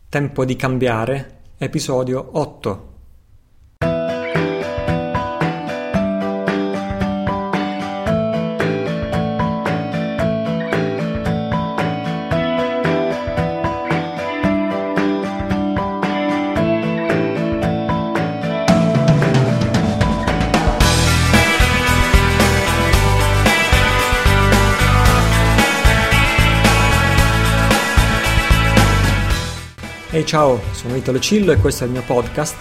Tempo di cambiare, episodio 8. Ehi ciao, sono Italo Cillo e questo è il mio podcast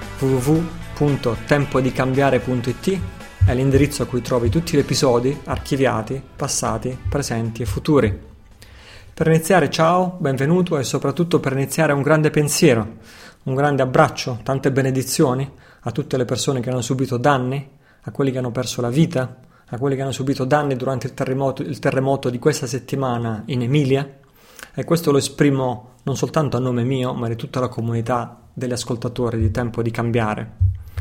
www.tempodicambiare.it. È l'indirizzo a cui trovi tutti gli episodi archiviati, passati, presenti e futuri. Per iniziare, ciao, benvenuto e soprattutto per iniziare un grande pensiero, un grande abbraccio, tante benedizioni a tutte le persone che hanno subito danni, a quelli che hanno perso la vita, a quelli che hanno subito danni durante il terremoto di questa settimana in Emilia. E questo lo esprimo non soltanto a nome mio, ma di tutta la comunità degli ascoltatori di Tempo di Cambiare.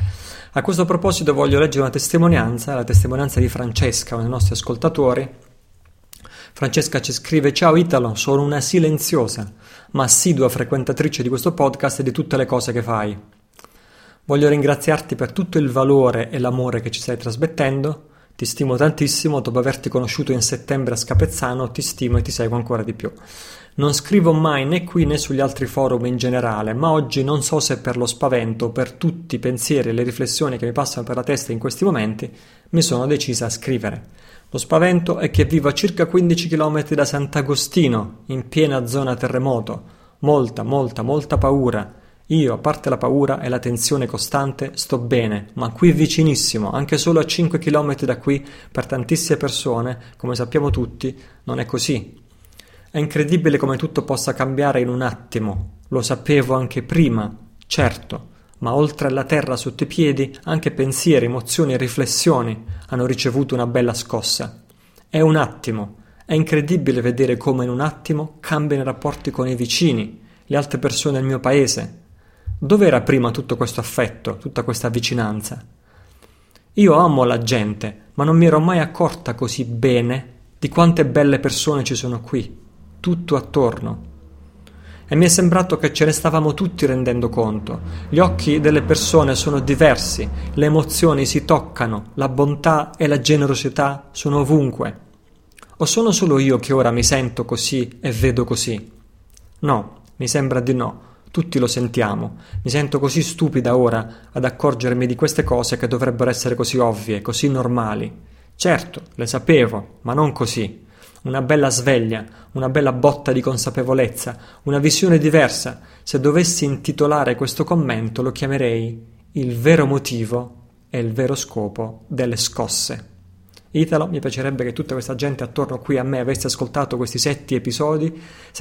A questo proposito voglio leggere una testimonianza, la testimonianza di Francesca, uno dei nostri ascoltatori. Francesca ci scrive: ciao Italo, sono una silenziosa ma assidua frequentatrice di questo podcast e di tutte le cose che fai. Voglio ringraziarti per tutto il valore e l'amore che ci stai trasmettendo. Ti stimo tantissimo, dopo averti conosciuto in settembre a Scapezzano, ti stimo e ti seguo ancora di più. Non scrivo mai né qui né sugli altri forum in generale, ma oggi non so se per lo spavento o per tutti i pensieri e le riflessioni che mi passano per la testa in questi momenti, mi sono decisa a scrivere. Lo spavento è che vivo a circa 15 km da Sant'Agostino, in piena zona terremoto. Molta paura. Io, a parte la paura e la tensione costante, sto bene, ma qui vicinissimo, anche solo a 5 km da qui, per tantissime persone, come sappiamo tutti, non è così. È incredibile come tutto possa cambiare in un attimo. Lo sapevo anche prima, certo, ma oltre alla terra sotto i piedi, anche pensieri, emozioni e riflessioni hanno ricevuto una bella scossa. È un attimo. È incredibile vedere come in un attimo cambiano i rapporti con i vicini, le altre persone del mio paese. Dov'era prima tutto questo affetto, tutta questa vicinanza? Io amo la gente, ma non mi ero mai accorta così bene di quante belle persone ci sono qui, tutto attorno. E mi è sembrato che ce ne stavamo tutti rendendo conto. Gli occhi delle persone sono diversi, le emozioni si toccano, la bontà e la generosità sono ovunque. O sono solo io che ora mi sento così e vedo così? No, mi sembra di no. Tutti lo sentiamo. Mi sento così stupida ora ad accorgermi di queste cose che dovrebbero essere così ovvie, così normali. Certo, le sapevo, ma non così. Una bella sveglia, una bella botta di consapevolezza, una visione diversa. Se dovessi intitolare questo commento lo chiamerei il vero motivo e il vero scopo delle scosse. Italo, mi piacerebbe che tutta questa gente attorno qui a me avesse ascoltato questi 7 episodi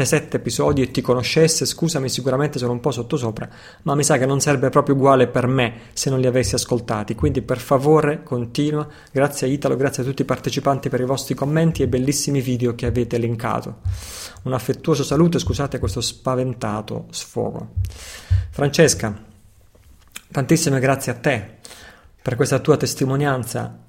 e ti conoscesse. Scusami, sicuramente sono un po' sottosopra, ma mi sa che non sarebbe proprio uguale per me se non li avessi ascoltati, quindi per favore continua. Grazie a Italo, grazie a tutti i partecipanti per i vostri commenti e bellissimi video che avete linkato. Un affettuoso saluto e scusate questo spaventato sfogo. Francesca, tantissime grazie a te per questa tua testimonianza.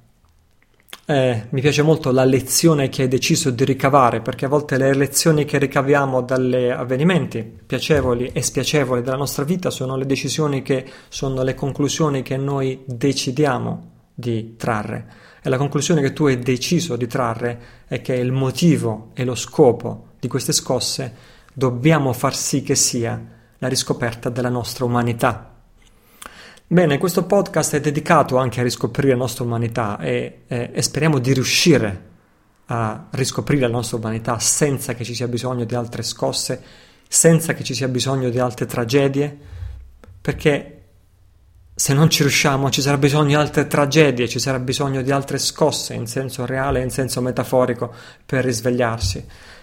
Mi piace molto la lezione che hai deciso di ricavare, perché a volte le lezioni che ricaviamo dagli avvenimenti piacevoli e spiacevoli della nostra vita sono le decisioni che sono le conclusioni che noi decidiamo di trarre. E la conclusione che tu hai deciso di trarre è che il motivo e lo scopo di queste scosse dobbiamo far sì che sia la riscoperta della nostra umanità. Bene, questo podcast è dedicato anche a riscoprire la nostra umanità e speriamo di riuscire a riscoprire la nostra umanità senza che ci sia bisogno di altre scosse, senza che ci sia bisogno di altre tragedie, perché se non ci riusciamo ci sarà bisogno di altre tragedie, ci sarà bisogno di altre scosse in senso reale e in senso metaforico per risvegliarci.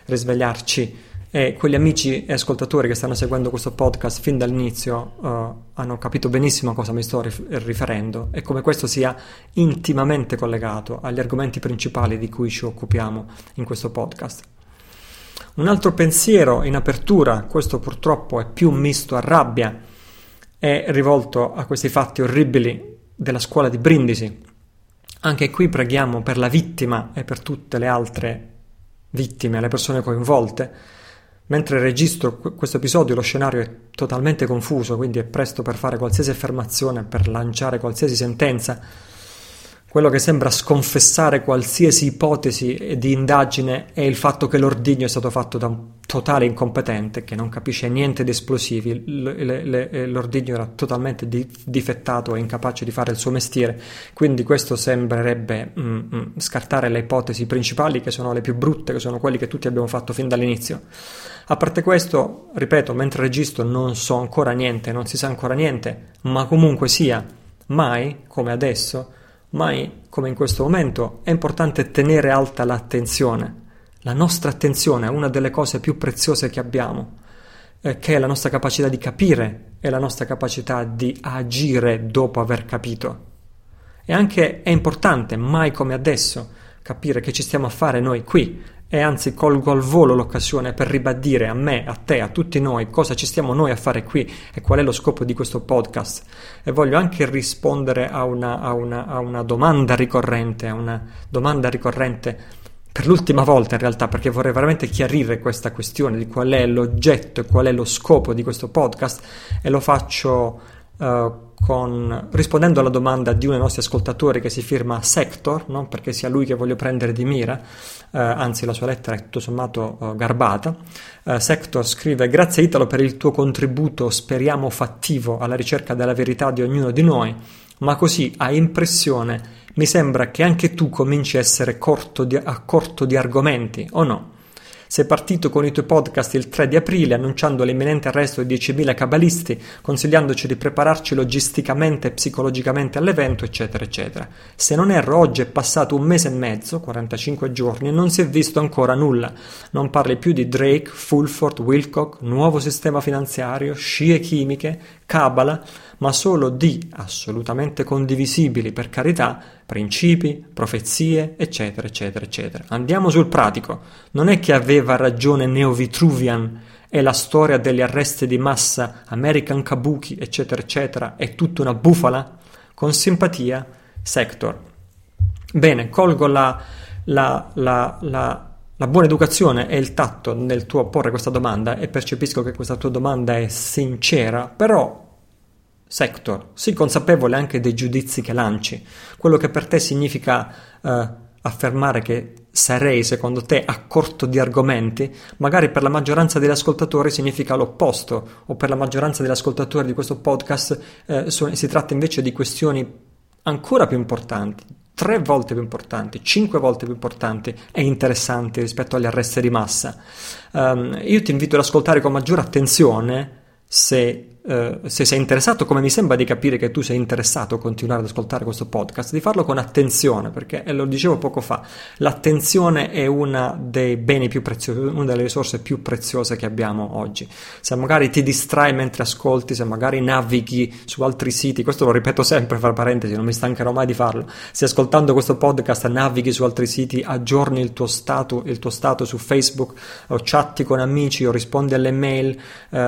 E quegli amici e ascoltatori che stanno seguendo questo podcast fin dall'inizio hanno capito benissimo a cosa mi sto riferendo e come questo sia intimamente collegato agli argomenti principali di cui ci occupiamo in questo podcast. Un altro pensiero in apertura, questo purtroppo è più misto a rabbia, è rivolto a questi fatti orribili della scuola di Brindisi. Anche qui preghiamo per la vittima e per tutte le altre vittime, le persone coinvolte, Mentre registro questo episodio lo scenario è totalmente confuso, quindi è presto per fare qualsiasi affermazione, per lanciare qualsiasi sentenza. Quello che sembra sconfessare qualsiasi ipotesi di indagine è il fatto che l'ordigno è stato fatto da un totale incompetente che non capisce niente di esplosivi. L'ordigno era totalmente difettato e incapace di fare il suo mestiere, quindi questo sembrerebbe scartare le ipotesi principali, che sono le più brutte, che sono quelle che tutti abbiamo fatto fin dall'inizio. A parte questo, ripeto, mentre registro non so ancora niente, non si sa ancora niente, ma comunque sia, mai come adesso, mai come in questo momento, è importante tenere alta l'attenzione. La nostra attenzione è una delle cose più preziose che abbiamo, che è la nostra capacità di capire e la nostra capacità di agire dopo aver capito. E anche è importante, mai come adesso, capire che ci stiamo a fare noi qui. E anzi colgo al volo l'occasione per ribadire a me, a te, a tutti noi cosa ci stiamo noi a fare qui e qual è lo scopo di questo podcast. E voglio anche rispondere a una domanda ricorrente, per l'ultima volta in realtà, perché vorrei veramente chiarire questa questione di qual è l'oggetto e qual è lo scopo di questo podcast, e lo faccio rispondendo alla domanda di uno dei nostri ascoltatori che si firma Sector, non perché sia lui che voglio prendere di mira, anzi la sua lettera è tutto sommato garbata. Sector scrive: grazie Italo per il tuo contributo, speriamo fattivo, alla ricerca della verità di ognuno di noi, ma così a impressione mi sembra che anche tu cominci a essere corto di argomenti, o no? Sei partito con i tuoi podcast il 3 di aprile annunciando l'imminente arresto di 10.000 cabalisti, consigliandoci di prepararci logisticamente e psicologicamente all'evento, eccetera, eccetera. Se non erro, oggi è passato 1 mese e mezzo, 45 giorni, e non si è visto ancora nulla. Non parli più di Drake, Fulford, Wilcock, nuovo sistema finanziario, scie chimiche, cabala, ma solo di, assolutamente condivisibili per carità, principi, profezie, eccetera, eccetera, eccetera. Andiamo sul pratico. Non è che aveva ragione Neo Vitruvian e la storia degli arresti di massa, American Kabuki, eccetera, eccetera, è tutta una bufala? Con simpatia, Sector. Bene, colgo la buona educazione e il tatto nel tuo porre questa domanda e percepisco che questa tua domanda è sincera, però Sector, sii consapevole anche dei giudizi che lanci. Quello che per te significa affermare che sarei, secondo te, a corto di argomenti, magari per la maggioranza degli ascoltatori significa l'opposto, o per la maggioranza degli ascoltatori di questo podcast si tratta invece di questioni ancora più importanti, 3 volte più importanti, 5 volte più importanti e interessanti rispetto agli arresti di massa. Io ti invito ad ascoltare con maggiore attenzione se sei interessato, come mi sembra di capire che tu sei interessato a continuare ad ascoltare questo podcast, di farlo con attenzione, perché lo dicevo poco fa, l'attenzione è una dei beni più preziosi, una delle risorse più preziose che abbiamo oggi. Se magari ti distrai mentre ascolti, se magari navighi su altri siti, questo lo ripeto sempre, fra parentesi, non mi stancherò mai di farlo, se ascoltando questo podcast navighi su altri siti, aggiorni il tuo stato su Facebook, o chatti con amici o rispondi alle mail,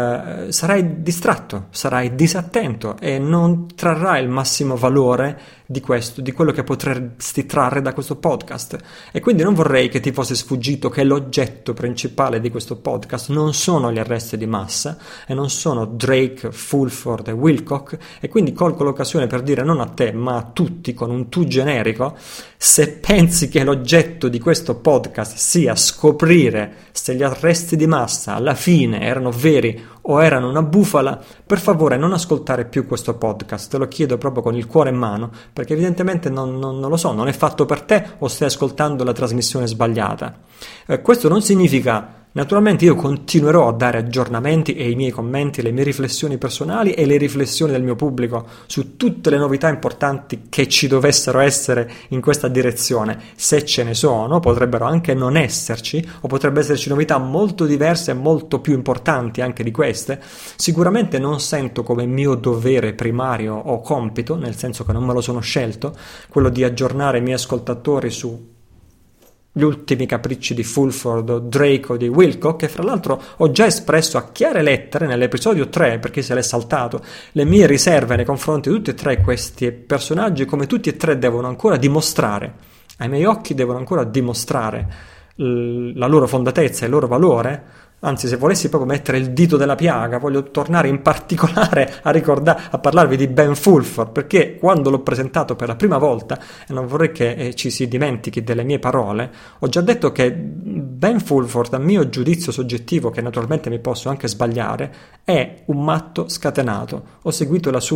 sarai distratto, sarai disattento e non trarrai il massimo valore di quello che potresti trarre da questo podcast. E quindi non vorrei che ti fosse sfuggito che l'oggetto principale di questo podcast non sono gli arresti di massa e non sono Drake, Fulford e Wilcock, e quindi colgo l'occasione per dire non a te ma a tutti con un tu generico: se pensi che l'oggetto di questo podcast sia scoprire se gli arresti di massa alla fine erano veri o erano una bufala, per favore non ascoltare più questo podcast, te lo chiedo proprio con il cuore in mano, perché evidentemente non lo so, non è fatto per te o stai ascoltando la trasmissione sbagliata. Questo non significa, naturalmente io continuerò a dare aggiornamenti e i miei commenti, le mie riflessioni personali e le riflessioni del mio pubblico su tutte le novità importanti che ci dovessero essere in questa direzione. Se ce ne sono, potrebbero anche non esserci, o potrebbe esserci novità molto diverse e molto più importanti anche di queste. Sicuramente non sento come mio dovere primario o compito, nel senso che non me lo sono scelto, quello di aggiornare i miei ascoltatori su gli ultimi capricci di Fulford o Drake o di Wilcock, che fra l'altro ho già espresso a chiare lettere nell'episodio 3, perché se l'è saltato, le mie riserve nei confronti di tutti e 3 questi personaggi, come tutti e 3 devono ancora dimostrare, ai miei occhi devono ancora dimostrare la loro fondatezza e il loro valore, Anzi, se volessi proprio mettere il dito della piaga, voglio tornare in particolare a parlarvi di Ben Fulford, perché quando l'ho presentato per la prima volta, e non vorrei che ci si dimentichi delle mie parole, ho già detto che Ben Fulford, a mio giudizio soggettivo, che naturalmente mi posso anche sbagliare, è un matto scatenato. Ho seguito il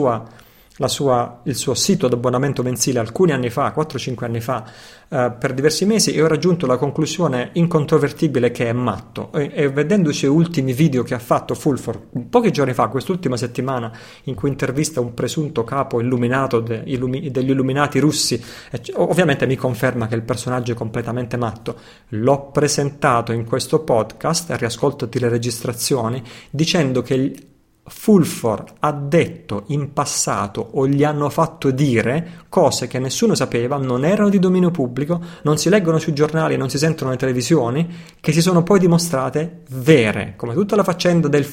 suo sito ad abbonamento mensile alcuni anni fa, 4-5 anni fa, per diversi mesi, e ho raggiunto la conclusione incontrovertibile che è matto. E vedendo i suoi ultimi video che ha fatto Fulford pochi giorni fa, quest'ultima settimana, in cui intervista un presunto capo illuminato degli illuminati russi, ovviamente mi conferma che il personaggio è completamente matto. L'ho presentato in questo podcast, riascoltati le registrazioni, dicendo che Fulford ha detto in passato o gli hanno fatto dire cose che nessuno sapeva, non erano di dominio pubblico, non si leggono sui giornali, non si sentono alle televisioni, che si sono poi dimostrate vere, come tutta la faccenda dei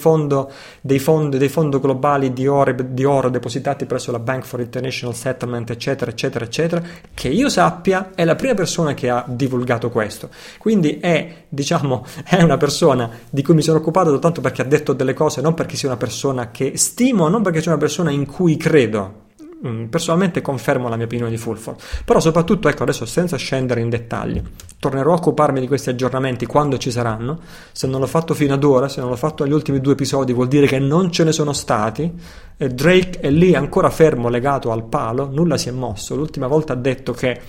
fondi globali di oro depositati presso la Bank for International Settlement, eccetera, eccetera, eccetera, che io sappia è la prima persona che ha divulgato questo. Quindi è una persona di cui mi sono occupato soltanto perché ha detto delle cose, non perché sia una persona che stimo, non perché sia una persona in cui credo. Personalmente confermo la mia opinione di Fulford, però soprattutto, ecco, adesso senza scendere in dettagli, tornerò a occuparmi di questi aggiornamenti quando ci saranno. Se non l'ho fatto fino ad ora, se non l'ho fatto agli ultimi 2 episodi, vuol dire che non ce ne sono stati. Drake è lì ancora fermo, legato al palo, nulla si è mosso. L'ultima volta ha detto che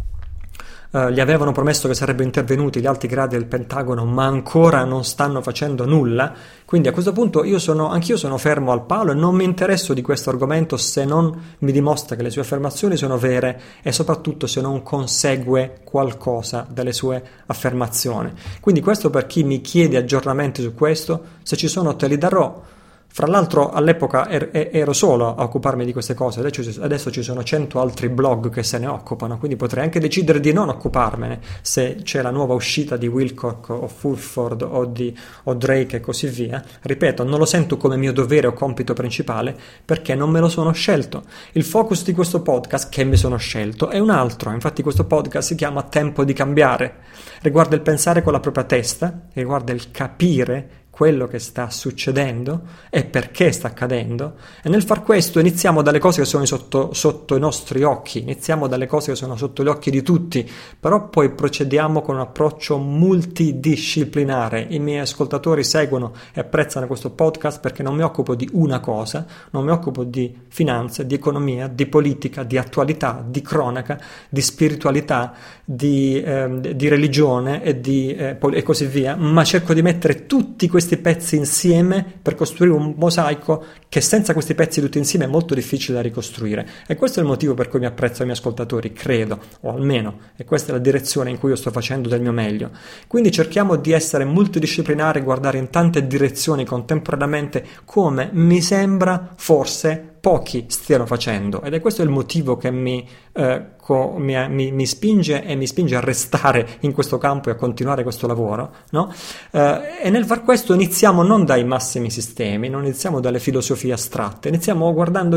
gli avevano promesso che sarebbero intervenuti gli alti gradi del Pentagono, ma ancora non stanno facendo nulla. Quindi a questo punto anch'io sono fermo al palo e non mi interesso di questo argomento se non mi dimostra che le sue affermazioni sono vere e soprattutto se non consegue qualcosa dalle sue affermazioni. Quindi questo per chi mi chiede aggiornamenti su questo, se ci sono te li darò. Fra l'altro all'epoca ero solo a occuparmi di queste cose, adesso ci sono 100 altri blog che se ne occupano, quindi potrei anche decidere di non occuparmene se c'è la nuova uscita di Wilcock o Fulford o Drake e così via. Ripeto, non lo sento come mio dovere o compito principale perché non me lo sono scelto. Il focus di questo podcast che mi sono scelto è un altro, infatti questo podcast si chiama Tempo di cambiare, riguarda il pensare con la propria testa, riguarda il capire quello che sta succedendo e perché sta accadendo, e nel far questo iniziamo dalle cose che sono sotto i nostri occhi, iniziamo dalle cose che sono sotto gli occhi di tutti, però poi procediamo con un approccio multidisciplinare. I miei ascoltatori seguono e apprezzano questo podcast perché non mi occupo di una cosa, non mi occupo di finanza, di economia, di politica, di attualità, di cronaca, di spiritualità, di religione e così via, ma cerco di mettere tutti questi pezzi insieme per costruire un mosaico che senza questi pezzi tutti insieme è molto difficile da ricostruire. E questo è il motivo per cui mi apprezzo i miei ascoltatori, credo, o almeno, e questa è la direzione in cui io sto facendo del mio meglio. Quindi cerchiamo di essere multidisciplinari, guardare in tante direzioni contemporaneamente, come mi sembra forse pochi stiano facendo, ed è questo il motivo che mi spinge a restare in questo campo e a continuare questo lavoro, no? E nel far questo iniziamo non dai massimi sistemi, non iniziamo dalle filosofie astratte, iniziamo guardando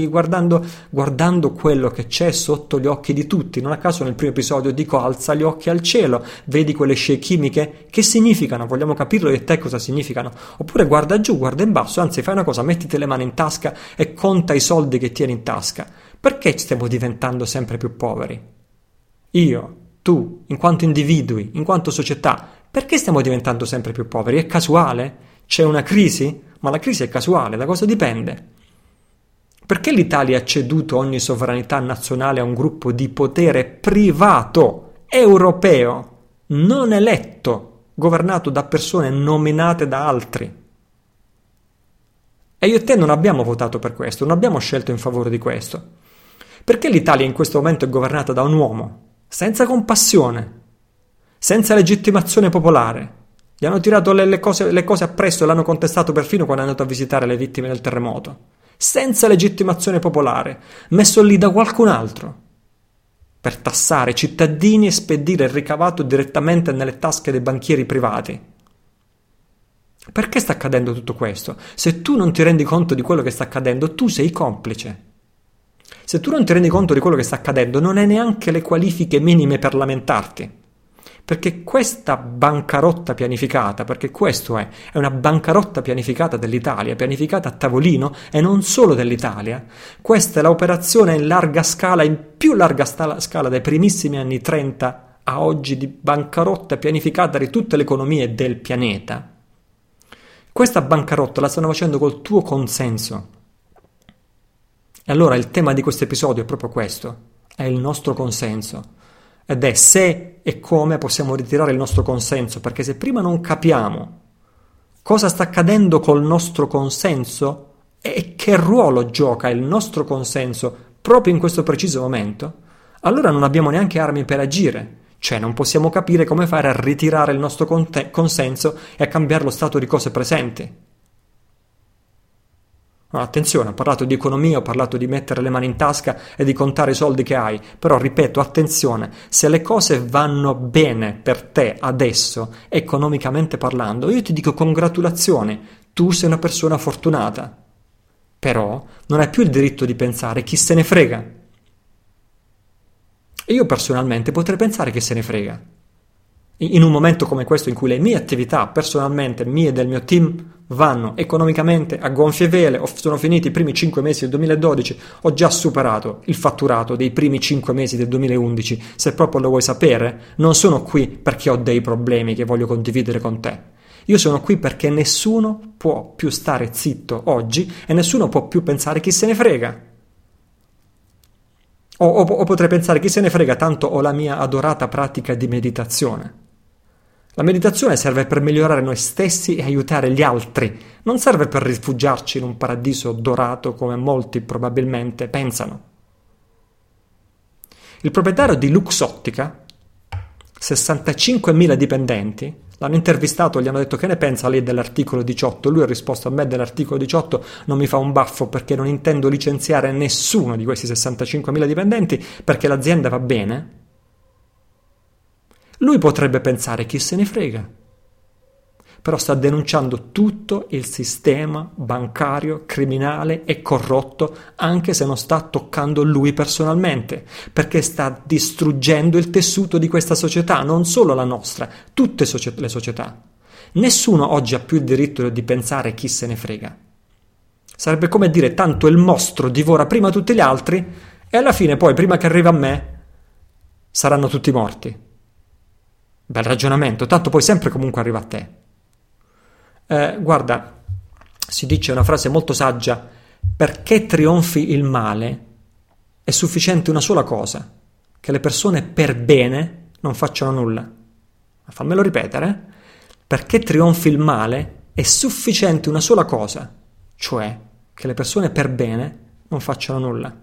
quello che c'è sotto gli occhi di tutti. Non a caso nel primo episodio dico alza gli occhi al cielo, vedi quelle scie chimiche, che significano? Vogliamo capirlo io e te cosa significano? Oppure guarda giù, guarda in basso, anzi fai una cosa, mettiti le mani in tasca e conta i soldi che tieni in tasca. Perché stiamo diventando sempre più poveri? Io, tu, in quanto individui, in quanto società, perché stiamo diventando sempre più poveri? È casuale? C'è una crisi? Ma la crisi è casuale, da cosa dipende? Perché l'Italia ha ceduto ogni sovranità nazionale a un gruppo di potere privato, europeo, non eletto, governato da persone nominate da altri? E io e te non abbiamo votato per questo, non abbiamo scelto in favore di questo. Perché l'Italia in questo momento è governata da un uomo, senza compassione, senza legittimazione popolare? Gli hanno tirato le cose appresso e l'hanno contestato perfino quando è andato a visitare le vittime del terremoto. Senza legittimazione popolare, messo lì da qualcun altro, per tassare i cittadini e spedire il ricavato direttamente nelle tasche dei banchieri privati. Perché sta accadendo tutto questo? Se tu non ti rendi conto di quello che sta accadendo, tu sei complice. Se tu non ti rendi conto di quello che sta accadendo, non hai neanche le qualifiche minime per lamentarti. Perché questa bancarotta pianificata, perché questo è una bancarotta pianificata dell'Italia, pianificata a tavolino e non solo dell'Italia, questa è l'operazione in larga scala, in più larga scala dai primissimi anni 30 a oggi di bancarotta pianificata di tutte le economie del pianeta. Questa bancarotta la stanno facendo col tuo consenso. E allora il tema di questo episodio è proprio questo, è il nostro consenso. Ed è se e come possiamo ritirare il nostro consenso, perché se prima non capiamo cosa sta accadendo col nostro consenso e che ruolo gioca il nostro consenso proprio in questo preciso momento, allora non abbiamo neanche armi per agire, cioè non possiamo capire come fare a ritirare il nostro consenso e a cambiare lo stato di cose presenti. Attenzione, ho parlato di economia, ho parlato di mettere le mani in tasca e di contare i soldi che hai, però ripeto, attenzione, se le cose vanno bene per te adesso, economicamente parlando, io ti dico congratulazioni, tu sei una persona fortunata, però non hai più il diritto di pensare chi se ne frega. E io personalmente potrei pensare che se ne frega. In un momento come questo in cui le mie attività personalmente, mie e del mio team, vanno economicamente a gonfie vele, sono finiti i primi 5 mesi del 2012, ho già superato il fatturato dei primi 5 mesi del 2011, se proprio lo vuoi sapere, non sono qui perché ho dei problemi che voglio condividere con te. Io sono qui perché nessuno può più stare zitto oggi e nessuno può più pensare chi se ne frega. O potrei pensare chi se ne frega, tanto ho la mia adorata pratica di meditazione. La meditazione serve per migliorare noi stessi e aiutare gli altri, non serve per rifugiarci in un paradiso dorato come molti probabilmente pensano. Il proprietario di Luxottica, 65.000 dipendenti, l'hanno intervistato, gli hanno detto che ne pensa lei dell'articolo 18, lui ha risposto a me dell'articolo 18 non mi fa un baffo perché non intendo licenziare nessuno di questi 65.000 dipendenti perché l'azienda va bene. Lui potrebbe pensare chi se ne frega, però sta denunciando tutto il sistema bancario, criminale e corrotto, anche se non sta toccando lui personalmente, perché sta distruggendo il tessuto di questa società, non solo la nostra, tutte le società. Nessuno oggi ha più il diritto di pensare chi se ne frega. Sarebbe come dire tanto il mostro divora prima tutti gli altri e alla fine poi, prima che arriva a me, saranno tutti morti. Bel ragionamento, tanto poi sempre comunque arriva a te. Guarda, si dice una frase molto saggia, perché trionfi il male è sufficiente una sola cosa, che le persone per bene non facciano nulla. Fammelo ripetere, perché trionfi il male è sufficiente una sola cosa, cioè che le persone per bene non facciano nulla.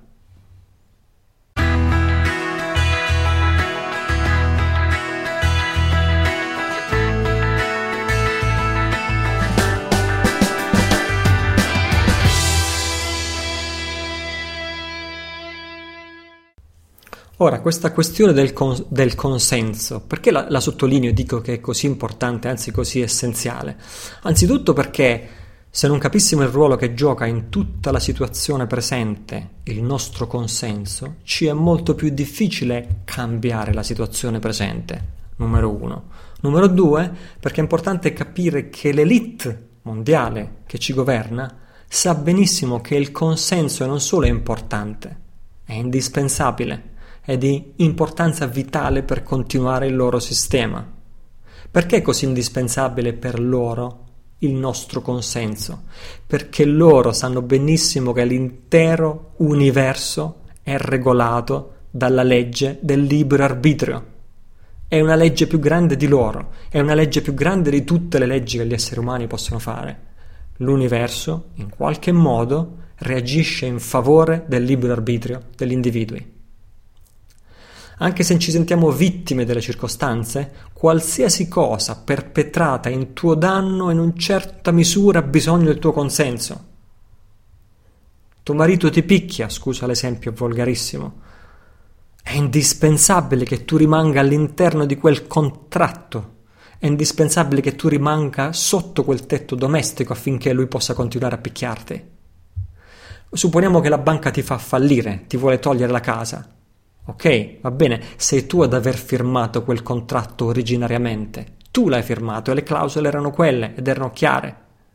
Ora, questa questione del consenso, perché la sottolineo e dico che è così importante, anzi così essenziale? Anzitutto perché se non capissimo il ruolo che gioca in tutta la situazione presente il nostro consenso, ci è molto più difficile cambiare la situazione presente, numero 1. Numero 2, perché è importante capire che l'elite mondiale che ci governa sa benissimo che il consenso non solo è importante, è indispensabile. È di importanza vitale per continuare il loro sistema. Perché è così indispensabile per loro il nostro consenso? Perché loro sanno benissimo che l'intero universo è regolato dalla legge del libero arbitrio. È una legge più grande di loro, è una legge più grande di tutte le leggi che gli esseri umani possono fare. L'universo, in qualche modo, reagisce in favore del libero arbitrio degli individui. Anche se ci sentiamo vittime delle circostanze, qualsiasi cosa perpetrata in tuo danno in una certa misura ha bisogno del tuo consenso. Tuo marito ti picchia, scusa l'esempio volgarissimo. È indispensabile che tu rimanga all'interno di quel contratto. È indispensabile che tu rimanga sotto quel tetto domestico affinché lui possa continuare a picchiarti. Supponiamo che la banca ti fa fallire, ti vuole togliere la casa. Ok, va bene, sei tu ad aver firmato quel contratto originariamente. Tu l'hai firmato e le clausole erano quelle ed erano chiare.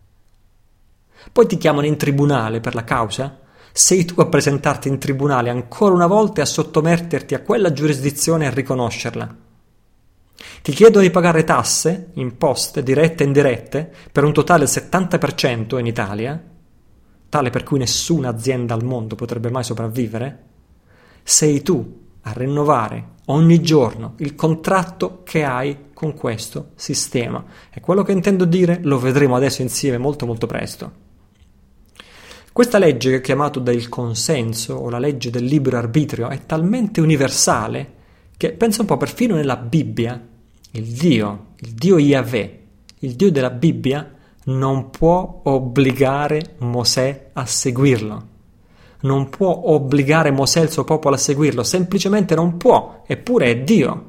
Poi ti chiamano in tribunale per la causa? Sei tu a presentarti in tribunale ancora una volta e a sottometterti a quella giurisdizione e a riconoscerla. Ti chiedono di pagare tasse, imposte, dirette e indirette, per un totale del 70% in Italia, tale per cui nessuna azienda al mondo potrebbe mai sopravvivere. Sei tu a rinnovare ogni giorno il contratto che hai con questo sistema. E quello che intendo dire lo vedremo adesso insieme molto molto presto. Questa legge che è chiamata del consenso o la legge del libero arbitrio è talmente universale che pensa un po' perfino nella Bibbia, il Dio Yahweh, il Dio della Bibbia non può obbligare Mosè a seguirlo. Non può obbligare Mosè e il suo popolo a seguirlo, semplicemente non può, eppure è Dio.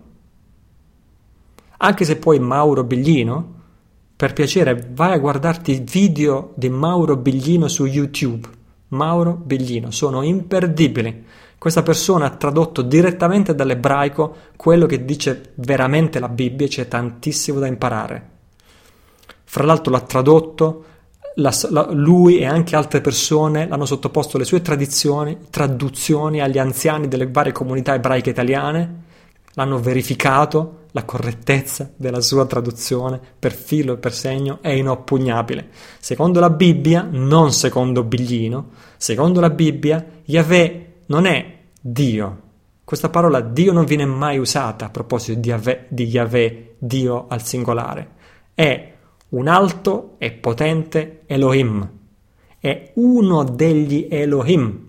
Anche se poi Mauro Biglino, per piacere vai a guardarti i video di Mauro Biglino su YouTube. Mauro Biglino, sono imperdibili. Questa persona ha tradotto direttamente dall'ebraico quello che dice veramente la Bibbia, c'è tantissimo da imparare. Fra l'altro l'ha tradotto, lui e anche altre persone l'hanno sottoposto alle sue traduzioni agli anziani delle varie comunità ebraiche italiane, l'hanno verificato, la correttezza della sua traduzione per filo e per segno è inoppugnabile. Secondo la Bibbia, non secondo Biglino, secondo la Bibbia, Yahweh non è Dio. Questa parola Dio non viene mai usata a proposito di Yahweh, Dio al singolare. È un alto e potente Elohim. È uno degli Elohim,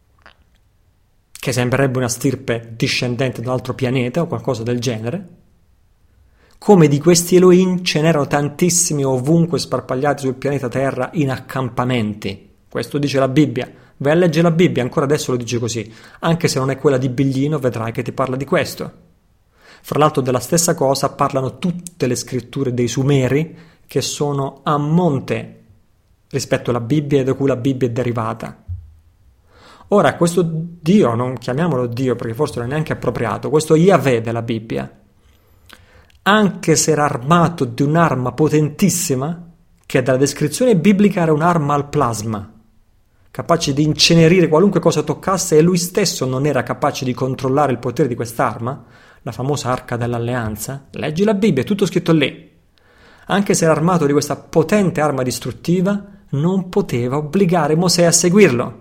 che sembrerebbe una stirpe discendente da un altro pianeta o qualcosa del genere. Come di questi Elohim ce n'erano tantissimi ovunque sparpagliati sul pianeta Terra in accampamenti. Questo dice la Bibbia. Vai a leggere la Bibbia, ancora adesso lo dice così. Anche se non è quella di Biglino, vedrai che ti parla di questo. Fra l'altro della stessa cosa parlano tutte le scritture dei Sumeri, che sono a monte rispetto alla Bibbia e da cui la Bibbia è derivata. Ora, questo Dio, non chiamiamolo Dio perché forse non è neanche appropriato, questo Yahweh della Bibbia, anche se era armato di un'arma potentissima, che dalla descrizione biblica era un'arma al plasma, capace di incenerire qualunque cosa toccasse, e lui stesso non era capace di controllare il potere di quest'arma, la famosa arca dell'alleanza. Leggi la Bibbia, è tutto scritto lì. Anche se era armato di questa potente arma distruttiva, non poteva obbligare Mosè a seguirlo.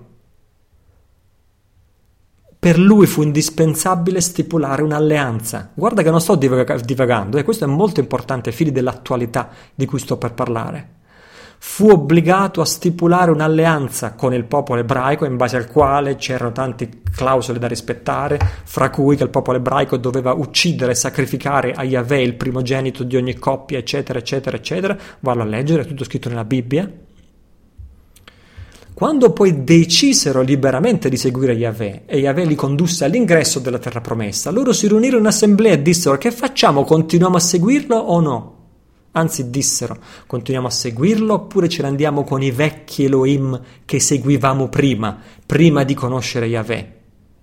Per lui fu indispensabile stipulare un'alleanza. Guarda che non sto divagando, e questo è molto importante ai fini dell'attualità di cui sto per parlare. Fu obbligato a stipulare un'alleanza con il popolo ebraico, in base al quale c'erano tante clausole da rispettare, fra cui che il popolo ebraico doveva uccidere e sacrificare a Yahweh il primogenito di ogni coppia, eccetera, eccetera, eccetera. Vallo a leggere, è tutto scritto nella Bibbia. Quando poi decisero liberamente di seguire Yahweh e Yahweh li condusse all'ingresso della terra promessa, loro si riunirono in assemblea e dissero: che facciamo? Continuiamo a seguirlo o no? Anzi dissero: continuiamo a seguirlo oppure ce ne andiamo con i vecchi Elohim che seguivamo prima di conoscere Yahweh?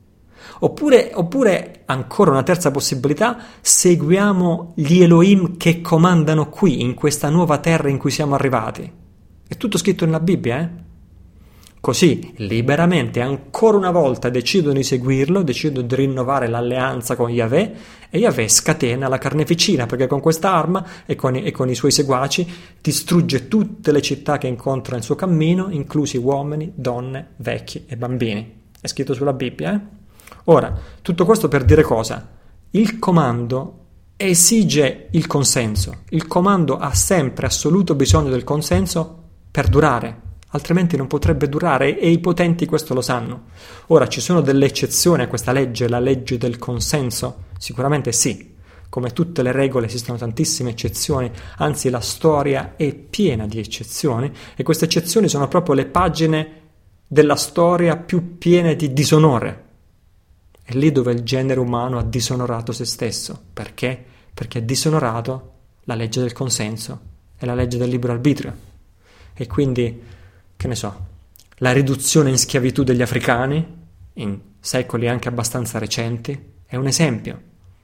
Oppure ancora una terza possibilità: seguiamo gli Elohim che comandano qui, in questa nuova terra in cui siamo arrivati. È tutto scritto nella Bibbia, Così, liberamente, ancora una volta decidono di seguirlo, decidono di rinnovare l'alleanza con Yahweh, e Yahweh scatena la carneficina, perché con questa arma e con i suoi seguaci distrugge tutte le città che incontra nel suo cammino, inclusi uomini, donne, vecchi e bambini. È scritto sulla Bibbia, Ora, tutto questo per dire cosa? Il comando esige il consenso. Il comando ha sempre assoluto bisogno del consenso per durare. Altrimenti non potrebbe durare, e i potenti questo lo sanno. Ora, ci sono delle eccezioni a questa legge, la legge del consenso? Sicuramente sì. Come tutte le regole esistono tantissime eccezioni, anzi la storia è piena di eccezioni, e queste eccezioni sono proprio le pagine della storia più piene di disonore. È lì dove il genere umano ha disonorato se stesso. Perché? Perché ha disonorato la legge del consenso e la legge del libero arbitrio. E quindi, che ne so, la riduzione in schiavitù degli africani in secoli anche abbastanza recenti, è un esempio.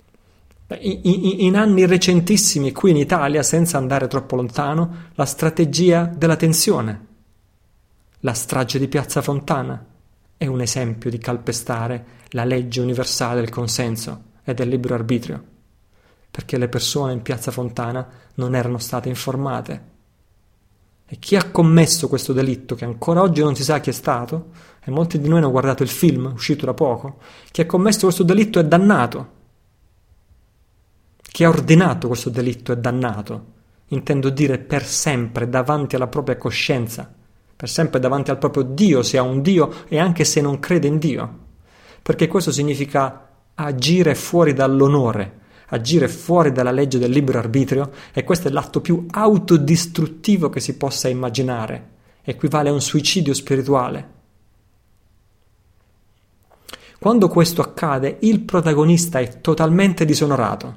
In anni recentissimi qui in Italia, senza andare troppo lontano, la strategia della tensione, la strage di Piazza Fontana, è un esempio di calpestare la legge universale del consenso e del libero arbitrio, perché le persone in Piazza Fontana non erano state informate. E chi ha commesso questo delitto, che ancora oggi non si sa chi è stato, e molti di noi hanno guardato il film uscito da poco, chi ha commesso questo delitto è dannato. Chi ha ordinato questo delitto è dannato, intendo dire per sempre davanti alla propria coscienza, per sempre davanti al proprio Dio, se ha un Dio e anche se non crede in Dio, perché questo significa agire fuori dall'onore, agire fuori dalla legge del libero arbitrio, e questo è l'atto più autodistruttivo che si possa immaginare, equivale a un suicidio spirituale. Quando questo accade, il protagonista è totalmente disonorato.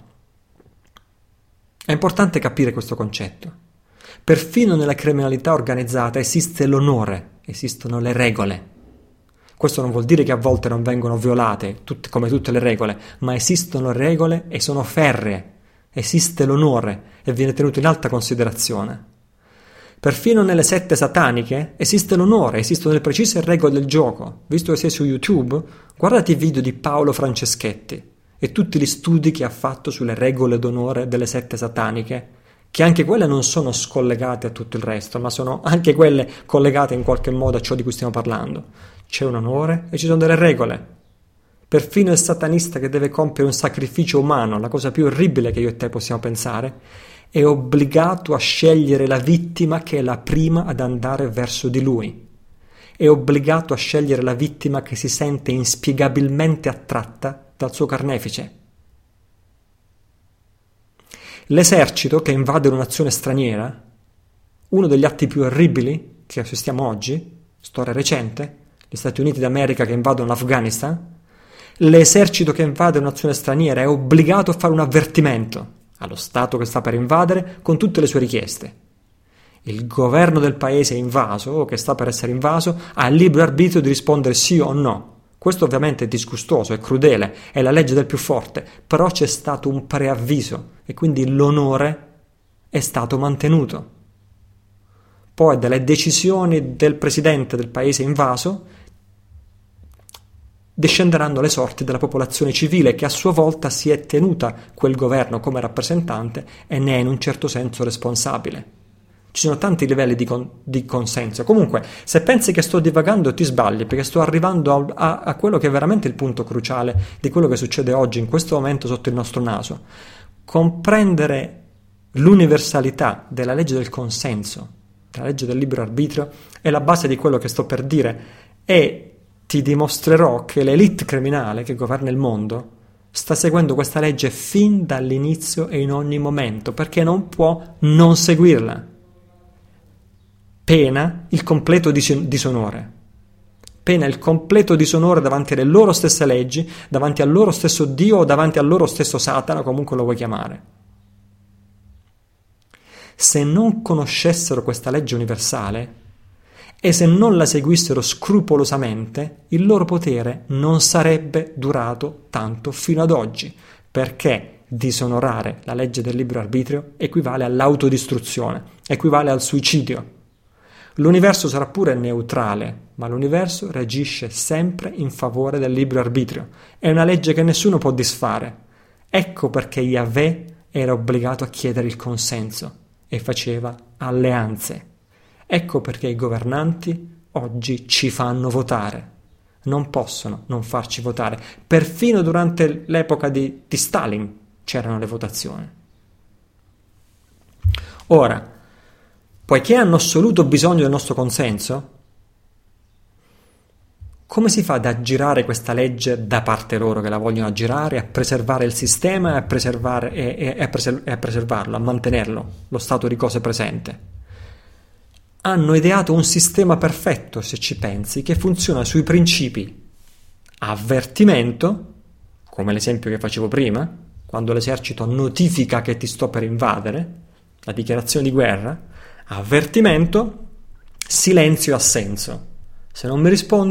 È importante capire questo concetto. Perfino nella criminalità organizzata esiste l'onore, esistono le regole. Questo non vuol dire che a volte non vengono violate, come tutte le regole, ma esistono regole e sono ferree. Esiste l'onore e viene tenuto in alta considerazione. Perfino nelle sette sataniche esiste l'onore, esistono le precise regole del gioco. Visto che sei su YouTube, guardati i video di Paolo Franceschetti e tutti gli studi che ha fatto sulle regole d'onore delle sette sataniche, che anche quelle non sono scollegate a tutto il resto, ma sono anche quelle collegate in qualche modo a ciò di cui stiamo parlando. C'è un onore e ci sono delle regole. Perfino il satanista che deve compiere un sacrificio umano, la cosa più orribile che io e te possiamo pensare, è obbligato a scegliere la vittima che è la prima ad andare verso di lui. È obbligato a scegliere la vittima che si sente inspiegabilmente attratta dal suo carnefice. L'esercito che invade una nazione straniera, uno degli atti più orribili che assistiamo oggi, storia recente, gli Stati Uniti d'America che invadono l'Afghanistan, l'esercito che invade una nazione straniera è obbligato a fare un avvertimento allo Stato che sta per invadere con tutte le sue richieste. Il governo del paese invaso o che sta per essere invaso ha il libero arbitrio di rispondere sì o no. Questo ovviamente è disgustoso, è crudele, è la legge del più forte, però c'è stato un preavviso e quindi l'onore è stato mantenuto. Poi dalle decisioni del presidente del paese invaso discenderanno le sorti della popolazione civile che a sua volta si è tenuta quel governo come rappresentante e ne è in un certo senso responsabile. Ci sono tanti livelli di consenso. Comunque, se pensi che sto divagando ti sbagli, perché sto arrivando a quello che è veramente il punto cruciale di quello che succede oggi, in questo momento, sotto il nostro naso. Comprendere l'universalità della legge del consenso, della legge del libero arbitrio, è la base di quello che sto per dire, e ti dimostrerò che l'elite criminale che governa il mondo sta seguendo questa legge fin dall'inizio e in ogni momento, perché non può non seguirla. Pena il completo disonore. Pena il completo disonore davanti alle loro stesse leggi, davanti al loro stesso Dio o davanti al loro stesso Satana, comunque lo vuoi chiamare. Se non conoscessero questa legge universale e se non la seguissero scrupolosamente, il loro potere non sarebbe durato tanto fino ad oggi, perché disonorare la legge del libero arbitrio equivale all'autodistruzione, equivale al suicidio. L'universo sarà pure neutrale, ma l'universo reagisce sempre in favore del libero arbitrio. È una legge che nessuno può disfare. Ecco perché Yahweh era obbligato a chiedere il consenso e faceva alleanze. Ecco perché i governanti oggi ci fanno votare. Non possono non farci votare. Perfino durante l'epoca di Stalin c'erano le votazioni. Ora, poiché hanno assoluto bisogno del nostro consenso, come si fa ad aggirare questa legge da parte loro che la vogliono aggirare, a preservare il sistema e a preservarlo, a mantenerlo, lo stato di cose presente? Hanno ideato un sistema perfetto, se ci pensi, che funziona sui principi avvertimento, come l'esempio che facevo prima, quando l'esercito notifica che ti sto per invadere, la dichiarazione di guerra, avvertimento, silenzio e assenso. Se non mi rispondi,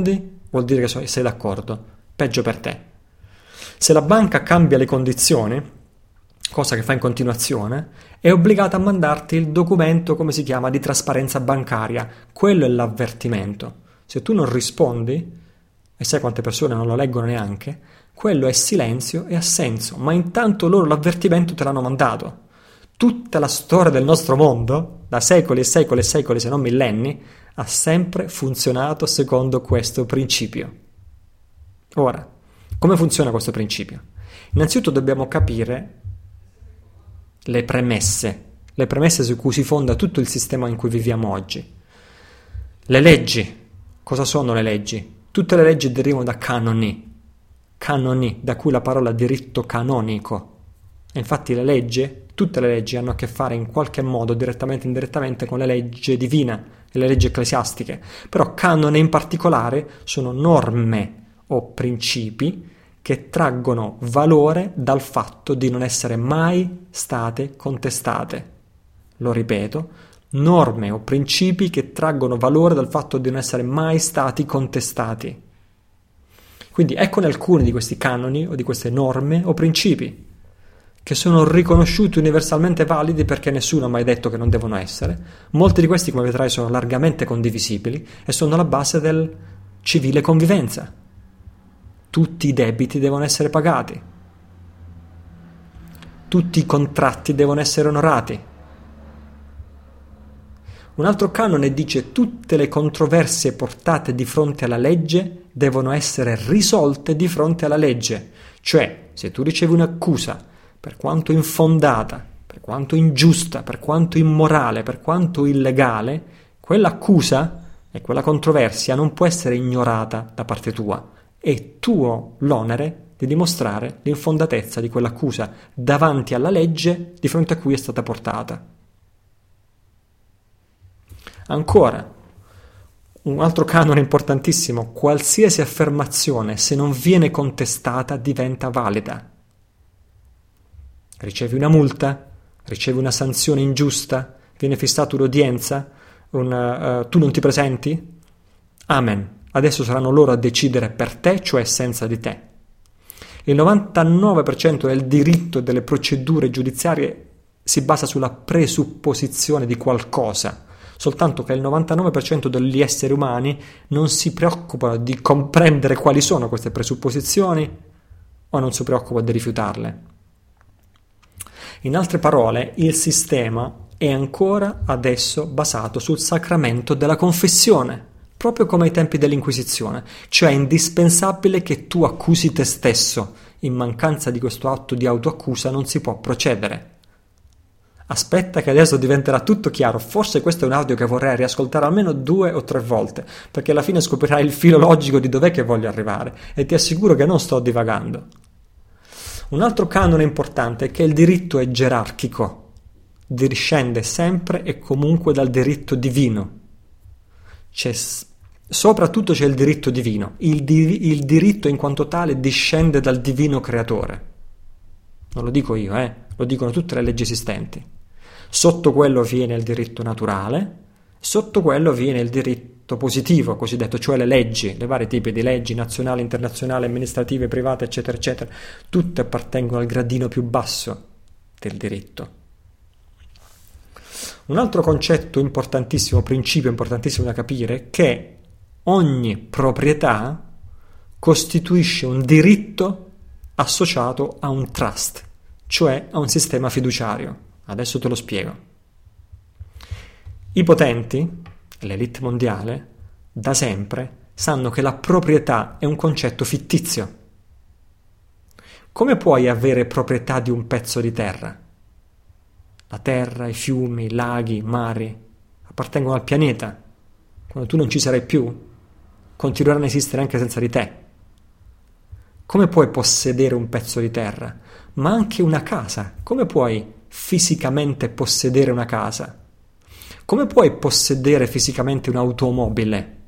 vuol dire che sei d'accordo, peggio per te. Se la banca cambia le condizioni, cosa che fa in continuazione, è obbligata a mandarti il documento, come si chiama, di trasparenza bancaria. Quello è l'avvertimento. Se tu non rispondi, e sai quante persone non lo leggono neanche, quello è silenzio e assenso, ma intanto loro l'avvertimento te l'hanno mandato. Tutta la storia del nostro mondo, da secoli e secoli e secoli, se non millenni, ha sempre funzionato secondo questo principio. Ora, come funziona questo principio? Innanzitutto dobbiamo capire le premesse su cui si fonda tutto il sistema in cui viviamo oggi. Le leggi. Cosa sono le leggi? Tutte le leggi derivano da canoni, da cui la parola diritto canonico. E infatti tutte le leggi hanno a che fare in qualche modo, direttamente o indirettamente, con la legge divina e le leggi ecclesiastiche. Però canone in particolare sono norme o principi che traggono valore dal fatto di non essere mai state contestate. Lo ripeto, norme o principi che traggono valore dal fatto di non essere mai stati contestati. Quindi eccone alcuni di questi canoni o di queste norme o principi che sono riconosciuti universalmente validi perché nessuno ha mai detto che non devono essere. Molti di questi, come vedrai, sono largamente condivisibili e sono la base del civile convivenza. Tutti i debiti devono essere pagati. Tutti i contratti devono essere onorati. Un altro canone dice: tutte le controversie portate di fronte alla legge devono essere risolte di fronte alla legge. Cioè, se tu ricevi un'accusa, per quanto infondata, per quanto ingiusta, per quanto immorale, per quanto illegale, quell'accusa e quella controversia non può essere ignorata da parte tua. È tuo l'onere di dimostrare l'infondatezza di quell'accusa davanti alla legge di fronte a cui è stata portata. Ancora, un altro canone importantissimo: qualsiasi affermazione, se non viene contestata, diventa valida. Ricevi una multa, ricevi una sanzione ingiusta, viene fissata un'udienza, tu non ti presenti? Amen. Adesso saranno loro a decidere per te, cioè senza di te. Il 99% del diritto e delle procedure giudiziarie si basa sulla presupposizione di qualcosa, soltanto che il 99% degli esseri umani non si preoccupano di comprendere quali sono queste presupposizioni o non si preoccupa di rifiutarle. In altre parole, il sistema è ancora adesso basato sul sacramento della confessione, proprio come ai tempi dell'Inquisizione, cioè è indispensabile che tu accusi te stesso. In mancanza di questo atto di autoaccusa non si può procedere. Aspetta che adesso diventerà tutto chiaro, forse questo è un audio che vorrei riascoltare almeno 2 o 3 volte, perché alla fine scoprirai il filo logico di dov'è che voglio arrivare, e ti assicuro che non sto divagando. Un altro canone importante è che il diritto è gerarchico, discende sempre e comunque dal diritto divino. Soprattutto c'è il diritto divino, il diritto in quanto tale discende dal divino creatore. Non lo dico io, lo dicono tutte le leggi esistenti. Sotto quello viene il diritto naturale, sotto quello viene il diritto positivo, cosiddetto, cioè le leggi, le varie tipi di leggi nazionali, internazionali, amministrative, private, eccetera, eccetera. Tutte appartengono al gradino più basso del diritto. Un altro concetto importantissimo, principio importantissimo da capire, è che ogni proprietà costituisce un diritto associato a un trust, cioè a un sistema fiduciario. Adesso te lo spiego. I potenti, l'elite mondiale, da sempre sanno che la proprietà è un concetto fittizio. Come puoi avere proprietà di un pezzo di terra? La terra, i fiumi, i laghi, i mari appartengono al pianeta. Quando tu non ci sarai più, continueranno a esistere anche senza di te. Come puoi possedere un pezzo di terra? Ma anche una casa. Come puoi fisicamente possedere una casa? Come puoi possedere fisicamente un'automobile?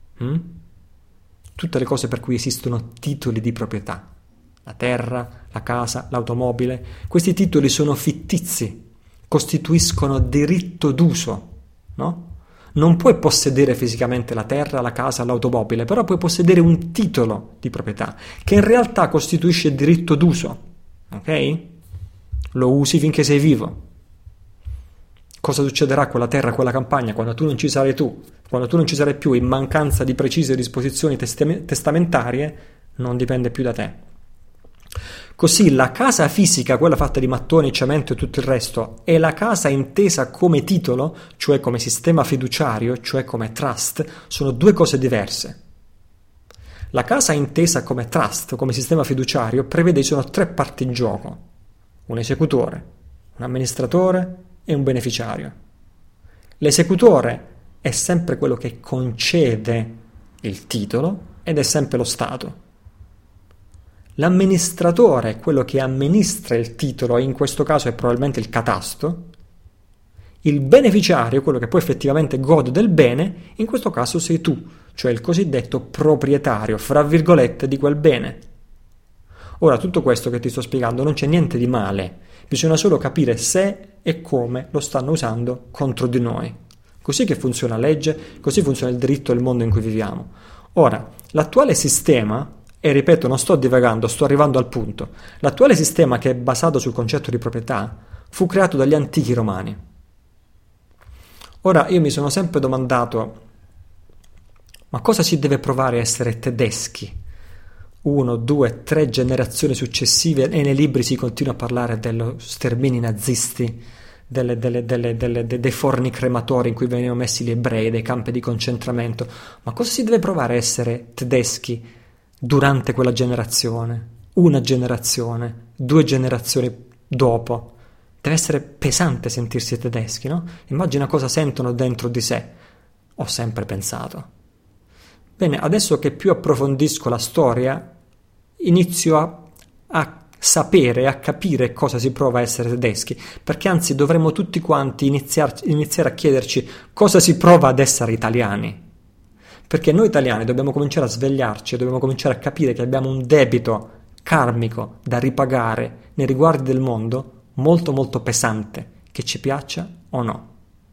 Tutte le cose per cui esistono titoli di proprietà. La terra, la casa, l'automobile. Questi titoli sono fittizi, costituiscono diritto d'uso, no? Non puoi possedere fisicamente la terra, la casa, l'automobile, però puoi possedere un titolo di proprietà, che in realtà costituisce diritto d'uso, ok? Lo usi finché sei vivo. Cosa succederà a quella terra, a quella campagna, quando tu non ci sarai quando tu non ci sarai più in mancanza di precise disposizioni testamentarie, non dipende più da te. Così la casa fisica, quella fatta di mattoni, cemento e tutto il resto, e la casa intesa come titolo, cioè come sistema fiduciario, cioè come trust, sono due cose diverse. La casa intesa come trust, come sistema fiduciario, prevede ci sono tre parti in gioco: un esecutore, un amministratore e un beneficiario. L'esecutore è sempre quello che concede il titolo ed è sempre lo Stato. L'amministratore è quello che amministra il titolo, e in questo caso è probabilmente il catasto. Il beneficiario, quello che poi effettivamente gode del bene, in questo caso sei tu, cioè il cosiddetto proprietario, fra virgolette, di quel bene. Ora, tutto questo che ti sto spiegando non c'è niente di male, bisogna solo capire se e come lo stanno usando contro di noi. Così che funziona la legge, così funziona il diritto e il mondo in cui viviamo. Ora, l'attuale sistema, e ripeto, non sto divagando, sto arrivando al punto, l'attuale sistema, che è basato sul concetto di proprietà, fu creato dagli antichi romani. Ora, io mi sono sempre domandato, ma cosa si deve provare a essere tedeschi? 1, 2, 3 generazioni successive, e nei libri si continua a parlare dello stermini nazisti, dei forni crematori in cui venivano messi gli ebrei, dei campi di concentramento. Ma cosa si deve provare a essere tedeschi durante quella generazione? Una generazione, 2 generazioni dopo. Deve essere pesante sentirsi tedeschi, no? Immagina cosa sentono dentro di sé. Ho sempre pensato. Bene, adesso che più approfondisco la storia, inizio a sapere, a capire cosa si prova a essere tedeschi, perché anzi dovremmo tutti quanti iniziare a chiederci cosa si prova ad essere italiani. Perché noi italiani dobbiamo cominciare a svegliarci, dobbiamo cominciare a capire che abbiamo un debito karmico da ripagare nei riguardi del mondo molto molto pesante, che ci piaccia o no.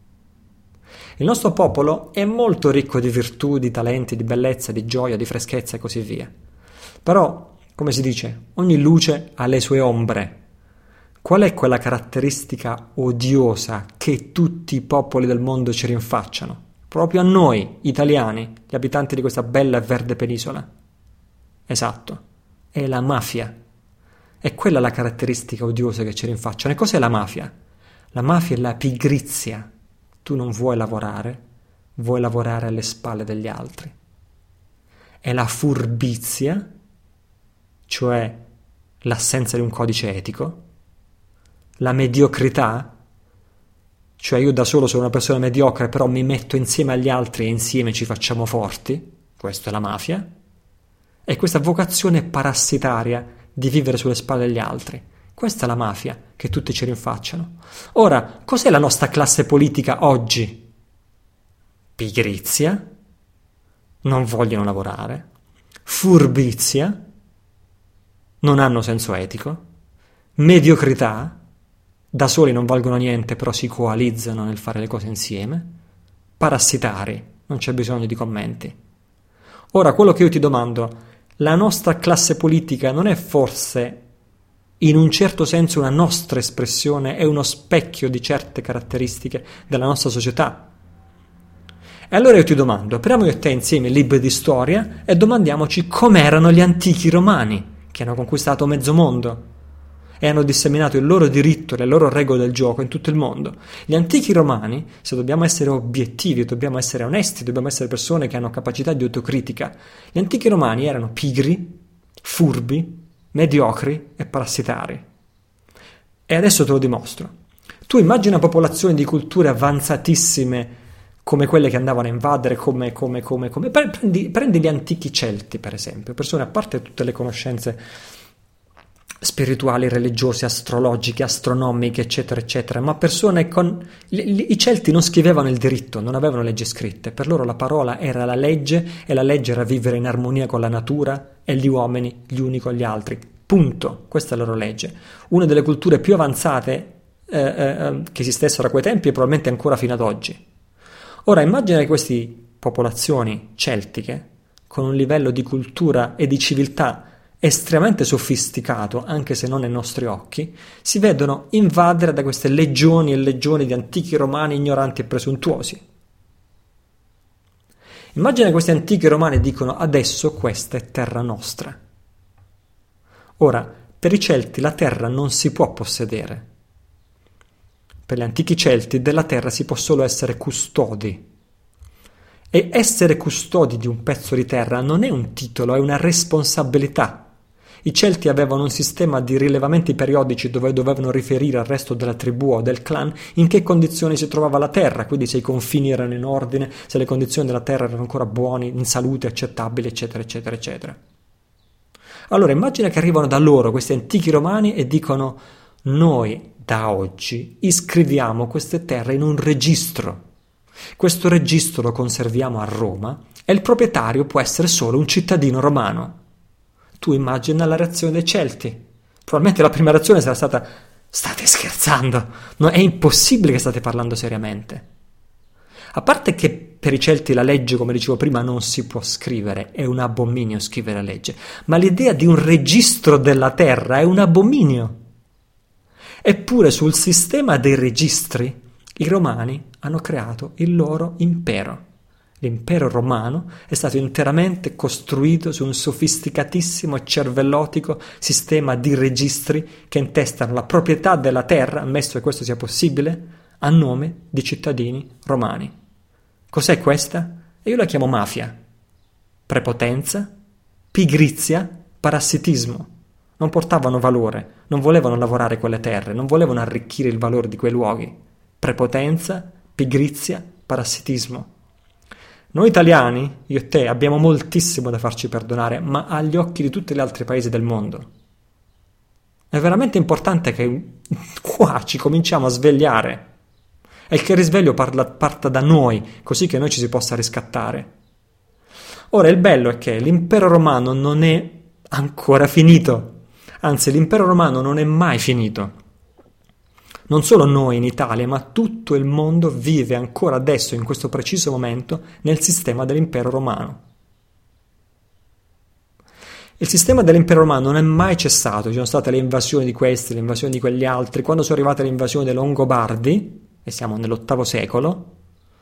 Il nostro popolo è molto ricco di virtù, di talenti, di bellezza, di gioia, di freschezza e così via. Però, come si dice, ogni luce ha le sue ombre. Qual è quella caratteristica odiosa che tutti i popoli del mondo ci rinfacciano? Proprio a noi, italiani, gli abitanti di questa bella e verde penisola. Esatto, è la mafia. È quella la caratteristica odiosa che ci rinfacciano. E cos'è la mafia? La mafia è la pigrizia. Tu non vuoi lavorare alle spalle degli altri. È la furbizia, cioè l'assenza di un codice etico, la mediocrità, cioè io da solo sono una persona mediocre, però mi metto insieme agli altri e insieme ci facciamo forti, questa è la mafia, e questa vocazione parassitaria di vivere sulle spalle degli altri. Questa è la mafia che tutti ci rinfacciano. Ora, cos'è la nostra classe politica oggi? Pigrizia, non vogliono lavorare, furbizia, non hanno senso etico, mediocrità, da soli non valgono niente però si coalizzano nel fare le cose insieme, parassitari, non c'è bisogno di commenti. Ora, quello che io ti domando, la nostra classe politica non è forse in un certo senso una nostra espressione, è uno specchio di certe caratteristiche della nostra società? E allora io ti domando, apriamo io e te insieme i libri di storia e domandiamoci com'erano gli antichi romani, che hanno conquistato mezzo mondo e hanno disseminato il loro diritto, le loro regole del gioco in tutto il mondo. Gli antichi romani, se dobbiamo essere obiettivi, dobbiamo essere onesti, dobbiamo essere persone che hanno capacità di autocritica, gli antichi romani erano pigri, furbi, mediocri e parassitari. E adesso te lo dimostro. Tu immagina popolazioni di culture avanzatissime come quelle che andavano a invadere, prendi gli antichi Celti, per esempio, persone, a parte tutte le conoscenze spirituali, religiose, astrologiche, astronomiche, eccetera, eccetera, ma persone con... I Celti non scrivevano il diritto, non avevano leggi scritte, per loro la parola era la legge e la legge era vivere in armonia con la natura e gli uomini gli uni con gli altri, punto, questa è la loro legge. Una delle culture più avanzate che esistessero a quei tempi e probabilmente ancora fino ad oggi. Ora immagina che queste popolazioni celtiche, con un livello di cultura e di civiltà estremamente sofisticato, anche se non ai nostri occhi, si vedono invadere da queste legioni e legioni di antichi romani ignoranti e presuntuosi. Immagina che questi antichi romani dicono: adesso questa è terra nostra. Ora, per i Celti la terra non si può possedere. Per gli antichi Celti della terra si può solo essere custodi. E essere custodi di un pezzo di terra non è un titolo, è una responsabilità. I Celti avevano un sistema di rilevamenti periodici dove dovevano riferire al resto della tribù o del clan in che condizioni si trovava la terra, quindi se i confini erano in ordine, se le condizioni della terra erano ancora buone, in salute, accettabili, eccetera, eccetera, eccetera. Allora immagina che arrivano da loro questi antichi romani e dicono: noi da oggi iscriviamo queste terre in un registro. Questo registro lo conserviamo a Roma e il proprietario può essere solo un cittadino romano. Tu immagina la reazione dei Celti. Probabilmente la prima reazione sarà stata: state scherzando, no, è impossibile che state parlando seriamente. A parte che per i Celti la legge, come dicevo prima, non si può scrivere, è un abominio scrivere la legge, ma l'idea di un registro della terra è un abominio. Eppure sul sistema dei registri i romani hanno creato il loro impero. L'impero romano è stato interamente costruito su un sofisticatissimo e cervellotico sistema di registri che intestano la proprietà della terra, ammesso che questo sia possibile, a nome di cittadini romani. Cos'è questa? E io la chiamo mafia. Prepotenza, pigrizia, parassitismo. Non portavano valore, non volevano lavorare quelle terre, non volevano arricchire il valore di quei luoghi. Prepotenza, pigrizia, parassitismo. Noi italiani, io e te, abbiamo moltissimo da farci perdonare, ma agli occhi di tutti gli altri paesi del mondo. È veramente importante che qua ci cominciamo a svegliare e che il risveglio parta da noi, così che noi ci si possa riscattare. Ora, il bello è che l'impero romano non è ancora finito, anzi l'impero romano non è mai finito. Non solo noi in Italia, ma tutto il mondo vive ancora adesso, in questo preciso momento, nel sistema dell'impero romano. Il sistema dell'impero romano non è mai cessato, ci sono state le invasioni di questi, le invasioni di quegli altri. Quando sono arrivate le invasioni dei Longobardi, e siamo nell'VIII secolo,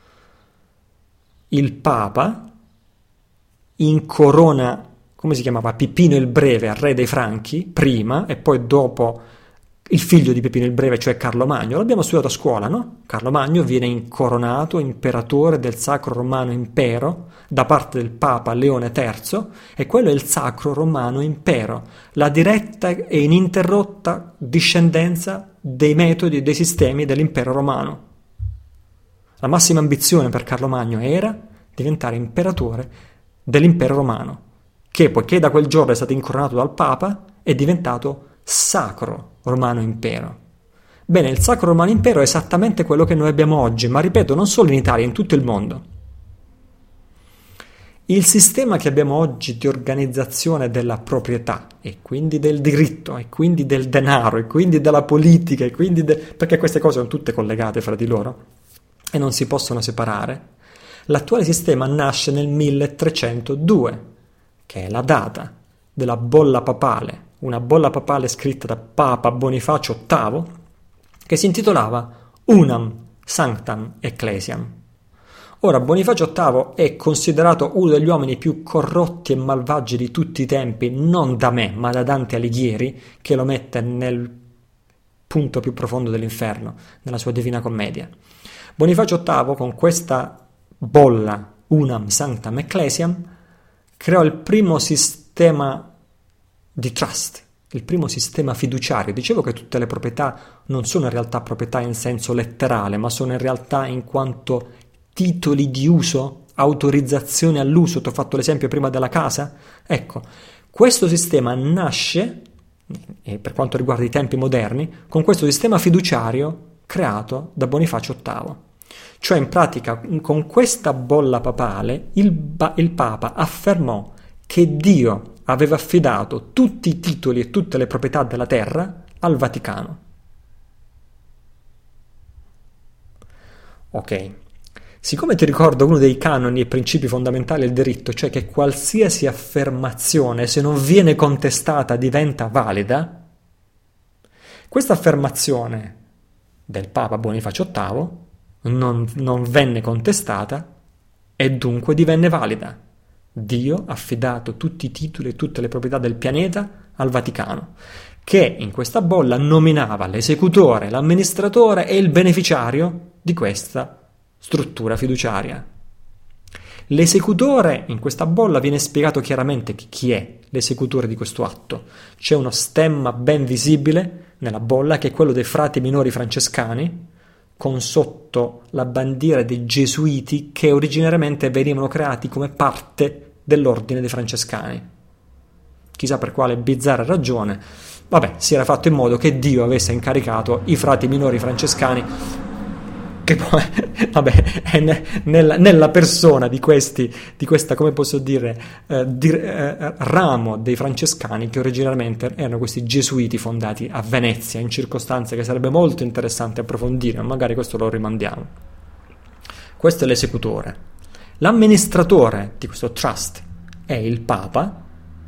il Papa incorona, come si chiamava, Pipino il Breve, re dei Franchi, prima, e poi dopo il figlio di Pipino il Breve, cioè Carlo Magno. L'abbiamo studiato a scuola, no? Carlo Magno viene incoronato imperatore del Sacro Romano Impero da parte del Papa Leone III, e quello è il Sacro Romano Impero, la diretta e ininterrotta discendenza dei metodi e dei sistemi dell'impero romano. La massima ambizione per Carlo Magno era diventare imperatore dell'impero romano, che poiché da quel giorno è stato incoronato dal Papa, è diventato Sacro Romano Impero. Bene, il Sacro Romano Impero è esattamente quello che noi abbiamo oggi, ma ripeto, non solo in Italia, in tutto il mondo. Il sistema che abbiamo oggi di organizzazione della proprietà, e quindi del diritto, e quindi del denaro, e quindi della politica, e quindi perché queste cose sono tutte collegate fra di loro e non si possono separare, l'attuale sistema nasce nel 1302, che è la data della bolla papale, una bolla papale scritta da Papa Bonifacio VIII, che si intitolava Unam Sanctam Ecclesiam. Ora, Bonifacio VIII è considerato uno degli uomini più corrotti e malvagi di tutti i tempi, non da me, ma da Dante Alighieri, che lo mette nel punto più profondo dell'inferno, nella sua Divina Commedia. Bonifacio VIII, con questa bolla, Unam Sanctam Ecclesiam, creò il primo sistema di trust, il primo sistema fiduciario. Dicevo che tutte le proprietà non sono in realtà proprietà in senso letterale, ma sono in realtà in quanto titoli di uso, autorizzazione all'uso. Ti ho fatto l'esempio prima della casa. Ecco, questo sistema nasce, e per quanto riguarda i tempi moderni, con questo sistema fiduciario creato da Bonifacio VIII. Cioè, in pratica, con questa bolla papale, il Papa affermò che Dio aveva affidato tutti i titoli e tutte le proprietà della terra al Vaticano. Ok, Siccome ti ricordo uno dei canoni e principi fondamentali del diritto, cioè che qualsiasi affermazione, se non viene contestata, diventa valida, questa affermazione del Papa Bonifacio VIII non venne contestata e dunque divenne valida. Dio ha affidato tutti i titoli e tutte le proprietà del pianeta al Vaticano, che in questa bolla nominava l'esecutore, l'amministratore e il beneficiario di questa struttura fiduciaria. L'esecutore in questa bolla viene spiegato chiaramente chi è l'esecutore di questo atto. C'è uno stemma ben visibile nella bolla che è quello dei frati minori francescani, con sotto la bandiera dei gesuiti che originariamente venivano creati come parte dell'ordine dei francescani. Chissà per quale bizzarra ragione, si era fatto in modo che Dio avesse incaricato i frati minori francescani, che poi, è nella persona di questa, come posso dire, ramo dei francescani che originariamente erano questi gesuiti fondati a Venezia, in circostanze che sarebbe molto interessante approfondire, ma magari questo lo rimandiamo. Questo è l'esecutore. L'amministratore di questo trust è il Papa.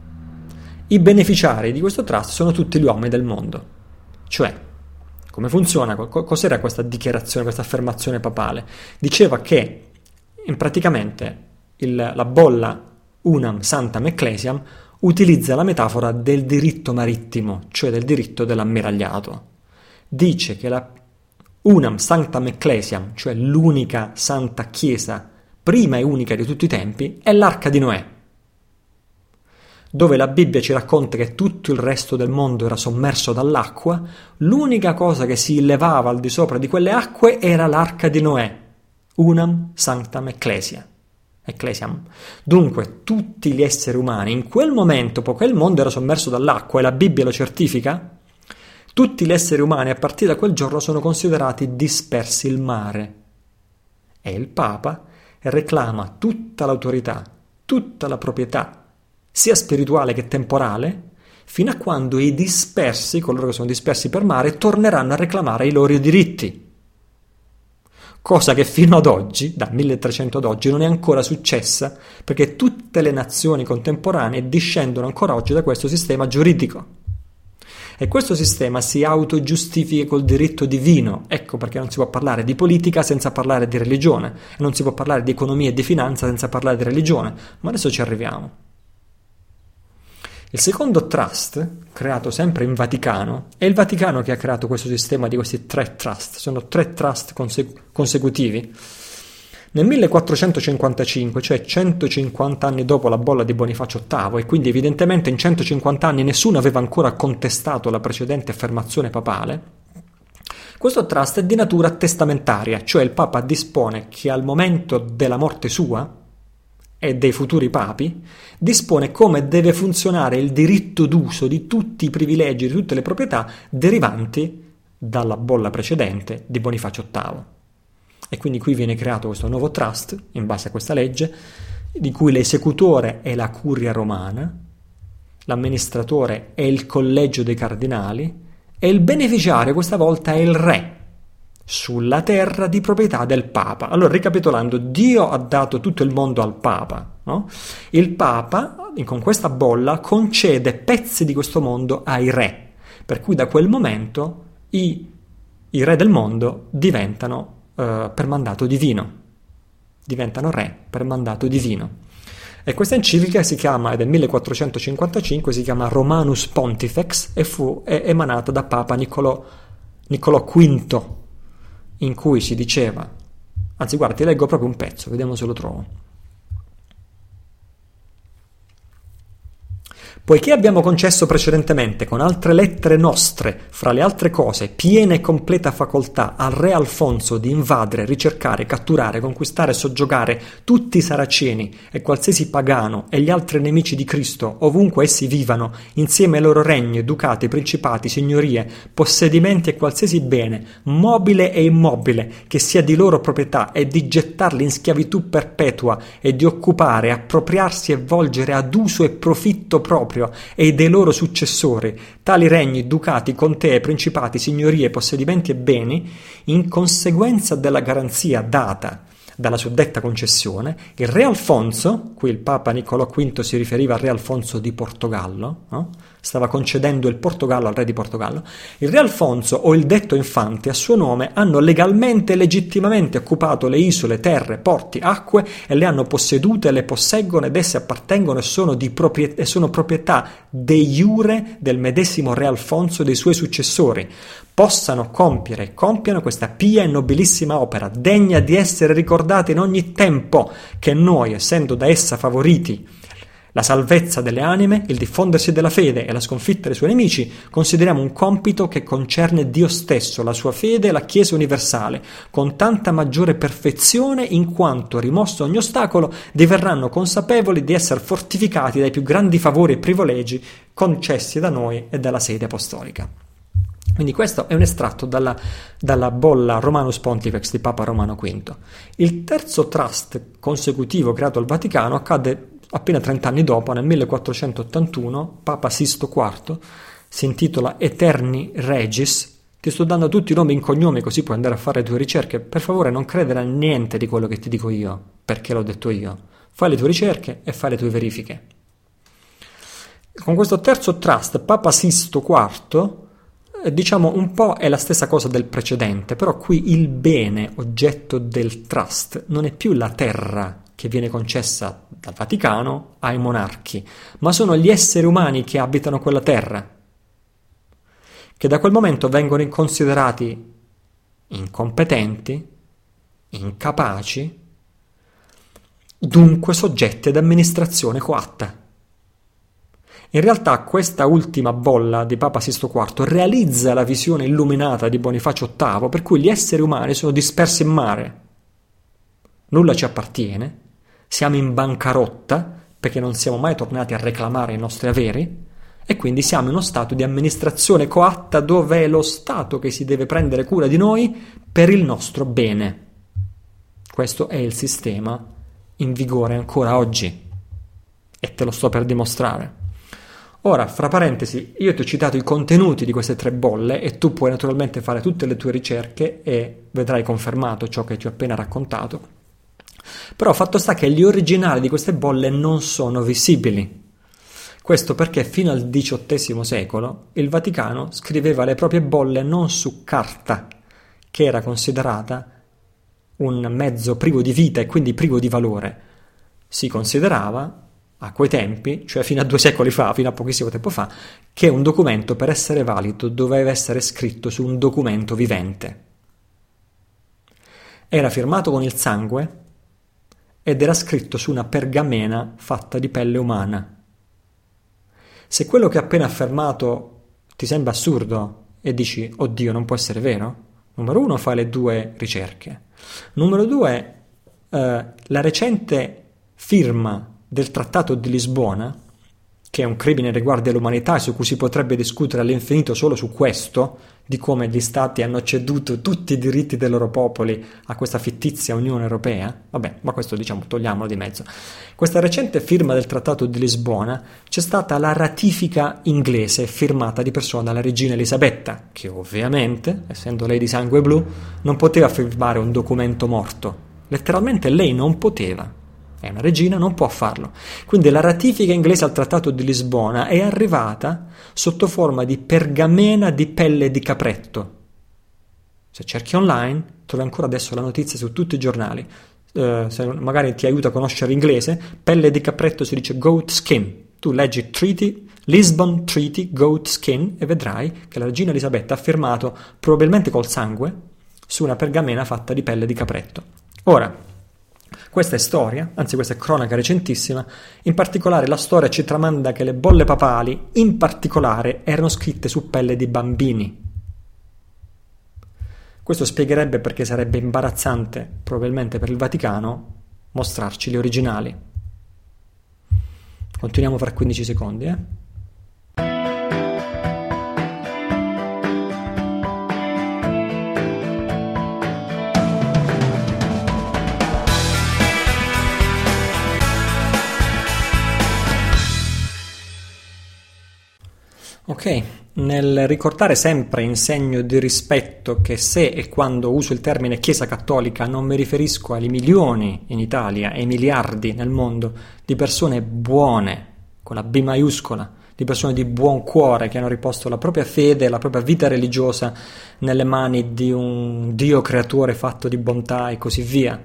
I beneficiari di questo trust sono tutti gli uomini del mondo. Cioè, come funziona? Cos'era questa dichiarazione, questa affermazione papale? Diceva che praticamente la bolla Unam Sanctam Ecclesiam utilizza la metafora del diritto marittimo, cioè del diritto dell'ammiragliato. Dice che la Unam Sanctam Ecclesiam, cioè l'unica santa chiesa, prima e unica di tutti i tempi, è l'Arca di Noè, dove la Bibbia ci racconta che tutto il resto del mondo era sommerso dall'acqua, l'unica cosa che si elevava al di sopra di quelle acque era l'Arca di Noè, Unam Sanctam Ecclesiam. Dunque, tutti gli esseri umani, in quel momento, poiché il mondo era sommerso dall'acqua e la Bibbia lo certifica, tutti gli esseri umani a partire da quel giorno sono considerati dispersi il mare. E il Papa reclama tutta l'autorità, tutta la proprietà, sia spirituale che temporale, fino a quando i dispersi, coloro che sono dispersi per mare, torneranno a reclamare i loro diritti. Cosa che fino ad oggi, dal 1300 ad oggi, non è ancora successa, perché tutte le nazioni contemporanee discendono ancora oggi da questo sistema giuridico. E questo sistema si autogiustifica col diritto divino. Ecco perché non si può parlare di politica senza parlare di religione, e non si può parlare di economia e di finanza senza parlare di religione, ma adesso ci arriviamo. Il secondo trust, creato sempre in Vaticano, è il Vaticano che ha creato questo sistema di questi 3 trust, sono 3 trust consecutivi. Nel 1455, cioè 150 anni dopo la bolla di Bonifacio VIII, e quindi evidentemente in 150 anni nessuno aveva ancora contestato la precedente affermazione papale, questo trust è di natura testamentaria, cioè il Papa dispone che al momento della morte sua e dei futuri papi, dispone come deve funzionare il diritto d'uso di tutti i privilegi, di tutte le proprietà derivanti dalla bolla precedente di Bonifacio VIII. E quindi qui viene creato questo nuovo trust, in base a questa legge, di cui l'esecutore è la curia romana, l'amministratore è il collegio dei cardinali e il beneficiario questa volta è il re, sulla terra di proprietà del Papa. Allora, ricapitolando, Dio ha dato tutto il mondo al Papa, no? Il Papa, con questa bolla, concede pezzi di questo mondo ai re, per cui da quel momento i re del mondo diventano per mandato divino, diventano re per mandato divino. E questa enciclica si chiama, è del 1455, si chiama Romanus Pontifex e fu emanata da Papa Niccolò V, in cui si diceva, anzi guarda, ti leggo proprio un pezzo, vediamo se lo trovo. Poiché abbiamo concesso precedentemente con altre lettere nostre, fra le altre cose, piena e completa facoltà al re Alfonso di invadere, ricercare, catturare, conquistare e soggiogare tutti i saraceni e qualsiasi pagano e gli altri nemici di Cristo, ovunque essi vivano, insieme ai loro regni, ducati, principati, signorie, possedimenti e qualsiasi bene, mobile e immobile, che sia di loro proprietà, e di gettarli in schiavitù perpetua e di occupare, appropriarsi e volgere ad uso e profitto proprio e dei loro successori tali regni, ducati, contee, principati, signorie, possedimenti e beni, in conseguenza della garanzia data dalla suddetta concessione, il re Alfonso, qui il Papa Niccolò V si riferiva al re Alfonso di Portogallo, no? Stava concedendo il Portogallo al re di Portogallo, il re Alfonso o il detto infante a suo nome hanno legalmente e legittimamente occupato le isole, terre, porti, acque e le hanno possedute, le posseggono ed esse appartengono e sono proprietà de iure del medesimo re Alfonso e dei suoi successori, possano compiere e compiano questa pia e nobilissima opera, degna di essere ricordata in ogni tempo, che noi, essendo da essa favoriti, la salvezza delle anime, il diffondersi della fede e la sconfitta dei suoi nemici, consideriamo un compito che concerne Dio stesso, la sua fede e la Chiesa universale, con tanta maggiore perfezione in quanto, rimosso ogni ostacolo, diverranno consapevoli di essere fortificati dai più grandi favori e privilegi concessi da noi e dalla sede apostolica. Quindi questo è un estratto dalla bolla Romanus Pontifex di Papa Romano V. Il terzo trust consecutivo creato al Vaticano accadde appena 30 anni dopo, nel 1481, Papa Sisto IV, si intitola Aeterni Regis. Ti sto dando tutti i nomi in cognomi così puoi andare a fare le tue ricerche. Per favore non credere a niente di quello che ti dico io, perché l'ho detto io. Fai le tue ricerche e fai le tue verifiche. Con questo terzo trust, Papa Sisto IV, diciamo un po' è la stessa cosa del precedente, però qui il bene oggetto del trust non è più la terra che viene concessa dal Vaticano ai monarchi, ma sono gli esseri umani che abitano quella terra, che da quel momento vengono considerati incompetenti, incapaci, dunque soggetti ad amministrazione coatta. In realtà questa ultima bolla di Papa Sisto IV realizza la visione illuminata di Bonifacio VIII, per cui gli esseri umani sono dispersi in mare. Nulla ci appartiene, siamo in bancarotta perché non siamo mai tornati a reclamare i nostri averi e quindi siamo in uno stato di amministrazione coatta dove è lo Stato che si deve prendere cura di noi per il nostro bene. Questo è il sistema in vigore ancora oggi e te lo sto per dimostrare. Ora, fra parentesi, io ti ho citato i contenuti di queste 3 bolle e tu puoi naturalmente fare tutte le tue ricerche e vedrai confermato ciò che ti ho appena raccontato. Però fatto sta che gli originali di queste bolle non sono visibili. Questo perché fino al XVIII secolo il Vaticano scriveva le proprie bolle non su carta, che era considerata un mezzo privo di vita e quindi privo di valore. Si considerava a quei tempi, cioè fino a 2 secoli fa, fino a pochissimo tempo fa, che un documento per essere valido doveva essere scritto su un documento vivente. Era firmato con il sangue ed era scritto su una pergamena fatta di pelle umana. Se quello che ho appena affermato ti sembra assurdo e dici, oddio, non può essere vero, numero 1 fai le 2 ricerche. Numero 2, la recente firma del Trattato di Lisbona, che è un crimine nei riguardi dell'umanità e su cui si potrebbe discutere all'infinito solo su questo, di come gli stati hanno ceduto tutti i diritti dei loro popoli a questa fittizia Unione Europea, vabbè, ma questo diciamo togliamolo di mezzo. Questa recente firma del Trattato di Lisbona c'è stata la ratifica inglese firmata di persona dalla regina Elisabetta, che ovviamente, essendo lei di sangue blu, non poteva firmare un documento morto. Letteralmente lei non poteva. È una regina, non può farlo. Quindi la ratifica inglese al Trattato di Lisbona è arrivata sotto forma di pergamena di pelle di capretto. Se cerchi online, trovi ancora adesso la notizia su tutti i giornali. Se magari ti aiuta a conoscere l'inglese, pelle di capretto si dice goat skin. Tu leggi Lisbon Treaty, goat skin, e vedrai che la regina Elisabetta ha firmato, probabilmente col sangue, su una pergamena fatta di pelle di capretto. Ora, questa è storia, anzi questa è cronaca recentissima, in particolare la storia ci tramanda che le bolle papali, in particolare, erano scritte su pelle di bambini. Questo spiegherebbe perché sarebbe imbarazzante, probabilmente per il Vaticano, mostrarci gli originali. Continuiamo fra 15 secondi, Ok, nel ricordare sempre in segno di rispetto che se e quando uso il termine Chiesa Cattolica non mi riferisco ai milioni in Italia e ai miliardi nel mondo di persone buone, con la B maiuscola, di persone di buon cuore che hanno riposto la propria fede, la propria vita religiosa nelle mani di un Dio creatore fatto di bontà e così via,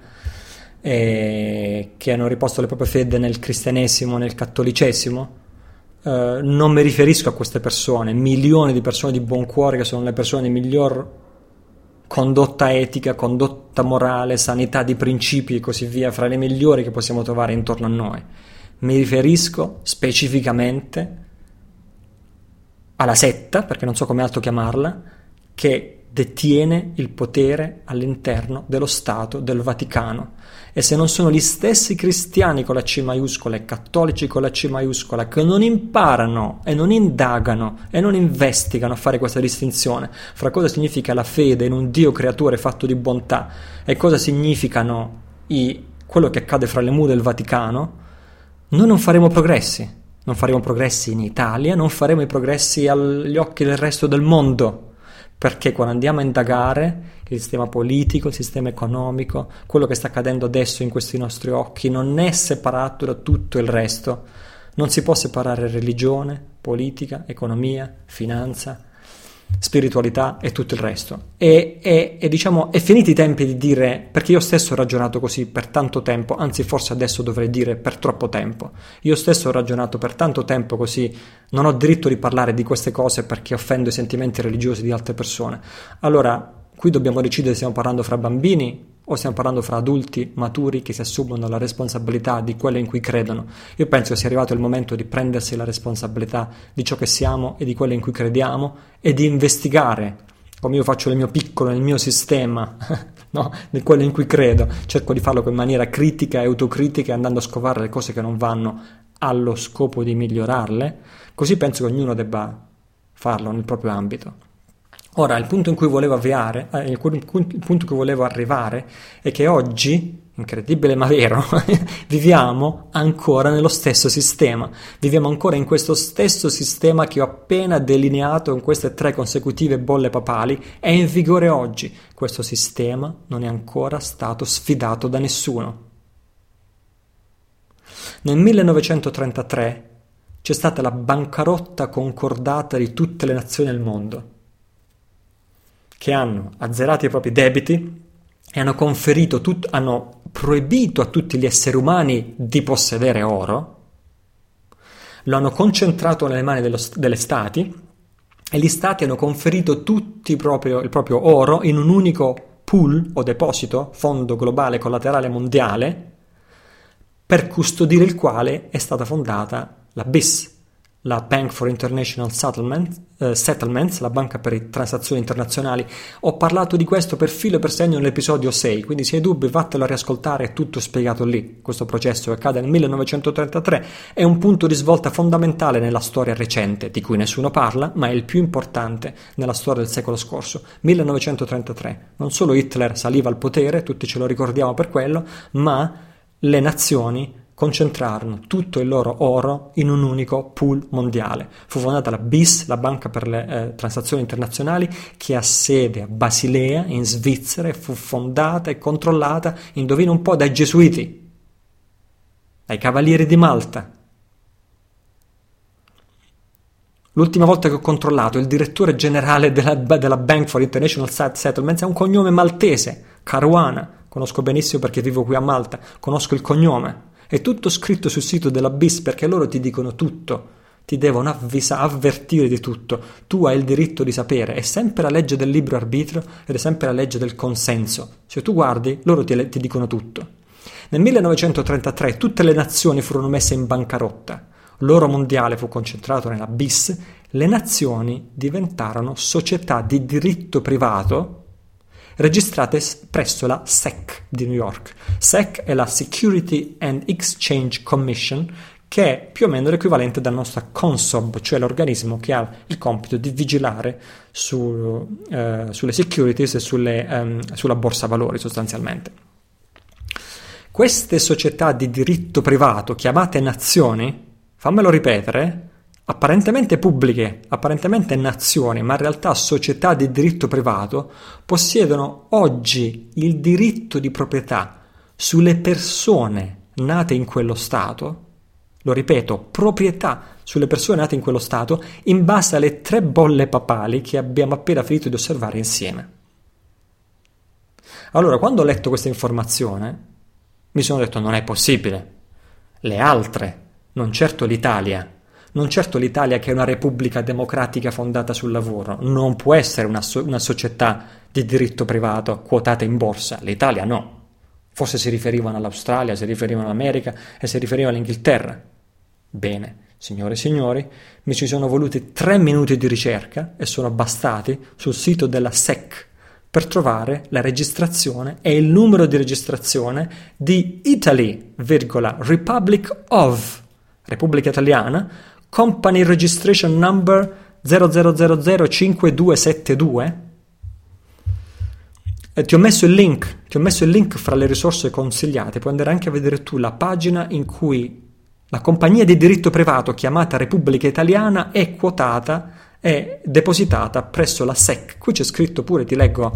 e che hanno riposto la propria fede nel cristianesimo, nel cattolicesimo. Non mi riferisco a queste persone, milioni di persone di buon cuore che sono le persone di miglior condotta etica, condotta morale, sanità di principi e così via, fra le migliori che possiamo trovare intorno a noi. Mi riferisco specificamente alla setta, perché non so come altro chiamarla, che detiene il potere all'interno dello Stato del Vaticano. E se non sono gli stessi cristiani con la C maiuscola e cattolici con la C maiuscola che non imparano e non indagano e non investigano a fare questa distinzione fra cosa significa la fede in un Dio creatore fatto di bontà e cosa significano quello che accade fra le mura del Vaticano, noi non faremo progressi. Non faremo progressi in Italia, non faremo i progressi agli occhi del resto del mondo. Perché quando andiamo a indagare il sistema politico, il sistema economico, quello che sta accadendo adesso in questi nostri occhi non è separato da tutto il resto. Non si può separare religione, politica, economia, finanza, spiritualità e tutto il resto. E diciamo, è finiti i tempi di dire, perché io stesso ho ragionato così per tanto tempo, anzi forse adesso dovrei dire per troppo tempo. Io stesso ho ragionato per tanto tempo così, non ho diritto di parlare di queste cose perché offendo i sentimenti religiosi di altre persone. Allora, qui dobbiamo decidere se stiamo parlando fra bambini o stiamo parlando fra adulti maturi che si assumono la responsabilità di quello in cui credono. Io penso che sia arrivato il momento di prendersi la responsabilità di ciò che siamo e di quello in cui crediamo e di investigare, come io faccio nel mio piccolo, nel mio sistema, no? Di quello in cui credo. Cerco di farlo in maniera critica e autocritica, andando a scovare le cose che non vanno allo scopo di migliorarle. Così penso che ognuno debba farlo nel proprio ambito. Ora, il punto in cui volevo il punto in cui volevo arrivare è che oggi, incredibile ma vero, viviamo ancora nello stesso sistema. Viviamo ancora in questo stesso sistema che ho appena delineato in queste 3 consecutive bolle papali. È in vigore oggi. Questo sistema non è ancora stato sfidato da nessuno. Nel 1933 c'è stata la bancarotta concordata di tutte le nazioni del mondo, che hanno azzerato i propri debiti e hanno proibito a tutti gli esseri umani di possedere oro, lo hanno concentrato nelle mani delle stati e gli stati hanno conferito tutti il proprio oro in un unico pool o deposito, fondo globale collaterale mondiale, per custodire il quale è stata fondata la BIS, la Bank for International Settlements, la banca per le transazioni internazionali. Ho parlato di questo per filo e per segno nell'episodio 6, quindi se hai dubbi vattelo a riascoltare, è tutto spiegato lì. Questo processo che accade nel 1933 è un punto di svolta fondamentale nella storia recente, di cui nessuno parla, ma è il più importante nella storia del secolo scorso. 1933. Non solo Hitler saliva al potere, tutti ce lo ricordiamo per quello, ma le nazioni concentrarono tutto il loro oro in un unico pool mondiale. Fu fondata la BIS, la Banca per le Transazioni Internazionali, che ha sede a Basilea, in Svizzera, e fu fondata e controllata, indovina un po', dai Gesuiti, dai Cavalieri di Malta. L'ultima volta che ho controllato, il direttore generale della Bank for International Settlements è un cognome maltese, Caruana. Conosco benissimo perché vivo qui a Malta, conosco il cognome. È tutto scritto sul sito della BIS perché loro ti dicono tutto, ti devono avvertire di tutto. Tu hai il diritto di sapere, è sempre la legge del libero arbitrio ed è sempre la legge del consenso. Se tu guardi, loro ti dicono tutto. Nel 1933 tutte le nazioni furono messe in bancarotta, l'oro mondiale fu concentrato nella BIS, le nazioni diventarono società di diritto privato registrate presso la SEC di New York. SEC è la Security and Exchange Commission, che è più o meno l'equivalente della nostra Consob, cioè l'organismo che ha il compito di vigilare sulle securities e sulla borsa valori sostanzialmente. Queste società di diritto privato chiamate nazioni, fammelo ripetere, apparentemente pubbliche, apparentemente nazioni, ma in realtà società di diritto privato, possiedono oggi il diritto di proprietà sulle persone nate in quello Stato, lo ripeto, proprietà sulle persone nate in quello Stato, in base alle 3 bolle papali che abbiamo appena finito di osservare insieme. Allora, quando ho letto questa informazione, mi sono detto non è possibile. Le altre, non certo l'Italia che è una repubblica democratica fondata sul lavoro, non può essere una società di diritto privato quotata in borsa. L'Italia no. Forse si riferivano all'Australia, si riferivano all'America e si riferivano all'Inghilterra. Bene, signore e signori, mi ci sono voluti 3 minuti di ricerca e sono bastati sul sito della SEC per trovare la registrazione e il numero di registrazione di Italy, Republic of, Repubblica Italiana, Company Registration Number 00005272. Ti ho messo il link fra le risorse consigliate. Puoi andare anche a vedere tu la pagina in cui la compagnia di diritto privato chiamata Repubblica Italiana è quotata, è depositata presso la SEC. Qui c'è scritto pure, ti leggo,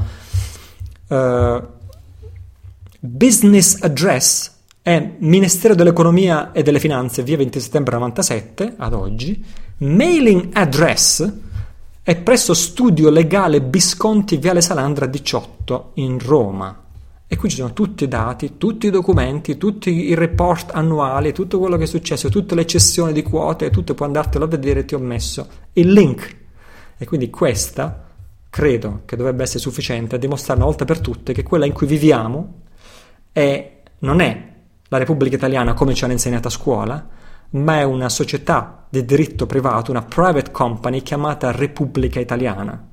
business address è Ministero dell'Economia e delle Finanze, via 20 settembre 97 ad oggi. Mailing address è presso Studio Legale Visconti, Viale Salandra 18 in Roma. E qui ci sono tutti i dati, tutti i documenti, tutti i report annuali, tutto quello che è successo, tutte le cessioni di quote, tutto, puoi andartelo a vedere, ti ho messo il link. E quindi questa credo che dovrebbe essere sufficiente a dimostrare una volta per tutte che quella in cui viviamo non è la Repubblica Italiana come ci hanno insegnato a scuola, ma è una società di diritto privato, una private company chiamata Repubblica Italiana.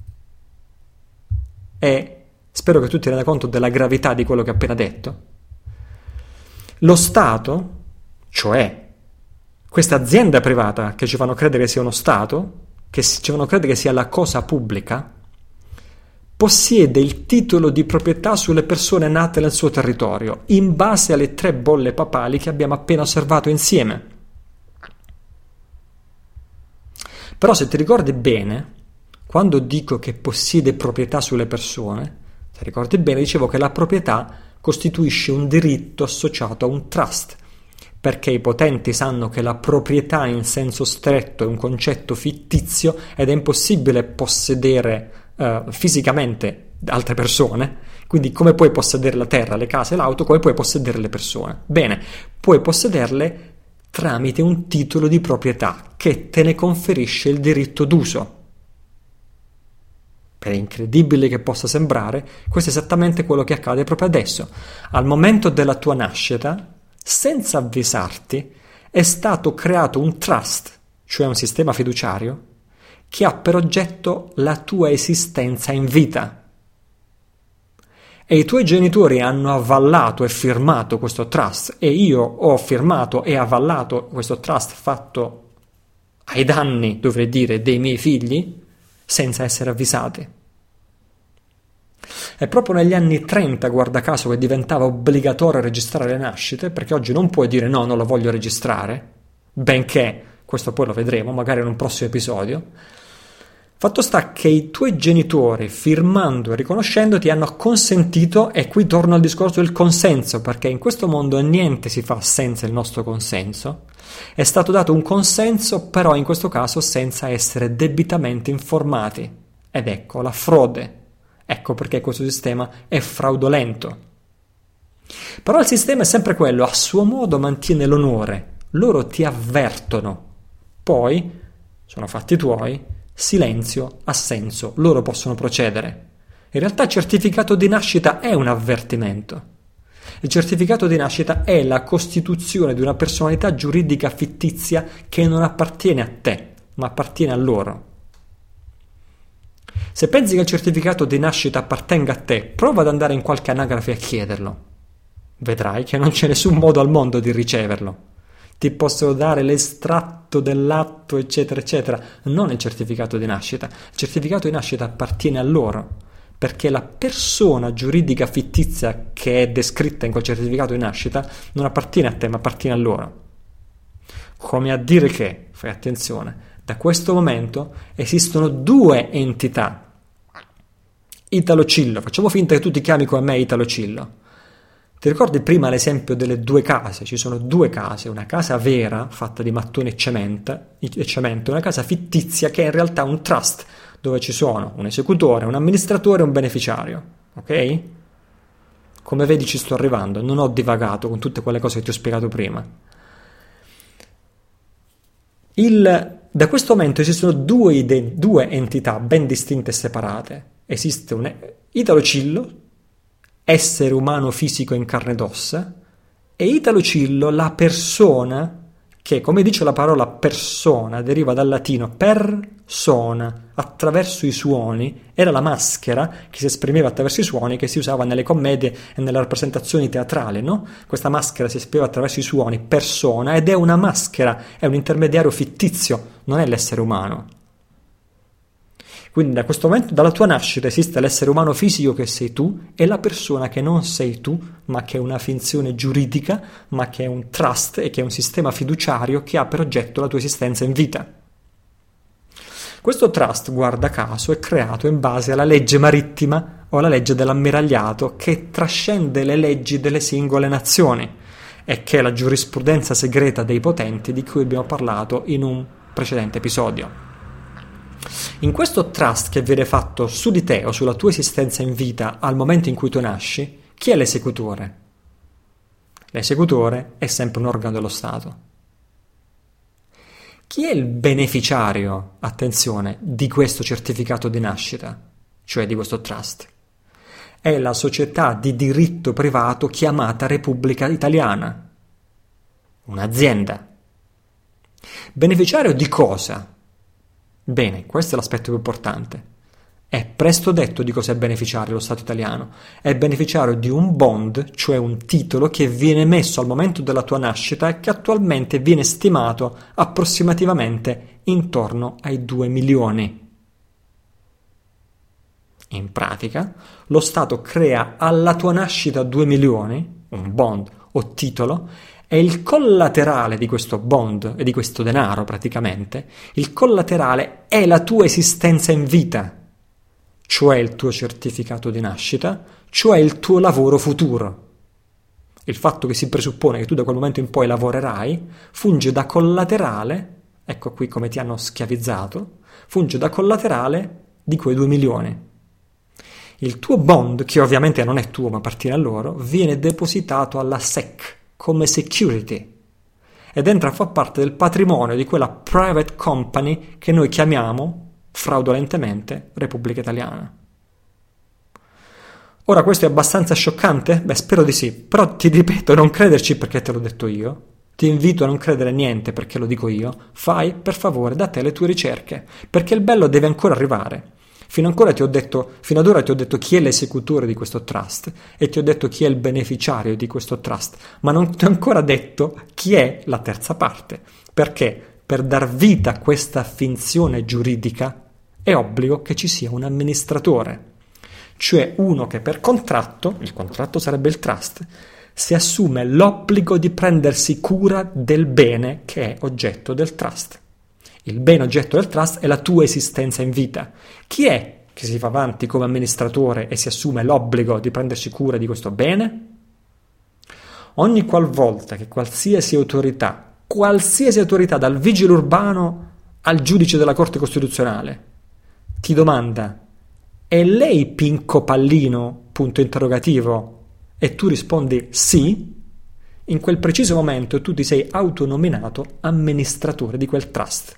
E spero che tu ti renda conto della gravità di quello che ho appena detto. Lo Stato, cioè questa azienda privata che ci fanno credere sia uno Stato, che ci fanno credere che sia la cosa pubblica, possiede il titolo di proprietà sulle persone nate nel suo territorio, in base alle 3 bolle papali che abbiamo appena osservato insieme. Però se ti ricordi bene, quando dico che possiede proprietà sulle persone, se ricordi bene, dicevo che la proprietà costituisce un diritto associato a un trust, perché i potenti sanno che la proprietà in senso stretto è un concetto fittizio ed è impossibile possedere fisicamente altre persone. Quindi come puoi possedere la terra, le case, l'auto, come puoi possedere le persone? Bene, puoi possederle tramite un titolo di proprietà che te ne conferisce il diritto d'uso. Per incredibile che possa sembrare, questo è esattamente quello che accade proprio adesso. Al momento della tua nascita, senza avvisarti, è stato creato un trust, cioè un sistema fiduciario, che ha per oggetto la tua esistenza in vita. E i tuoi genitori hanno avvallato e firmato questo trust, e io ho firmato e avvallato questo trust fatto ai danni, dovrei dire, dei miei figli, senza essere avvisati. È proprio negli anni 30, guarda caso, che diventava obbligatorio registrare le nascite, perché oggi non puoi dire no, non lo voglio registrare, benché, questo poi lo vedremo, magari in un prossimo episodio. Fatto sta che i tuoi genitori, firmando e riconoscendoti, hanno consentito, e qui torno al discorso del consenso, perché in questo mondo niente si fa senza il nostro consenso. È stato dato un consenso, però in questo caso senza essere debitamente informati. Ed ecco la frode. Ecco perché questo sistema è fraudolento. Però il sistema è sempre quello, a suo modo mantiene l'onore. Loro ti avvertono. Poi, sono fatti tuoi, silenzio, assenso, loro possono procedere. In realtà il certificato di nascita è un avvertimento. Il certificato di nascita è la costituzione di una personalità giuridica fittizia che non appartiene a te, ma appartiene a loro. Se pensi che il certificato di nascita appartenga a te, prova ad andare in qualche anagrafe a chiederlo. Vedrai che non c'è nessun modo al mondo di riceverlo. Ti possono dare l'estratto dell'atto, eccetera, eccetera, non il certificato di nascita. Il certificato di nascita appartiene a loro, perché la persona giuridica fittizia che è descritta in quel certificato di nascita non appartiene a te, ma appartiene a loro. Come a dire che fai attenzione, da questo momento esistono due entità. Italo Cillo, facciamo finta che tu ti chiami come me Italo Cillo. Ti ricordi prima l'esempio delle due case? Ci sono due case, una casa vera fatta di mattoni e cemento e una casa fittizia che è in realtà un trust dove ci sono un esecutore, un amministratore e un beneficiario, ok? Come vedi ci sto arrivando, non ho divagato con tutte quelle cose che ti ho spiegato prima. Da questo momento esistono due entità ben distinte e separate. Esiste un Italo Cillo, essere umano fisico in carne ed ossa, e Italo Cillo, la persona, che come dice la parola persona, deriva dal latino persona, attraverso i suoni, era la maschera che si esprimeva attraverso i suoni che si usava nelle commedie e nelle rappresentazioni teatrali, no? Questa maschera si esprimeva attraverso i suoni, persona, ed è una maschera, è un intermediario fittizio, non è l'essere umano. Quindi da questo momento, dalla tua nascita, esiste l'essere umano fisico che sei tu e la persona che non sei tu, ma che è una finzione giuridica, ma che è un trust e che è un sistema fiduciario che ha per oggetto la tua esistenza in vita. Questo trust, guarda caso, è creato in base alla legge marittima o alla legge dell'ammiragliato che trascende le leggi delle singole nazioni e che è la giurisprudenza segreta dei potenti di cui abbiamo parlato in un precedente episodio. In questo trust che viene fatto su di te o sulla tua esistenza in vita al momento in cui tu nasci, chi è l'esecutore? L'esecutore è sempre un organo dello Stato. Chi è il beneficiario, attenzione, di questo certificato di nascita, cioè di questo trust? È la società di diritto privato chiamata Repubblica Italiana, un'azienda. Beneficiario di cosa? Bene, questo è l'aspetto più importante. È presto detto di cosa è beneficiario lo Stato italiano. È beneficiario di un bond, cioè un titolo che viene emesso al momento della tua nascita e che attualmente viene stimato approssimativamente intorno ai 2 milioni. In pratica, lo Stato crea alla tua nascita 2 milioni, un bond o titolo, e il collaterale di questo bond e di questo denaro praticamente, il collaterale è la tua esistenza in vita, cioè il tuo certificato di nascita, cioè il tuo lavoro futuro. Il fatto che si presuppone che tu da quel momento in poi lavorerai funge da collaterale, ecco qui come ti hanno schiavizzato, funge da collaterale di quei 2 milioni. Il tuo bond, che ovviamente non è tuo ma appartiene a loro, viene depositato alla SEC come security ed entra a far parte del patrimonio di quella private company che noi chiamiamo fraudolentemente Repubblica Italiana. Ora questo è abbastanza scioccante? Beh, spero di sì, però ti ripeto, non crederci perché te l'ho detto io, ti invito a non credere niente perché lo dico io, fai per favore da te le tue ricerche, perché il bello deve ancora arrivare. Fino ad ora ti ho detto chi è l'esecutore di questo trust e ti ho detto chi è il beneficiario di questo trust, ma non ti ho ancora detto chi è la terza parte, perché per dar vita a questa finzione giuridica è obbligo che ci sia un amministratore, cioè uno che per contratto, il contratto sarebbe il trust, si assume l'obbligo di prendersi cura del bene che è oggetto del trust. Il bene oggetto del trust è la tua esistenza in vita. Chi è che si fa avanti come amministratore e si assume l'obbligo di prendersi cura di questo bene? Ogni qualvolta che qualsiasi autorità dal vigile urbano al giudice della Corte Costituzionale ti domanda: è lei Pinco Pallino? Punto interrogativo, e tu rispondi sì, in quel preciso momento tu ti sei autonominato amministratore di quel trust.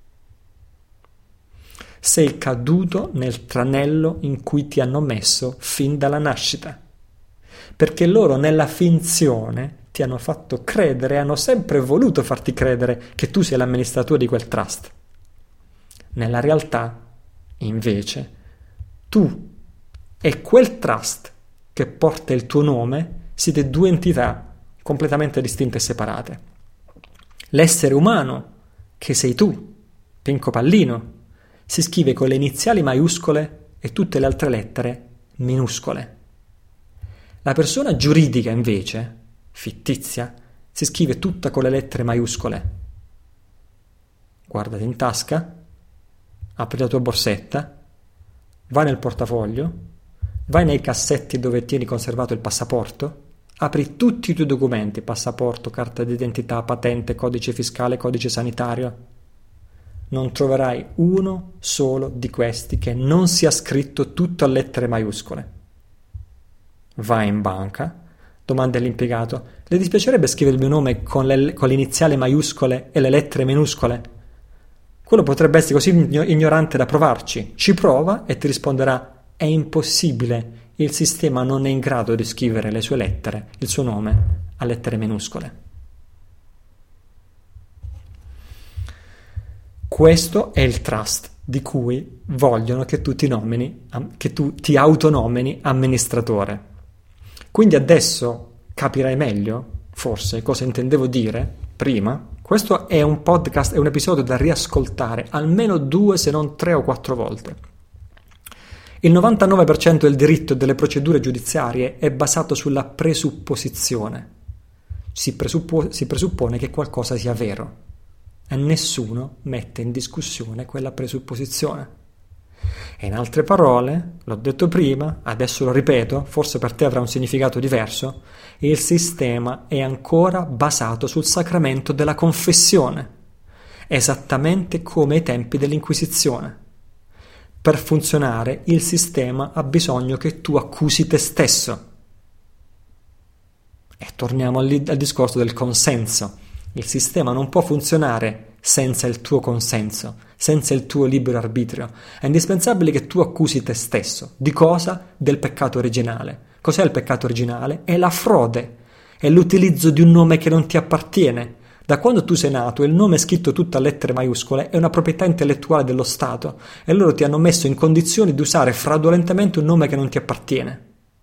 Sei caduto nel tranello in cui ti hanno messo fin dalla nascita, perché loro nella finzione ti hanno fatto credere, hanno sempre voluto farti credere che tu sei l'amministratore di quel trust. Nella realtà, invece, tu e quel trust che porta il tuo nome siete due entità completamente distinte e separate. L'essere umano, che sei tu, Pinco Pallino, si scrive con le iniziali maiuscole e tutte le altre lettere minuscole. La persona giuridica, invece, fittizia, si scrive tutta con le lettere maiuscole. guardati in tasca, apri la tua borsetta, vai nel portafoglio, vai nei cassetti dove tieni conservato il passaporto, apri tutti i tuoi documenti, passaporto, carta d'identità, patente, codice fiscale, codice sanitario. Non troverai uno solo di questi che non sia scritto tutto a lettere maiuscole. Vai in banca, domanda all'impiegato: le dispiacerebbe scrivere il mio nome con le iniziali maiuscole e le lettere minuscole? Quello potrebbe essere così ignorante da provarci. Ci prova e ti risponderà: è impossibile, il sistema non è in grado di scrivere le sue lettere, il suo nome, a lettere minuscole. Questo è il trust di cui vogliono che tu ti autonomini amministratore. Quindi adesso capirai meglio, forse, cosa intendevo dire prima. Questo è un podcast, è un episodio da riascoltare almeno 2, se non 3 o 4 volte. Il 99% del diritto e delle procedure giudiziarie è basato sulla presupposizione. Si presuppone che qualcosa sia vero e nessuno mette in discussione quella presupposizione. E in altre parole, l'ho detto prima, adesso lo ripeto, forse per te avrà un significato diverso, il sistema è ancora basato sul sacramento della confessione, esattamente come ai tempi dell'Inquisizione. Per funzionare, il sistema ha bisogno che tu accusi te stesso. E torniamo al discorso del consenso. Il sistema non può funzionare senza il tuo consenso, senza il tuo libero arbitrio. È indispensabile che tu accusi te stesso. Di cosa? Del peccato originale. Cos'è il peccato originale? È la frode, è l'utilizzo di un nome che non ti appartiene. Da quando tu sei nato, il nome scritto tutto a lettere maiuscole è una proprietà intellettuale dello Stato e loro ti hanno messo in condizioni di usare fraudolentemente un nome che non ti appartiene.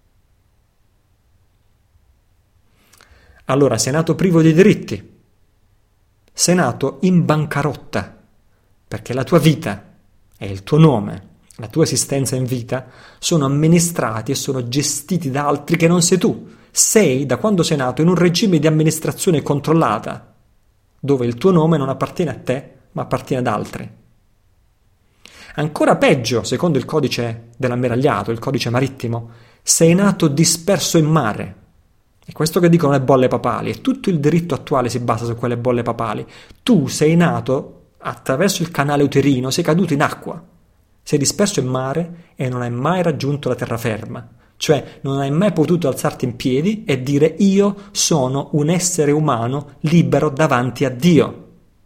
Allora, sei nato privo di diritti. Sei nato in bancarotta, perché la tua vita e il tuo nome, la tua esistenza in vita, sono amministrati e sono gestiti da altri che non sei tu. Sei, da quando sei nato, in un regime di amministrazione controllata, dove il tuo nome non appartiene a te, ma appartiene ad altri. Ancora peggio, secondo il codice dell'ammiragliato, il codice marittimo, sei nato disperso in mare. E questo che dicono le bolle papali, e tutto il diritto attuale si basa su quelle bolle papali. Tu sei nato attraverso il canale uterino, sei caduto in acqua, sei disperso in mare e non hai mai raggiunto la terraferma. Cioè non hai mai potuto alzarti in piedi e dire: io sono un essere umano libero davanti a Dio.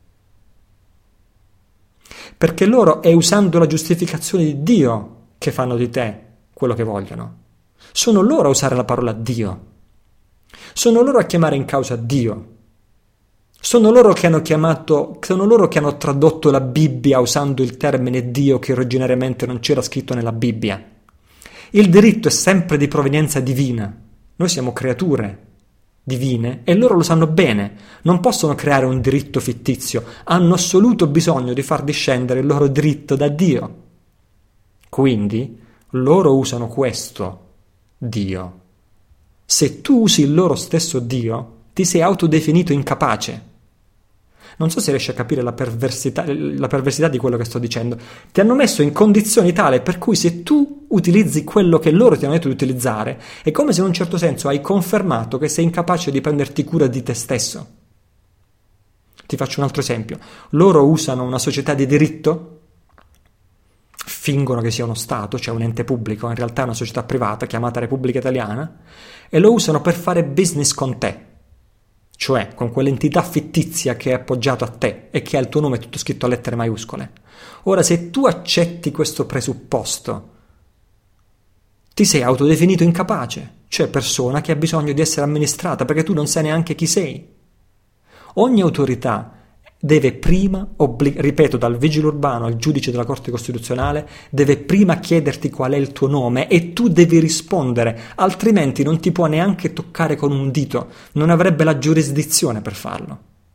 Perché loro è usando la giustificazione di Dio che fanno di te quello che vogliono. Sono loro a usare la parola Dio. Sono loro a chiamare in causa Dio. Sono loro che hanno tradotto la Bibbia usando il termine Dio che originariamente non c'era scritto nella Bibbia. Il diritto è sempre di provenienza divina. Noi siamo creature divine e loro lo sanno bene. Non possono creare un diritto fittizio. Hanno assoluto bisogno di far discendere il loro diritto da Dio. Quindi loro usano questo Dio. Se tu usi il loro stesso Dio, ti sei autodefinito incapace. Non so se riesci a capire la perversità di quello che sto dicendo. Ti hanno messo in condizioni tale per cui se tu utilizzi quello che loro ti hanno detto di utilizzare, è come se in un certo senso hai confermato che sei incapace di prenderti cura di te stesso. Ti faccio un altro esempio. Loro usano una società di diritto, fingono che sia uno Stato, cioè un ente pubblico, in realtà è una società privata chiamata Repubblica Italiana, e lo usano per fare business con te. Cioè con quell'entità fittizia che è appoggiato a te e che ha il tuo nome tutto scritto a lettere maiuscole. Ora, se tu accetti questo presupposto, ti sei autodefinito incapace, cioè persona che ha bisogno di essere amministrata perché tu non sai neanche chi sei. Ogni autorità deve prima, ripeto, dal vigile urbano al giudice della Corte Costituzionale, deve prima chiederti qual è il tuo nome e tu devi rispondere, altrimenti non ti può neanche toccare con un dito, non avrebbe la giurisdizione per farlo.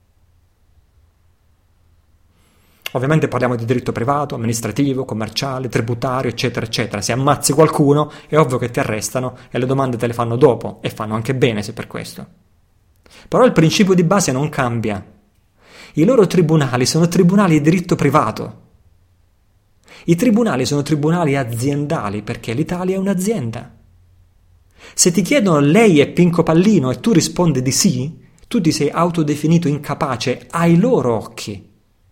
Ovviamente parliamo di diritto privato, amministrativo, commerciale, tributario, eccetera, eccetera. Se ammazzi qualcuno è ovvio che ti arrestano e le domande te le fanno dopo, e fanno anche bene se per questo. Però il principio di base non cambia. I loro tribunali sono tribunali di diritto privato. I tribunali sono tribunali aziendali perché l'Italia è un'azienda. Se ti chiedono lei è Pinco Pallino e tu rispondi di sì, tu ti sei autodefinito incapace ai loro occhi.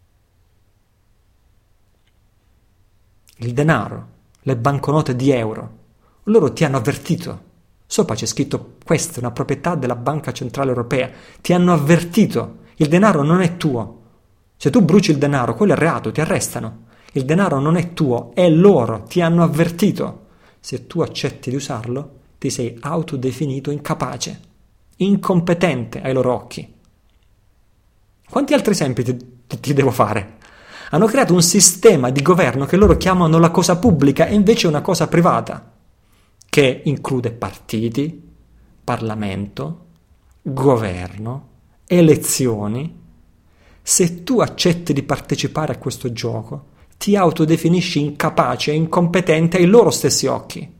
Il denaro, le banconote di euro, loro ti hanno avvertito. Sopra c'è scritto questa è una proprietà della Banca Centrale Europea. Ti hanno avvertito. Il denaro non è tuo. Se tu bruci il denaro, quello è reato, ti arrestano. Il denaro non è tuo, è loro, ti hanno avvertito. Se tu accetti di usarlo, ti sei autodefinito incapace, incompetente ai loro occhi. Quanti altri esempi ti devo fare? Hanno creato un sistema di governo che loro chiamano la cosa pubblica e invece è una cosa privata, che include partiti, Parlamento, governo, elezioni. Se tu accetti di partecipare a questo gioco, ti autodefinisci incapace e incompetente ai loro stessi occhi.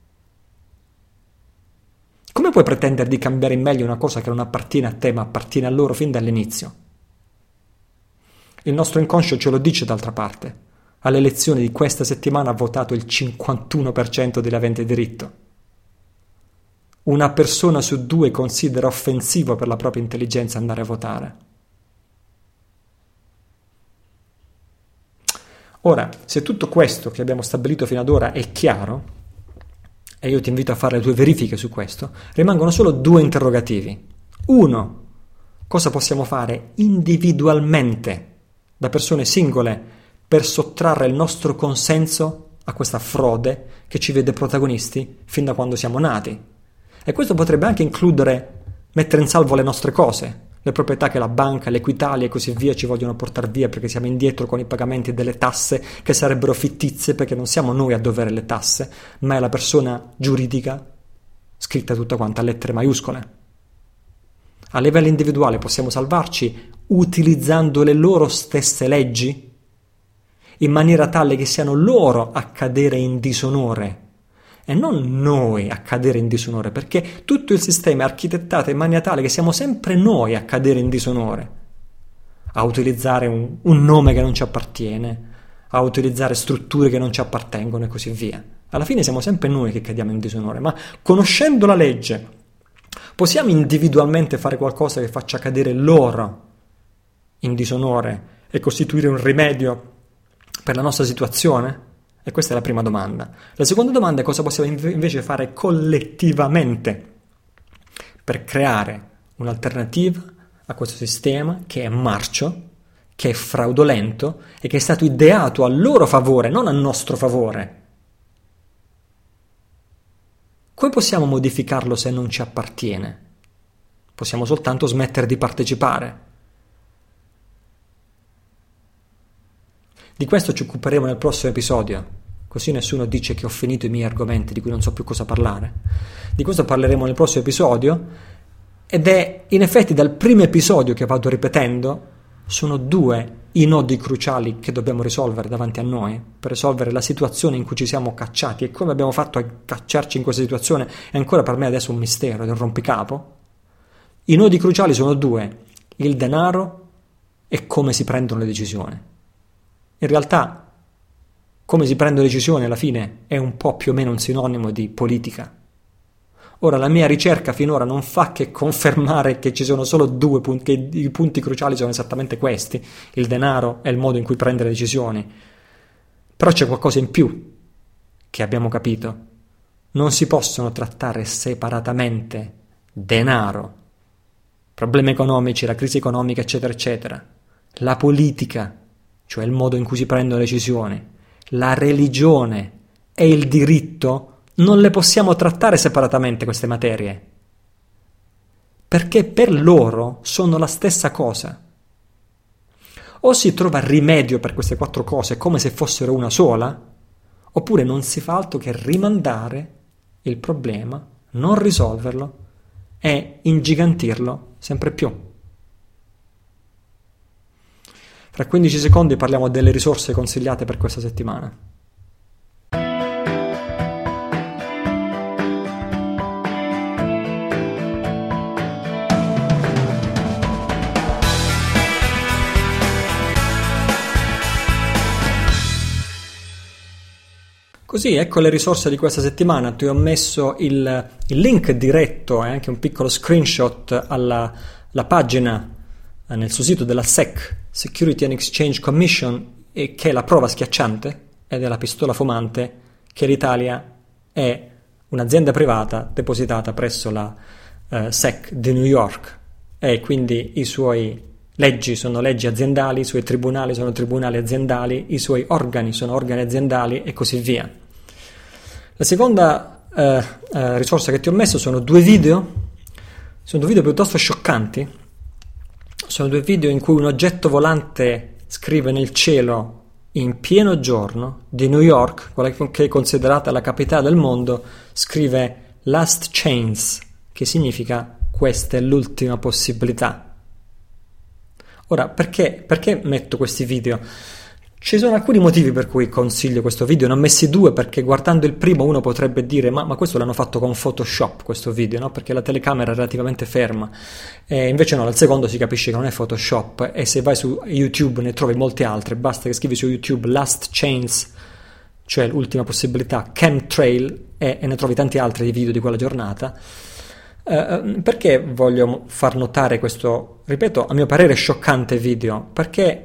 Come puoi pretendere di cambiare in meglio una cosa che non appartiene a te ma appartiene a loro fin dall'inizio? Il nostro inconscio ce lo dice d'altra parte. Alle elezioni di questa settimana ha votato il 51% degli aventi diritto. Una persona su 2 considera offensivo per la propria intelligenza andare a votare. Ora, se tutto questo che abbiamo stabilito fino ad ora è chiaro, e io ti invito a fare le tue verifiche su questo, rimangono solo 2 interrogativi. 1. Cosa possiamo fare individualmente, da persone singole, per sottrarre il nostro consenso a questa frode che ci vede protagonisti fin da quando siamo nati? E questo potrebbe anche includere mettere in salvo le nostre cose, le proprietà che la banca, l'Equitalia e così via ci vogliono portare via perché siamo indietro con i pagamenti delle tasse che sarebbero fittizie perché non siamo noi a dovere le tasse, ma è la persona giuridica scritta tutta quanta a lettere maiuscole. A livello individuale possiamo salvarci utilizzando le loro stesse leggi in maniera tale che siano loro a cadere in disonore e non noi a cadere in disonore, perché tutto il sistema è architettato in maniera tale che siamo sempre noi a cadere in disonore, a utilizzare un nome che non ci appartiene, a utilizzare strutture che non ci appartengono e così via. Alla fine siamo sempre noi che cadiamo in disonore, ma conoscendo la legge possiamo individualmente fare qualcosa che faccia cadere loro in disonore e costituire un rimedio per la nostra situazione? E questa è la prima domanda. La seconda domanda è cosa possiamo invece fare collettivamente per creare un'alternativa a questo sistema che è marcio, che è fraudolento e che è stato ideato a loro favore, non a nostro favore. Come possiamo modificarlo se non ci appartiene? Possiamo soltanto smettere di partecipare. Di questo ci occuperemo nel prossimo episodio, così nessuno dice che ho finito i miei argomenti di cui non so più cosa parlare. Di questo parleremo nel prossimo episodio ed è in effetti dal primo episodio che vado ripetendo, sono 2 i nodi cruciali che dobbiamo risolvere davanti a noi per risolvere la situazione in cui ci siamo cacciati e come abbiamo fatto a cacciarci in questa situazione è ancora per me adesso un mistero ed è un rompicapo. I nodi cruciali sono 2, il denaro e come si prendono le decisioni. In realtà, come si prendono decisioni alla fine è un po' più o meno un sinonimo di politica. Ora, la mia ricerca finora non fa che confermare che ci sono solo 2 punti, che i punti cruciali sono esattamente questi, il denaro e il modo in cui prendere decisioni. Però c'è qualcosa in più che abbiamo capito. Non si possono trattare separatamente denaro, problemi economici, la crisi economica, eccetera, eccetera, la politica, cioè il modo in cui si prendono decisioni, la religione e il diritto, non le possiamo trattare separatamente queste materie, perché per loro sono la stessa cosa. O si trova rimedio per queste 4 cose come se fossero una sola, oppure non si fa altro che rimandare il problema, non risolverlo e ingigantirlo sempre più. Fra 15 secondi parliamo delle risorse consigliate per questa settimana. Così, ecco le risorse di questa settimana. Ti ho messo il link diretto e anche un piccolo screenshot alla pagina nel suo sito della SEC, Security and Exchange Commission, e che è la prova schiacciante ed è la pistola fumante che l'Italia è un'azienda privata depositata presso la SEC di New York, e quindi i suoi leggi sono leggi aziendali, i suoi tribunali sono tribunali aziendali, i suoi organi sono organi aziendali e così via. La seconda risorsa che ti ho messo sono due video piuttosto scioccanti. Sono due video in cui un oggetto volante scrive nel cielo in pieno giorno di New York, quella che è considerata la capitale del mondo, scrive Last Chance, che significa questa è l'ultima possibilità. Ora, perché metto questi video? Ci sono alcuni motivi per cui consiglio questo video, ne ho messi due perché guardando il primo uno potrebbe dire ma questo l'hanno fatto con Photoshop questo video, no? Perché la telecamera è relativamente ferma, e invece no, al secondo si capisce che non è Photoshop, e se vai su YouTube ne trovi molte altre, basta che scrivi su YouTube Last Chance, cioè l'ultima possibilità, chemtrail, e ne trovi tanti altri di video di quella giornata. Perché voglio far notare questo, ripeto, a mio parere scioccante video? Perché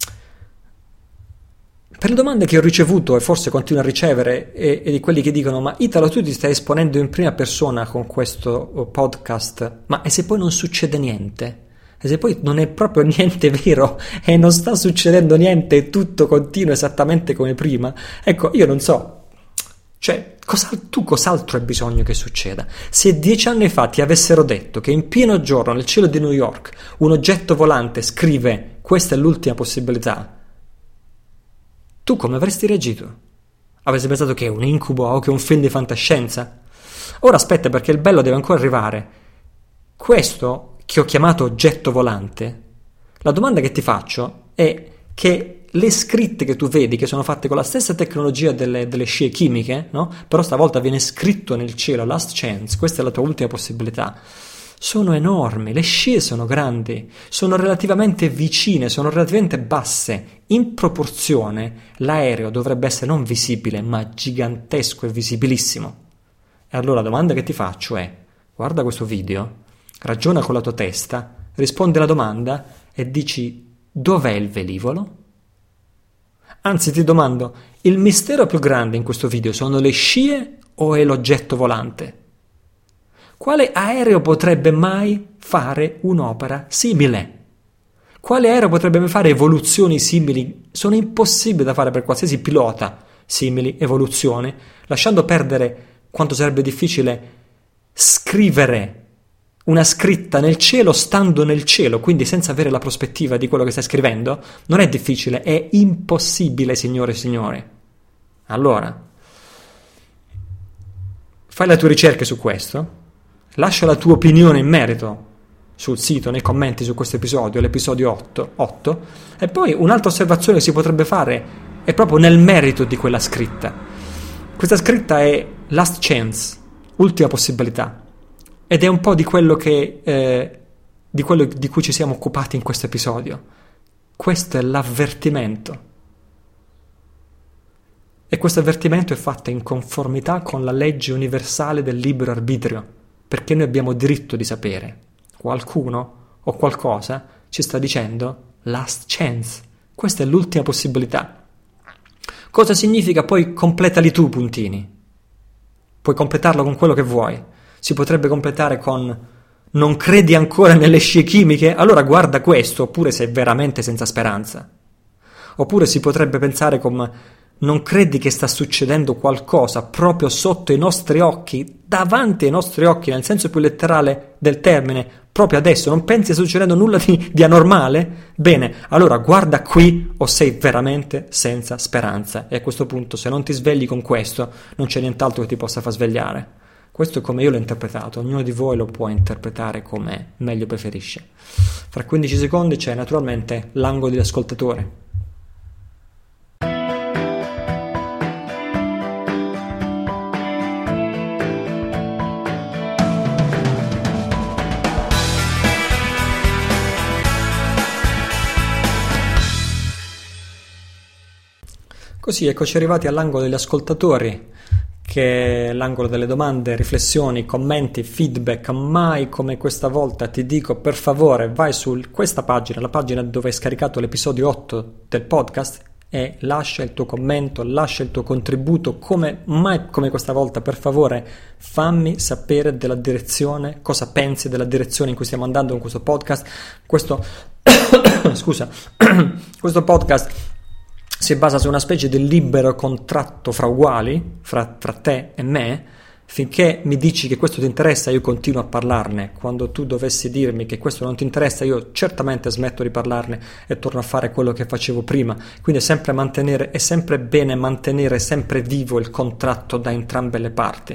per le domande che ho ricevuto e forse continuo a ricevere e di quelli che dicono ma Italo, tu ti stai esponendo in prima persona con questo podcast, ma e se poi non succede niente? E se poi non è proprio niente vero e non sta succedendo niente e tutto continua esattamente come prima? Ecco, io non so, cioè cos'altro hai bisogno che succeda? Se 10 anni fa ti avessero detto che in pieno giorno nel cielo di New York un oggetto volante scrive questa è l'ultima possibilità, tu come avresti reagito? Avresti pensato che è un incubo o che è un film di fantascienza? Ora aspetta, perché il bello deve ancora arrivare. Questo che ho chiamato oggetto volante, la domanda che ti faccio è che le scritte che tu vedi, che sono fatte con la stessa tecnologia delle scie chimiche, no? Però stavolta viene scritto nel cielo Last Chance, questa è la tua ultima possibilità, sono enormi, le scie sono grandi, sono relativamente vicine, sono relativamente basse. In proporzione l'aereo dovrebbe essere non visibile, ma gigantesco e visibilissimo. E allora la domanda che ti faccio è, guarda questo video, ragiona con la tua testa, rispondi alla domanda e dici dov'è il velivolo? Anzi, ti domando, il mistero più grande in questo video sono le scie o è l'oggetto volante? Quale aereo potrebbe mai fare un'opera simile? Quale aereo potrebbe mai fare evoluzioni simili? Sono impossibili da fare per qualsiasi pilota, simili evoluzioni, lasciando perdere quanto sarebbe difficile scrivere una scritta nel cielo stando nel cielo, quindi senza avere la prospettiva di quello che stai scrivendo. Non è difficile, è impossibile, signore e signori. Allora, fai le tue ricerche su questo. Lascia la tua opinione in merito sul sito, nei commenti su questo episodio, l'episodio 8, e poi un'altra osservazione che si potrebbe fare è proprio nel merito di quella scritta. Questa scritta è Last Chance, ultima possibilità, ed è un po' di quello di cui ci siamo occupati in questo episodio. Questo è l'avvertimento. E questo avvertimento è fatto in conformità con la legge universale del libero arbitrio, perché noi abbiamo diritto di sapere. Qualcuno o qualcosa ci sta dicendo last chance, questa è l'ultima possibilità. Cosa significa? Poi completali tu, puntini. Puoi completarlo con quello che vuoi. Si potrebbe completare con non credi ancora nelle scie chimiche? Allora guarda questo, oppure sei veramente senza speranza. Oppure si potrebbe pensare come non credi che sta succedendo qualcosa proprio sotto i nostri occhi, davanti ai nostri occhi, nel senso più letterale del termine, proprio adesso, non pensi stia succedendo nulla di anormale? Bene, allora guarda qui o sei veramente senza speranza, e a questo punto se non ti svegli con questo non c'è nient'altro che ti possa far svegliare. Questo è come io l'ho interpretato, ognuno di voi lo può interpretare come meglio preferisce. Fra 15 secondi c'è naturalmente l'angolo di ascoltatore. Così eccoci arrivati all'angolo degli ascoltatori, che è l'angolo delle domande, riflessioni, commenti, feedback. Mai come questa volta ti dico, per favore, vai su questa pagina, la pagina dove hai scaricato l'episodio 8 del podcast, e lascia il tuo commento, lascia il tuo contributo. Mai come questa volta, per favore, fammi sapere della direzione, cosa pensi della direzione in cui stiamo andando con questo podcast. Questo questo podcast si basa su una specie di libero contratto fra uguali, fra te e me. Finché mi dici che questo ti interessa, io continuo a parlarne. Quando tu dovessi dirmi che questo non ti interessa, io certamente smetto di parlarne e torno a fare quello che facevo prima. Quindi è sempre bene mantenere sempre vivo il contratto da entrambe le parti.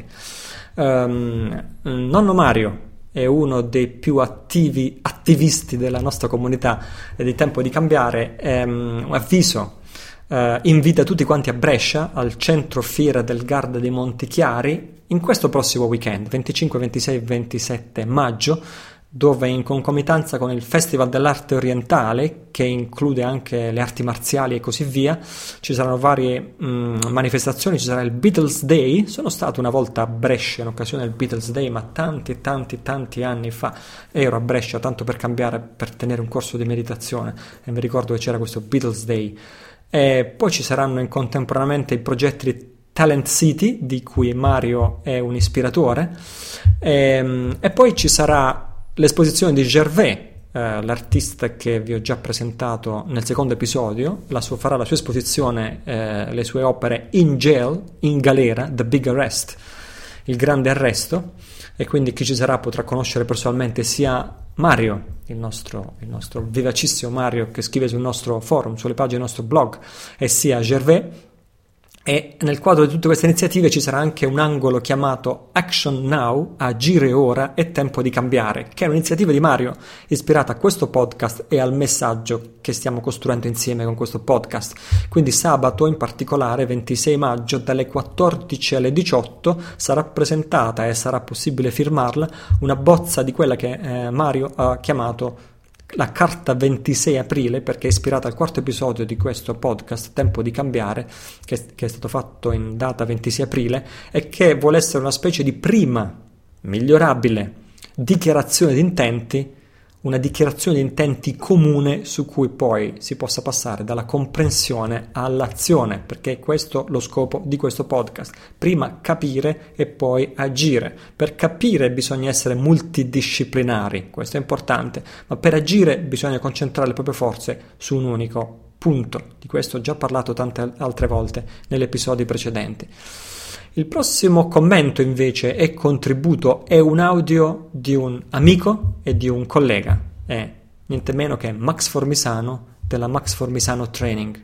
Nonno Mario è uno dei più attivisti della nostra comunità e di Tempo di Cambiare. Un avviso. Invita tutti quanti a Brescia al centro fiera del Garda dei Montichiari in questo prossimo weekend 25, 26 e 27 maggio, dove in concomitanza con il Festival dell'Arte Orientale, che include anche le arti marziali e così via, ci saranno varie manifestazioni. Ci sarà il Beatles Day. Sono stato una volta a Brescia in occasione del Beatles Day, ma tanti anni fa ero a Brescia tanto per cambiare, per tenere un corso di meditazione, e mi ricordo che c'era questo Beatles Day. E poi ci saranno contemporaneamente i progetti di Talent City, di cui Mario è un ispiratore, e poi ci sarà l'esposizione di Gervais, l'artista che vi ho già presentato nel secondo episodio. Farà la sua esposizione, le sue opere in jail, in galera, The Big Arrest, il grande arresto, e quindi chi ci sarà potrà conoscere personalmente sia Mario, il nostro vivacissimo Mario che scrive sul nostro forum, sulle pagine del nostro blog, e sia Gervais. E nel quadro di tutte queste iniziative ci sarà anche un angolo chiamato Action Now, agire ora, è tempo di cambiare, che è un'iniziativa di Mario ispirata a questo podcast e al messaggio che stiamo costruendo insieme con questo podcast. Quindi sabato, in particolare 26 maggio, dalle 14 alle 18 sarà presentata e sarà possibile firmarla una bozza di quella che Mario ha chiamato la carta 26 aprile, perché è ispirata al quarto episodio di questo podcast Tempo di Cambiare, che è stato fatto in data 26 aprile e che vuole essere una specie di prima migliorabile dichiarazione di intenti, una dichiarazione di intenti comune su cui poi si possa passare dalla comprensione all'azione, perché è questo lo scopo di questo podcast: prima capire e poi agire. Per capire bisogna essere multidisciplinari, questo è importante, ma per agire bisogna concentrare le proprie forze su un unico punto. Di questo ho già parlato tante altre volte negli episodi precedenti. Il prossimo commento invece e contributo è un audio di un amico e di un collega, è niente meno che Max Formisano della Max Formisano Training.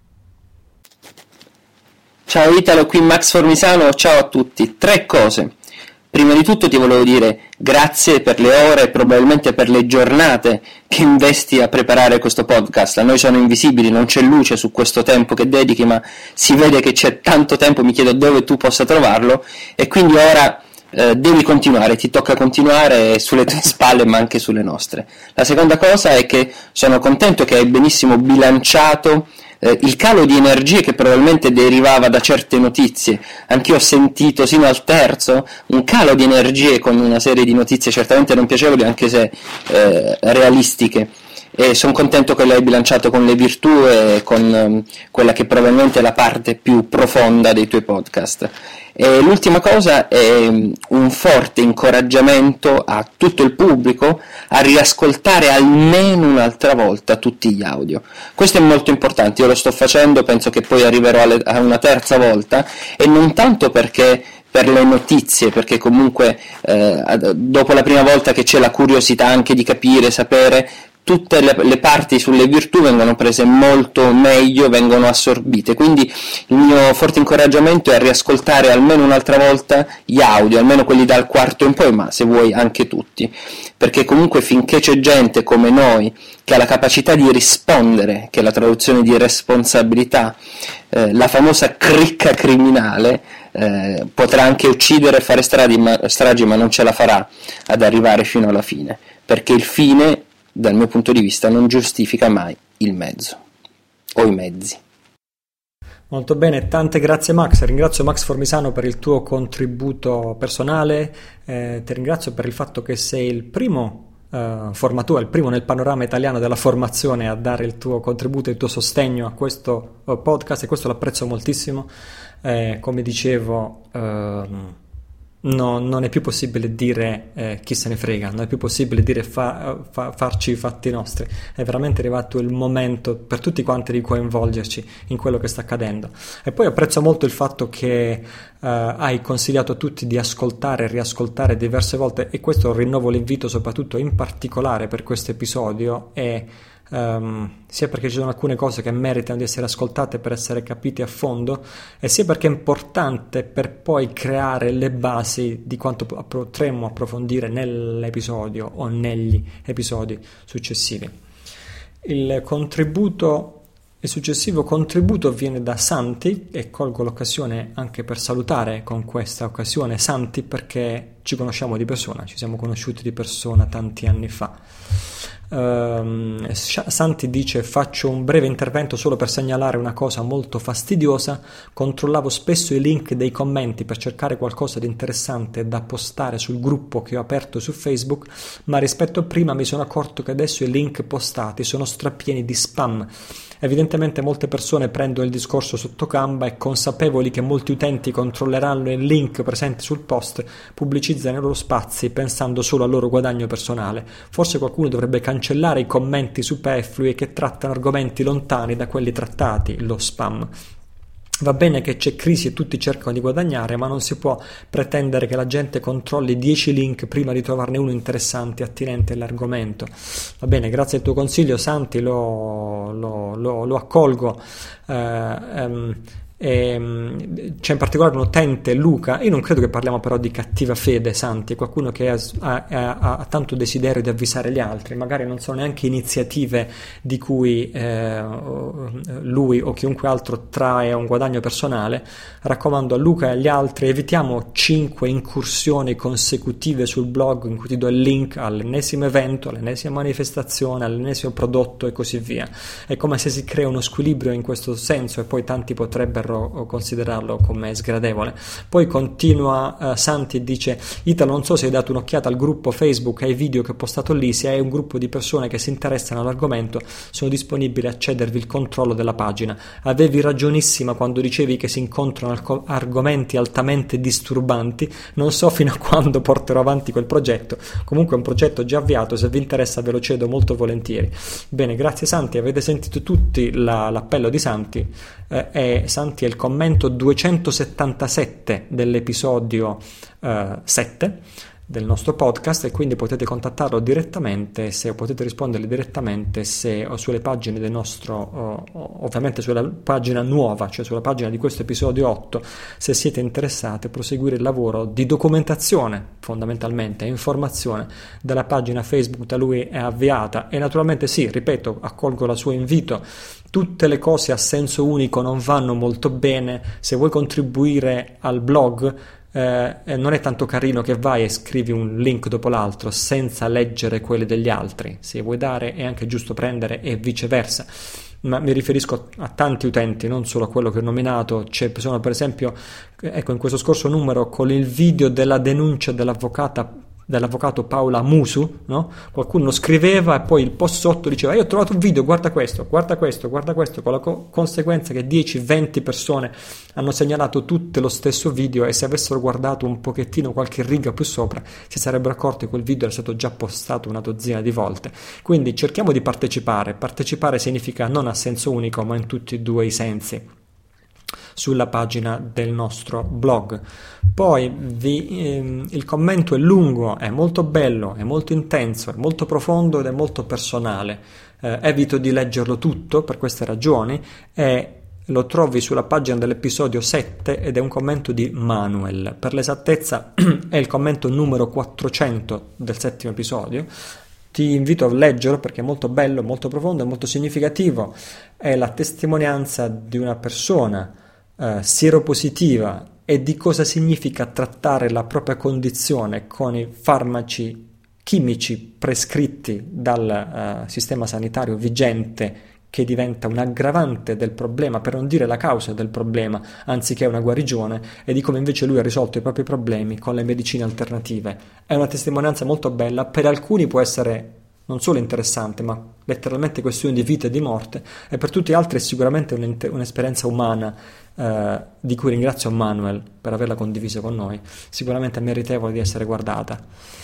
Ciao Italo, qui Max Formisano, ciao a tutti. 3 cose. Prima di tutto ti volevo dire grazie per le ore e probabilmente per le giornate che investi a preparare questo podcast. A noi sono invisibili, non c'è luce su questo tempo che dedichi, ma si vede che c'è tanto tempo. Mi chiedo dove tu possa trovarlo, e quindi ora devi continuare, ti tocca continuare sulle tue spalle ma anche sulle nostre. La seconda cosa è che sono contento che hai benissimo bilanciato il calo di energie che probabilmente derivava da certe notizie. Anch'io ho sentito sino al terzo un calo di energie con una serie di notizie certamente non piacevoli, anche se realistiche, e sono contento che l'hai bilanciato con le virtù e con quella che probabilmente è la parte più profonda dei tuoi podcast. E l'ultima cosa è un forte incoraggiamento a tutto il pubblico a riascoltare almeno un'altra volta tutti gli audio. Questo è molto importante, io lo sto facendo, penso che poi arriverò a una terza volta, e non tanto perché per le notizie, perché comunque dopo la prima volta che c'è la curiosità anche di capire, sapere, tutte le parti sulle virtù vengono prese molto meglio, vengono assorbite. Quindi il mio forte incoraggiamento è a riascoltare almeno un'altra volta gli audio, almeno quelli dal quarto in poi, ma se vuoi anche tutti, perché comunque finché c'è gente come noi che ha la capacità di rispondere, che è la traduzione di responsabilità, la famosa cricca criminale, potrà anche uccidere e fare stragi, ma non ce la farà ad arrivare fino alla fine, perché il fine, dal mio punto di vista, non giustifica mai il mezzo o i mezzi. Molto bene, tante grazie Max, ringrazio Max Formisano per il tuo contributo personale, ti ringrazio per il fatto che sei il primo formatore, il primo nel panorama italiano della formazione a dare il tuo contributo e il tuo sostegno a questo podcast, e questo lo apprezzo moltissimo. Come dicevo, non è più possibile dire chi se ne frega, non è più possibile dire farci i fatti nostri, è veramente arrivato il momento per tutti quanti di coinvolgerci in quello che sta accadendo. E poi apprezzo molto il fatto che hai consigliato a tutti di ascoltare e riascoltare diverse volte, e questo rinnovo l'invito soprattutto in particolare per questo episodio, e sia perché ci sono alcune cose che meritano di essere ascoltate per essere capite a fondo, e sia perché è importante per poi creare le basi di quanto potremmo approfondire nell'episodio o negli episodi successivi. Il successivo contributo viene da Santi, e colgo l'occasione anche per salutare con questa occasione Santi, perché ci conosciamo di persona, ci siamo conosciuti di persona tanti anni fa. Santi dice: faccio un breve intervento solo per segnalare una cosa molto fastidiosa. Controllavo spesso i link dei commenti per cercare qualcosa di interessante da postare sul gruppo che ho aperto su Facebook, ma rispetto a prima mi sono accorto che adesso i link postati sono strapieni di spam. Evidentemente molte persone prendono il discorso sotto gamba e, consapevoli che molti utenti controlleranno i link presenti sul post, pubblicizzano i loro spazi pensando solo al loro guadagno personale. Forse qualcuno dovrebbe cancellare i commenti superflui che trattano argomenti lontani da quelli trattati, lo spam. Va bene che c'è crisi e tutti cercano di guadagnare, ma non si può pretendere che la gente controlli 10 link prima di trovarne uno interessante e attinente all'argomento. Va bene, grazie al tuo consiglio Santi, lo accolgo. C'è in particolare un utente, Luca. Io non credo che parliamo però di cattiva fede, Santi, è qualcuno che ha tanto desiderio di avvisare gli altri, magari non sono neanche iniziative di cui lui o chiunque altro trae un guadagno personale. Raccomando a Luca e agli altri: evitiamo 5 incursioni consecutive sul blog in cui ti do il link all'ennesimo evento, all'ennesima manifestazione, all'ennesimo prodotto e così via. È come se si crea uno squilibrio in questo senso, e poi tanti potrebbero considerarlo come sgradevole. Poi continua Santi e dice: Italo, non so se hai dato un'occhiata al gruppo Facebook e ai video che ho postato lì. Se hai un gruppo di persone che si interessano all'argomento, sono disponibili a cedervi il controllo della pagina. Avevi ragionissima quando dicevi che si incontrano argomenti altamente disturbanti. Non so fino a quando porterò avanti quel progetto, comunque è un progetto già avviato, se vi interessa ve lo cedo molto volentieri. Bene, grazie Santi, avete sentito tutti l'appello di Santi. Santi è il commento 277 dell'episodio 7 del nostro podcast, e quindi potete contattarlo direttamente, se potete rispondergli direttamente se o sulle pagine del nostro ovviamente sulla pagina nuova, cioè sulla pagina di questo episodio 8, se siete interessati a proseguire il lavoro di documentazione, fondamentalmente informazione della pagina Facebook da lui è avviata. E naturalmente sì, ripeto, accolgo il suo invito. Tutte le cose a senso unico non vanno molto bene. Se vuoi contribuire al blog, non è tanto carino che vai e scrivi un link dopo l'altro senza leggere quelli degli altri. Se vuoi dare è anche giusto prendere, e viceversa. Ma mi riferisco a tanti utenti, non solo a quello che ho nominato. Sono per esempio, ecco, in questo scorso numero con il video della denuncia dell'avvocato Paola Musu, no? Qualcuno scriveva e poi il post sotto diceva: io ho trovato un video, guarda questo, con la conseguenza che 10-20 persone hanno segnalato tutte lo stesso video, e se avessero guardato un pochettino qualche riga più sopra si sarebbero accorti che quel video era stato già postato una dozzina di volte. Quindi cerchiamo di partecipare significa non a senso unico ma in tutti e due i sensi, sulla pagina del nostro blog. Poi il commento è lungo, è molto bello, è molto intenso, è molto profondo ed è molto personale. Evito di leggerlo tutto per queste ragioni, e lo trovi sulla pagina dell'episodio 7 ed è un commento di Manuel. Per l'esattezza è il commento numero 400 del 7° episodio. Ti invito a leggerlo perché è molto bello, molto profondo e molto significativo. È la testimonianza di una persona sieropositiva e di cosa significa trattare la propria condizione con i farmaci chimici prescritti dal sistema sanitario vigente, che diventa un aggravante del problema, per non dire la causa del problema, anziché una guarigione, e di come invece lui ha risolto i propri problemi con le medicine alternative. È una testimonianza molto bella, per alcuni può essere non solo interessante, ma letteralmente questione di vita e di morte, e per tutti gli altri è sicuramente un'esperienza umana, di cui ringrazio Manuel per averla condivisa con noi, sicuramente meritevole di essere guardata.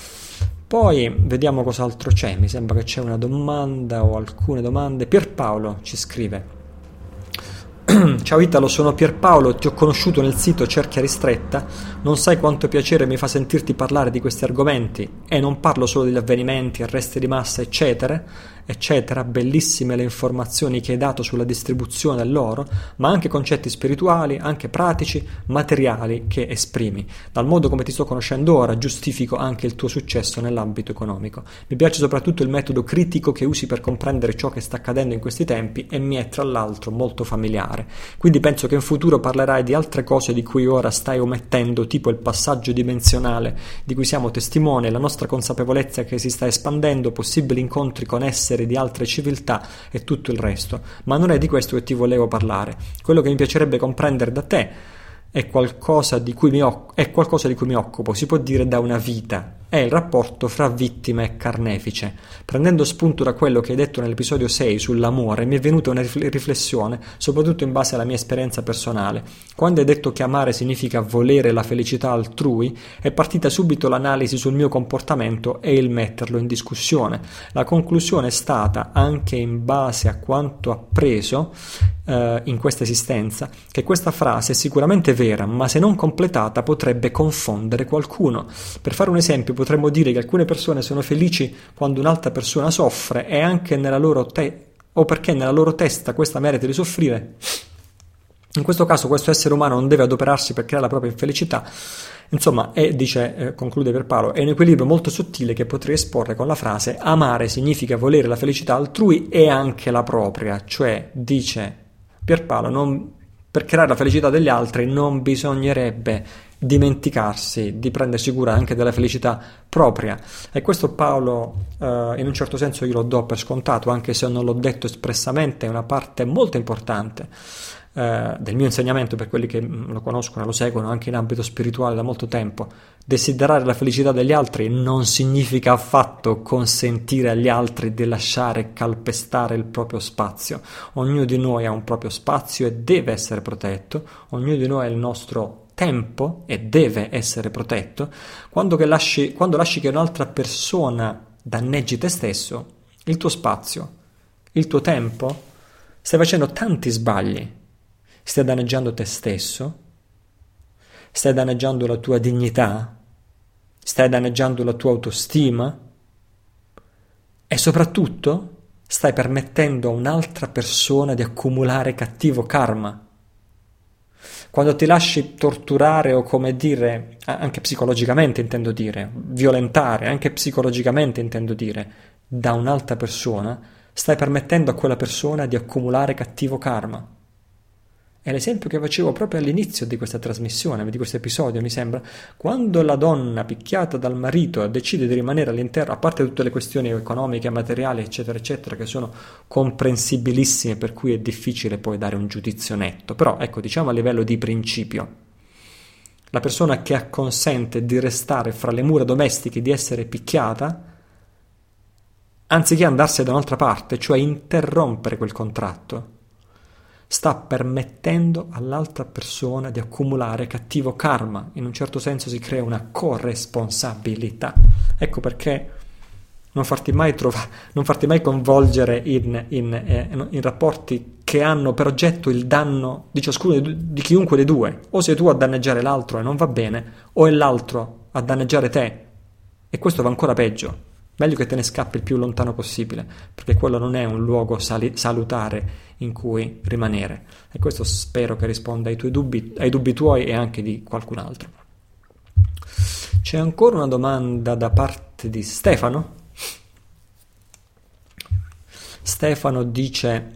Poi vediamo cos'altro c'è, mi sembra che c'è una domanda o alcune domande. Pierpaolo ci scrive: ciao Italo, sono Pierpaolo, ti ho conosciuto nel sito Cerchia Ristretta, non sai quanto piacere mi fa sentirti parlare di questi argomenti, e non parlo solo degli avvenimenti, arresti di massa, eccetera, bellissime le informazioni che hai dato sulla distribuzione dell'oro, ma anche concetti spirituali, anche pratici, materiali che esprimi. Dal modo come ti sto conoscendo ora, giustifico anche il tuo successo nell'ambito economico. Mi piace soprattutto il metodo critico che usi per comprendere ciò che sta accadendo in questi tempi, e mi è tra l'altro molto familiare. Quindi penso che in futuro parlerai di altre cose di cui ora stai omettendo, tipo il passaggio dimensionale di cui siamo testimoni, la nostra consapevolezza che si sta espandendo, possibili incontri con esseri di altre civiltà e tutto il resto. Ma non è di questo che ti volevo parlare. Quello che mi piacerebbe comprendere da te è qualcosa di cui mi occupo, si può dire da una vita. È il rapporto fra vittima e carnefice. Prendendo spunto da quello che hai detto nell'episodio 6 sull'amore, mi è venuta una riflessione, soprattutto in base alla mia esperienza personale. Quando hai detto che amare significa volere la felicità altrui, è partita subito l'analisi sul mio comportamento e il metterlo in discussione. La conclusione è stata, anche in base a quanto appreso in questa esistenza, che questa frase è sicuramente vera, ma se non completata potrebbe confondere qualcuno. Per fare un esempio, potremmo dire che alcune persone sono felici quando un'altra persona soffre, e anche nella loro o perché nella loro testa questa merita di soffrire. In questo caso questo essere umano non deve adoperarsi per creare la propria infelicità. Insomma, conclude Pierpaolo, è un equilibrio molto sottile che potrei esporre con la frase: amare significa volere la felicità altrui e anche la propria. Cioè, dice Pierpaolo, per creare la felicità degli altri non bisognerebbe dimenticarsi di prendersi cura anche della felicità propria. E questo, Paolo, in un certo senso io lo do per scontato, anche se non l'ho detto espressamente. È una parte molto importante del mio insegnamento, per quelli che lo conoscono e lo seguono anche in ambito spirituale da molto tempo. Desiderare la felicità degli altri non significa affatto consentire agli altri di lasciare calpestare il proprio spazio. Ognuno di noi ha un proprio spazio e deve essere protetto, ognuno di noi ha il nostro tempo e deve essere protetto. Quando lasci che un'altra persona danneggi te stesso, il tuo spazio, il tuo tempo, stai facendo tanti sbagli. Stai danneggiando te stesso, stai danneggiando la tua dignità, stai danneggiando la tua autostima, e soprattutto stai permettendo a un'altra persona di accumulare cattivo karma. Quando ti lasci torturare o, come dire, anche psicologicamente intendo dire, violentare, anche psicologicamente intendo dire, da un'altra persona, stai permettendo a quella persona di accumulare cattivo karma. È l'esempio che facevo proprio all'inizio di questa trasmissione, di questo episodio, mi sembra. Quando la donna picchiata dal marito decide di rimanere all'interno, a parte tutte le questioni economiche, materiali, eccetera, eccetera, che sono comprensibilissime, per cui è difficile poi dare un giudizio netto, però ecco, diciamo a livello di principio, la persona che acconsente di restare fra le mura domestiche, di essere picchiata, anziché andarsene da un'altra parte, cioè interrompere quel contratto, sta permettendo all'altra persona di accumulare cattivo karma. In un certo senso si crea una corresponsabilità. Ecco perché non farti mai coinvolgere in rapporti che hanno per oggetto il danno di ciascuno, di chiunque dei due. O sei tu a danneggiare l'altro e non va bene, o è l'altro a danneggiare te, e questo va ancora peggio. Meglio che te ne scappi il più lontano possibile, perché quello non è un luogo salutare in cui rimanere. E questo spero che risponda ai dubbi tuoi e anche di qualcun altro. C'è ancora una domanda da parte di Stefano. Stefano dice: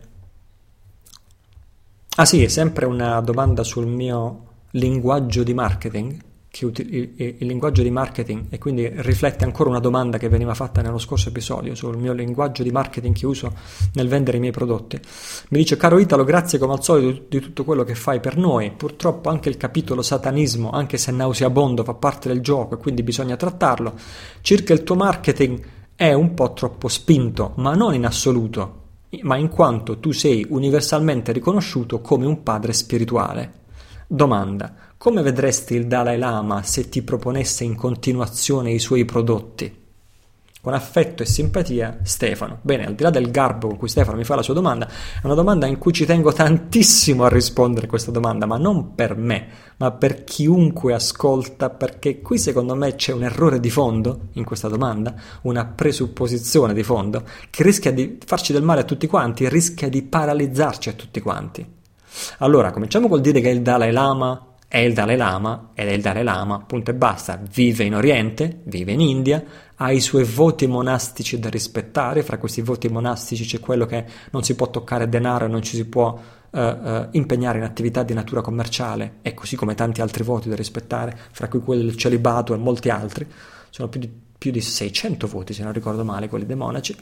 ah sì, è sempre una domanda sul mio linguaggio di marketing. che il linguaggio di marketing, e quindi riflette ancora una domanda che veniva fatta nello scorso episodio sul mio linguaggio di marketing che uso nel vendere i miei prodotti. Mi dice: caro Italo, grazie come al solito di tutto quello che fai per noi. Purtroppo anche il capitolo satanismo, anche se nauseabondo, fa parte del gioco e quindi bisogna trattarlo. Circa il tuo marketing è un po' troppo spinto, ma non in assoluto, ma in quanto tu sei universalmente riconosciuto come un padre spirituale. Domanda: come vedresti il Dalai Lama se ti proponesse in continuazione i suoi prodotti? Con affetto e simpatia, Stefano. Bene, al di là del garbo con cui Stefano mi fa la sua domanda, è una domanda in cui ci tengo tantissimo a rispondere a questa domanda, ma non per me, ma per chiunque ascolta, perché qui secondo me c'è un errore di fondo in questa domanda, una presupposizione di fondo, che rischia di farci del male a tutti quanti e rischia di paralizzarci a tutti quanti. Allora, cominciamo col dire che il Dalai Lama è il Dalai Lama ed è il Dalai Lama, punto e basta. Vive in Oriente, vive in India, ha i suoi voti monastici da rispettare. Fra questi voti monastici c'è quello che non si può toccare denaro e non ci si può impegnare in attività di natura commerciale, e così come tanti altri voti da rispettare, fra cui quello del celibato e molti altri. Sono più di 600 voti, se non ricordo male, quelli dei monaci.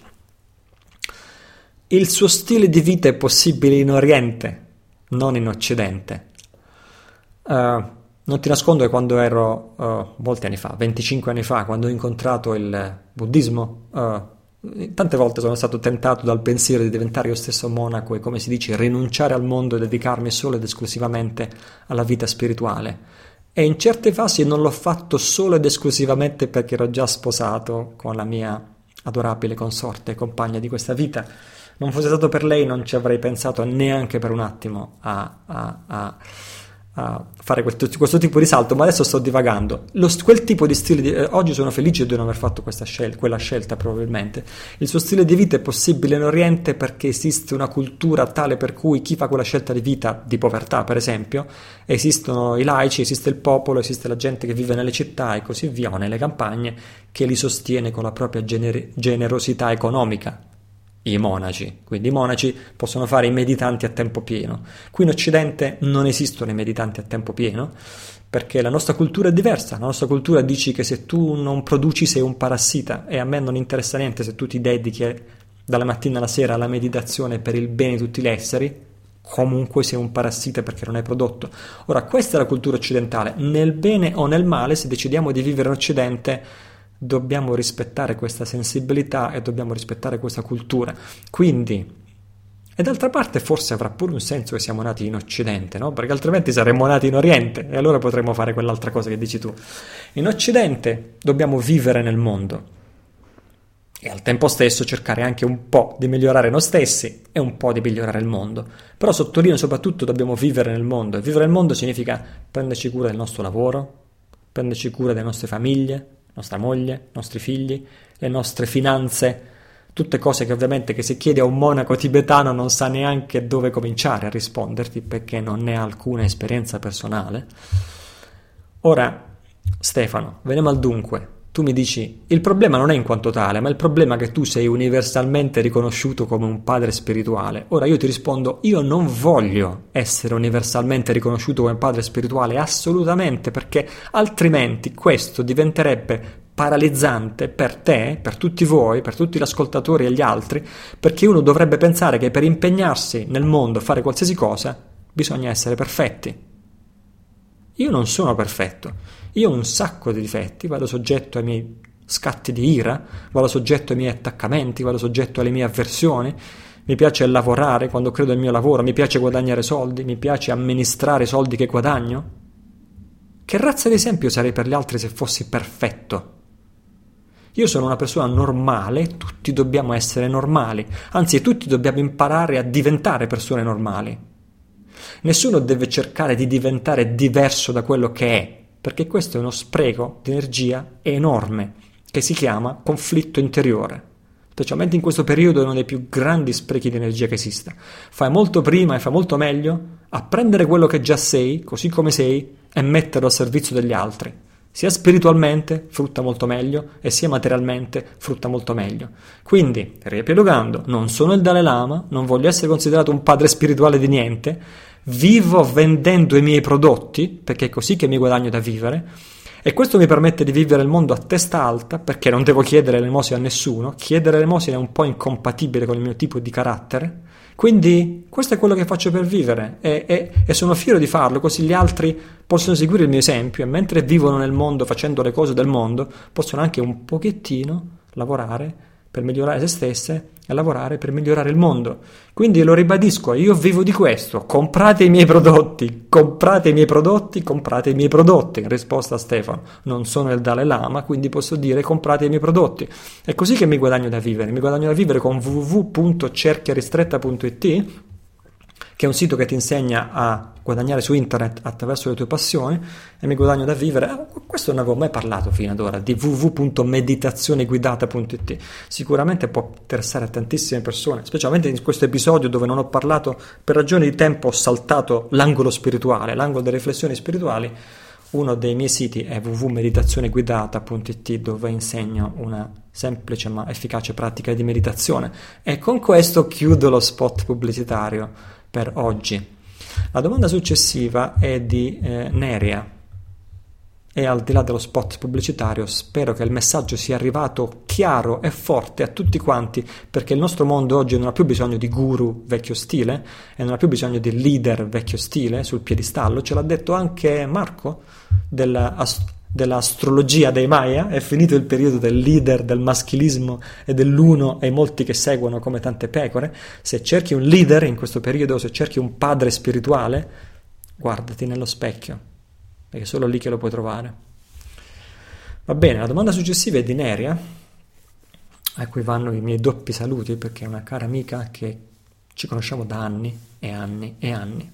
Il suo stile di vita è possibile in Oriente, non in Occidente. Non ti nascondo che quando ero molti anni fa, 25 anni fa, quando ho incontrato il buddismo, tante volte sono stato tentato dal pensiero di diventare io stesso monaco e, come si dice, rinunciare al mondo e dedicarmi solo ed esclusivamente alla vita spirituale. E in certe fasi non l'ho fatto solo ed esclusivamente perché ero già sposato con la mia adorabile consorte e compagna di questa vita. Non fosse stato per lei non ci avrei pensato neanche per un attimo a fare questo tipo di salto, ma adesso sto divagando. Quel tipo di stile oggi sono felice di non aver fatto quella scelta, probabilmente. Il suo stile di vita è possibile in Oriente perché esiste una cultura tale per cui chi fa quella scelta di vita, di povertà per esempio, esistono i laici, esiste il popolo, esiste la gente che vive nelle città e così via, o nelle campagne, che li sostiene con la propria generosità economica. I monaci, quindi i monaci possono fare i meditanti a tempo pieno. Qui in Occidente non esistono i meditanti a tempo pieno perché la nostra cultura è diversa. La nostra cultura dice che se tu non produci sei un parassita, e a me non interessa niente se tu ti dedichi dalla mattina alla sera alla meditazione per il bene di tutti gli esseri, comunque sei un parassita perché non hai prodotto. Ora, questa è la cultura occidentale. Nel bene o nel male, se decidiamo di vivere in Occidente, dobbiamo rispettare questa sensibilità e dobbiamo rispettare questa cultura. Quindi, e d'altra parte forse avrà pure un senso che siamo nati in Occidente, no? Perché altrimenti saremmo nati in Oriente e allora potremmo fare quell'altra cosa che dici tu. In Occidente dobbiamo vivere nel mondo e al tempo stesso cercare anche un po' di migliorare noi stessi e un po' di migliorare il mondo. Però sottolineo soprattutto dobbiamo vivere nel mondo, e vivere nel mondo significa prenderci cura del nostro lavoro, prenderci cura delle nostre famiglie, nostra moglie, nostri figli, le nostre finanze, tutte cose che ovviamente che se chiedi a un monaco tibetano non sa neanche dove cominciare a risponderti perché non ne ha alcuna esperienza personale. Ora, Stefano, veniamo al dunque. Tu mi dici, il problema non è in quanto tale, ma il problema è che tu sei universalmente riconosciuto come un padre spirituale. Ora io ti rispondo, io non voglio essere universalmente riconosciuto come padre spirituale, assolutamente, perché altrimenti questo diventerebbe paralizzante per te, per tutti voi, per tutti gli ascoltatori e gli altri, perché uno dovrebbe pensare che per impegnarsi nel mondo a fare qualsiasi cosa bisogna essere perfetti. Io non sono perfetto. Io ho un sacco di difetti, vado soggetto ai miei scatti di ira, vado soggetto ai miei attaccamenti, vado soggetto alle mie avversioni, mi piace lavorare quando credo al mio lavoro, mi piace guadagnare soldi, mi piace amministrare i soldi che guadagno. Che razza di esempio sarei per gli altri se fossi perfetto? Io sono una persona normale, tutti dobbiamo essere normali, anzi tutti dobbiamo imparare a diventare persone normali. Nessuno deve cercare di diventare diverso da quello che è, perché questo è uno spreco di energia enorme che si chiama conflitto interiore. Specialmente in questo periodo è uno dei più grandi sprechi di energia che esista. Fai molto prima e fai molto meglio a prendere quello che già sei, così come sei, e metterlo al servizio degli altri. Sia spiritualmente frutta molto meglio e sia materialmente frutta molto meglio. Quindi, riepilogando, non sono il Dalai Lama, non voglio essere considerato un padre spirituale di niente, vivo vendendo i miei prodotti, perché è così che mi guadagno da vivere, E questo mi permette di vivere il mondo a testa alta, perché non devo chiedere l'elemosina a nessuno. Chiedere l'elemosina è un po' incompatibile con il mio tipo di carattere. Quindi questo è quello che faccio per vivere e sono fiero di farlo, così gli altri possono seguire il mio esempio e mentre vivono nel mondo facendo le cose del mondo possono anche un pochettino lavorare per migliorare se stesse e lavorare per migliorare il mondo. Quindi lo ribadisco, io vivo di questo, comprate i miei prodotti, comprate i miei prodotti, comprate i miei prodotti. In risposta a Stefano, non sono il Dalai Lama, quindi posso dire comprate i miei prodotti. È così che mi guadagno da vivere con www.cerchiaristretta.it, che è un sito che ti insegna a guadagnare su internet attraverso le tue passioni, e mi guadagno da vivere. Questo non avevo mai parlato fino ad ora, di www.meditazioneguidata.it. Sicuramente può interessare a tantissime persone, specialmente in questo episodio dove non ho parlato, per ragioni di tempo ho saltato l'angolo spirituale, l'angolo delle riflessioni spirituali. Uno dei miei siti è www.meditazioneguidata.it, dove insegno una semplice ma efficace pratica di meditazione. E con questo chiudo lo spot pubblicitario per oggi. La domanda successiva è di Neria, e al di là dello spot pubblicitario spero che il messaggio sia arrivato chiaro e forte a tutti quanti, perché il nostro mondo oggi non ha più bisogno di guru vecchio stile e non ha più bisogno di leader vecchio stile sul piedistallo. Ce l'ha detto anche Marco dell'astrologia dei Maya. È finito il periodo del leader, del maschilismo e dell'uno e molti che seguono come tante pecore. Se cerchi un leader in questo periodo, se cerchi un padre spirituale, guardati nello specchio, perché è solo lì che lo puoi trovare. Va bene, la domanda successiva è di Neria, a cui vanno i miei doppi saluti, perché è una cara amica che ci conosciamo da anni e anni e anni.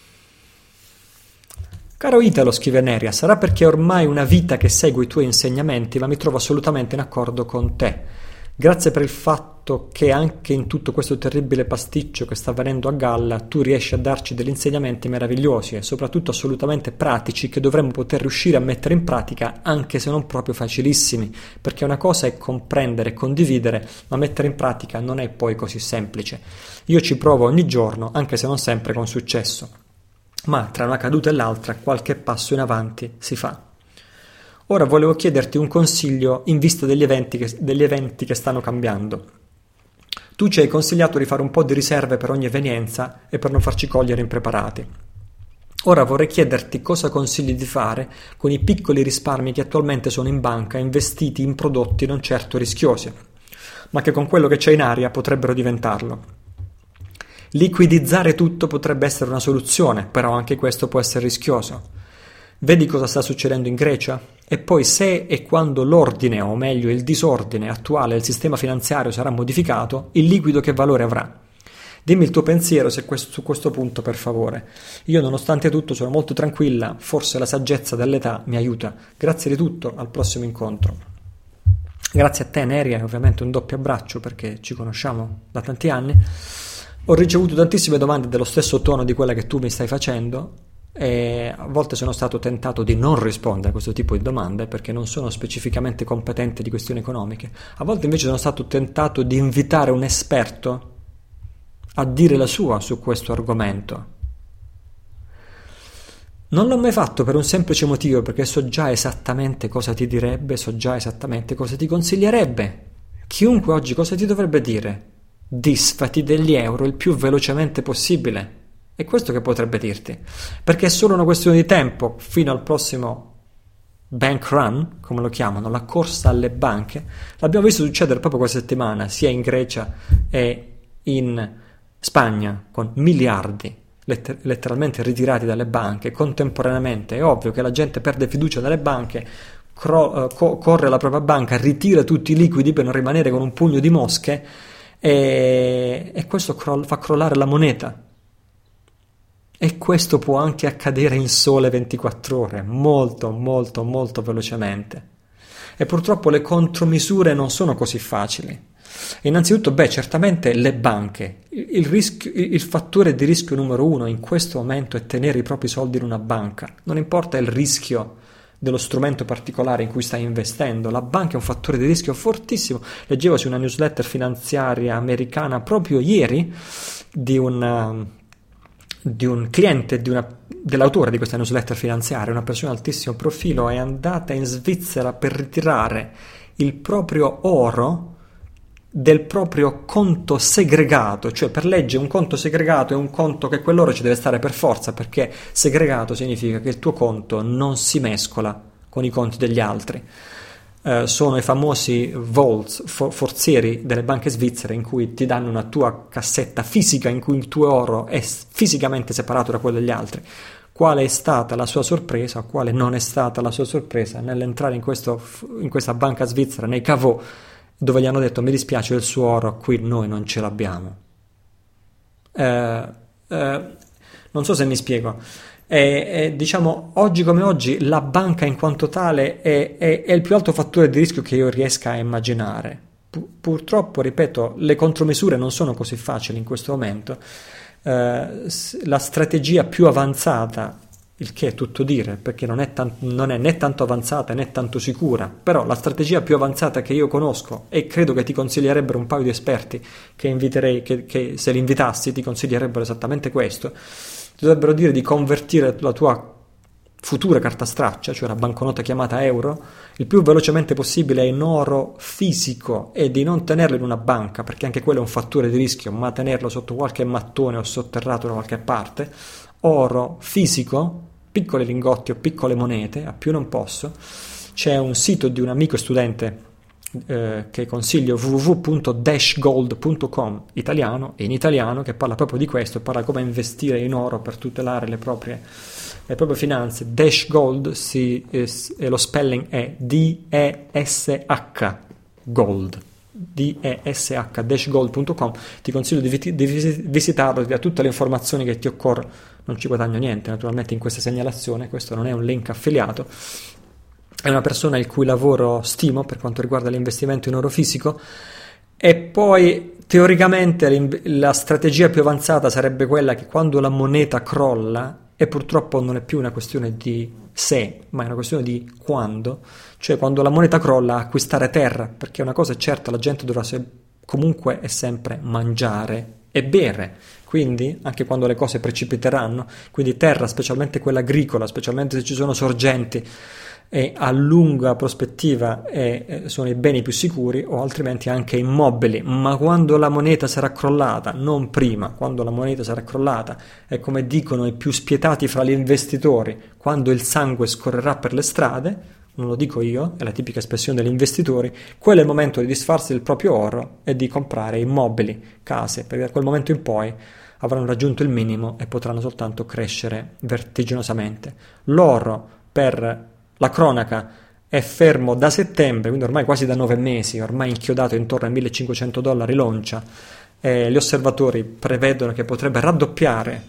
Caro Italo, scrive Neria, sarà perché è ormai una vita che seguo i tuoi insegnamenti, ma mi trovo assolutamente in accordo con te. Grazie per il fatto che anche in tutto questo terribile pasticcio che sta avvenendo a galla tu riesci a darci degli insegnamenti meravigliosi e soprattutto assolutamente pratici che dovremmo poter riuscire a mettere in pratica, anche se non proprio facilissimi, perché una cosa è comprendere e condividere, ma mettere in pratica non è poi così semplice. Io ci provo ogni giorno, anche se non sempre con successo. Ma tra una caduta e l'altra qualche passo in avanti si fa. Ora volevo chiederti un consiglio in vista degli eventi che stanno cambiando. Tu ci hai consigliato di fare un po' di riserve per ogni evenienza e per non farci cogliere impreparati. Ora vorrei chiederti cosa consigli di fare con i piccoli risparmi che attualmente sono in banca investiti in prodotti non certo rischiosi, ma che con quello che c'è in aria potrebbero diventarlo. Liquidizzare tutto potrebbe essere una soluzione, però anche questo può essere rischioso. Vedi cosa sta succedendo in Grecia? E poi se e quando l'ordine, o meglio il disordine attuale del sistema finanziario sarà modificato, il liquido che valore avrà? Dimmi il tuo pensiero su questo punto, per favore. Io nonostante tutto sono molto tranquilla, forse la saggezza dell'età mi aiuta. Grazie di tutto, al prossimo incontro. Grazie a te Neria, e ovviamente un doppio abbraccio perché ci conosciamo da tanti anni. Ho ricevuto tantissime domande dello stesso tono di quella che tu mi stai facendo e a volte sono stato tentato di non rispondere a questo tipo di domande perché non sono specificamente competente di questioni economiche. A volte invece sono stato tentato di invitare un esperto a dire la sua su questo argomento. Non l'ho mai fatto per un semplice motivo, perché so già esattamente cosa ti direbbe, so già esattamente cosa ti consiglierebbe. Chiunque oggi cosa ti dovrebbe dire? Disfati degli euro il più velocemente possibile. È questo che potrebbe dirti, perché è solo una questione di tempo fino al prossimo bank run, come lo chiamano, la corsa alle banche. L'abbiamo visto succedere proprio questa settimana, sia in Grecia e in Spagna, con miliardi letteralmente ritirati dalle banche contemporaneamente. È ovvio che la gente perde fiducia nelle banche, corre alla propria banca, ritira tutti i liquidi per non rimanere con un pugno di mosche e questo fa crollare la moneta. E questo può anche accadere in sole 24 ore, molto molto molto velocemente. E purtroppo le contromisure non sono così facili. Innanzitutto, certamente le banche. Il fattore di rischio numero uno in questo momento è tenere i propri soldi in una banca. Non importa il rischio dello strumento particolare in cui stai investendo, la banca è un fattore di rischio fortissimo. Leggevo su una newsletter finanziaria americana proprio ieri di un di un cliente dell'autore di questa newsletter finanziaria, una persona di altissimo profilo, è andata in Svizzera per ritirare il proprio oro del proprio conto segregato. Cioè, per legge un conto segregato è un conto che quell'oro ci deve stare per forza, perché segregato significa che il tuo conto non si mescola con i conti degli altri. Sono i famosi vaults, forzieri delle banche svizzere, in cui ti danno una tua cassetta fisica in cui il tuo oro è fisicamente separato da quello degli altri. Quale è stata la sua sorpresa, quale non è stata la sua sorpresa nell'entrare in questa banca svizzera, nei caveau, dove gli hanno detto: mi dispiace, il suo oro qui noi non ce l'abbiamo. Non so se mi spiego. Diciamo, oggi come oggi la banca in quanto tale è il più alto fattore di rischio che io riesca a immaginare. Purtroppo, ripeto, le contromisure non sono così facili in questo momento. La strategia più avanzata, il che è tutto dire, perché non è né tanto avanzata né tanto sicura, però la strategia più avanzata che io conosco, e credo che ti consiglierebbero un paio di esperti che inviterei, che se li invitassi ti consiglierebbero esattamente questo: ti dovrebbero dire di convertire la tua futura carta straccia, cioè la banconota chiamata euro, il più velocemente possibile in oro fisico, e di non tenerlo in una banca, perché anche quello è un fattore di rischio, ma tenerlo sotto qualche mattone o sotterrato da qualche parte. Oro fisico, piccoli lingotti o piccole monete, a più non posso. C'è un sito di un amico studente che consiglio, www.dashgold.com, in italiano, che parla proprio di questo, parla come investire in oro per tutelare le proprie finanze. Dash Gold, e lo spelling è D-E-S-H Gold, D-E-S-H, dashgold.com. Ti consiglio di visitarlo, ti dà tutte le informazioni che ti occorrono. Non ci guadagno niente naturalmente in questa segnalazione, questo non è un link affiliato. È una persona il cui lavoro stimo per quanto riguarda l'investimento in oro fisico. E poi teoricamente la strategia più avanzata sarebbe quella che quando la moneta crolla, e purtroppo non è più una questione di se, ma è una questione di quando, cioè quando la moneta crolla, acquistare terra, perché una cosa è certa: la gente dovrà comunque e sempre mangiare e bere, quindi anche quando le cose precipiteranno, quindi terra, specialmente quella agricola, specialmente se ci sono sorgenti, e a lunga prospettiva sono i beni più sicuri, o altrimenti anche immobili. Ma quando la moneta sarà crollata, non prima, quando la moneta sarà crollata, e come dicono i più spietati fra gli investitori, quando il sangue scorrerà per le strade, non lo dico io, è la tipica espressione degli investitori, quello è il momento di disfarsi del proprio oro e di comprare immobili, case, perché da quel momento in poi avranno raggiunto il minimo e potranno soltanto crescere vertiginosamente. L'oro, per la cronaca, è fermo da settembre, quindi ormai quasi da 9 mesi, ormai inchiodato intorno ai $1.500 l'oncia. Gli osservatori prevedono che potrebbe raddoppiare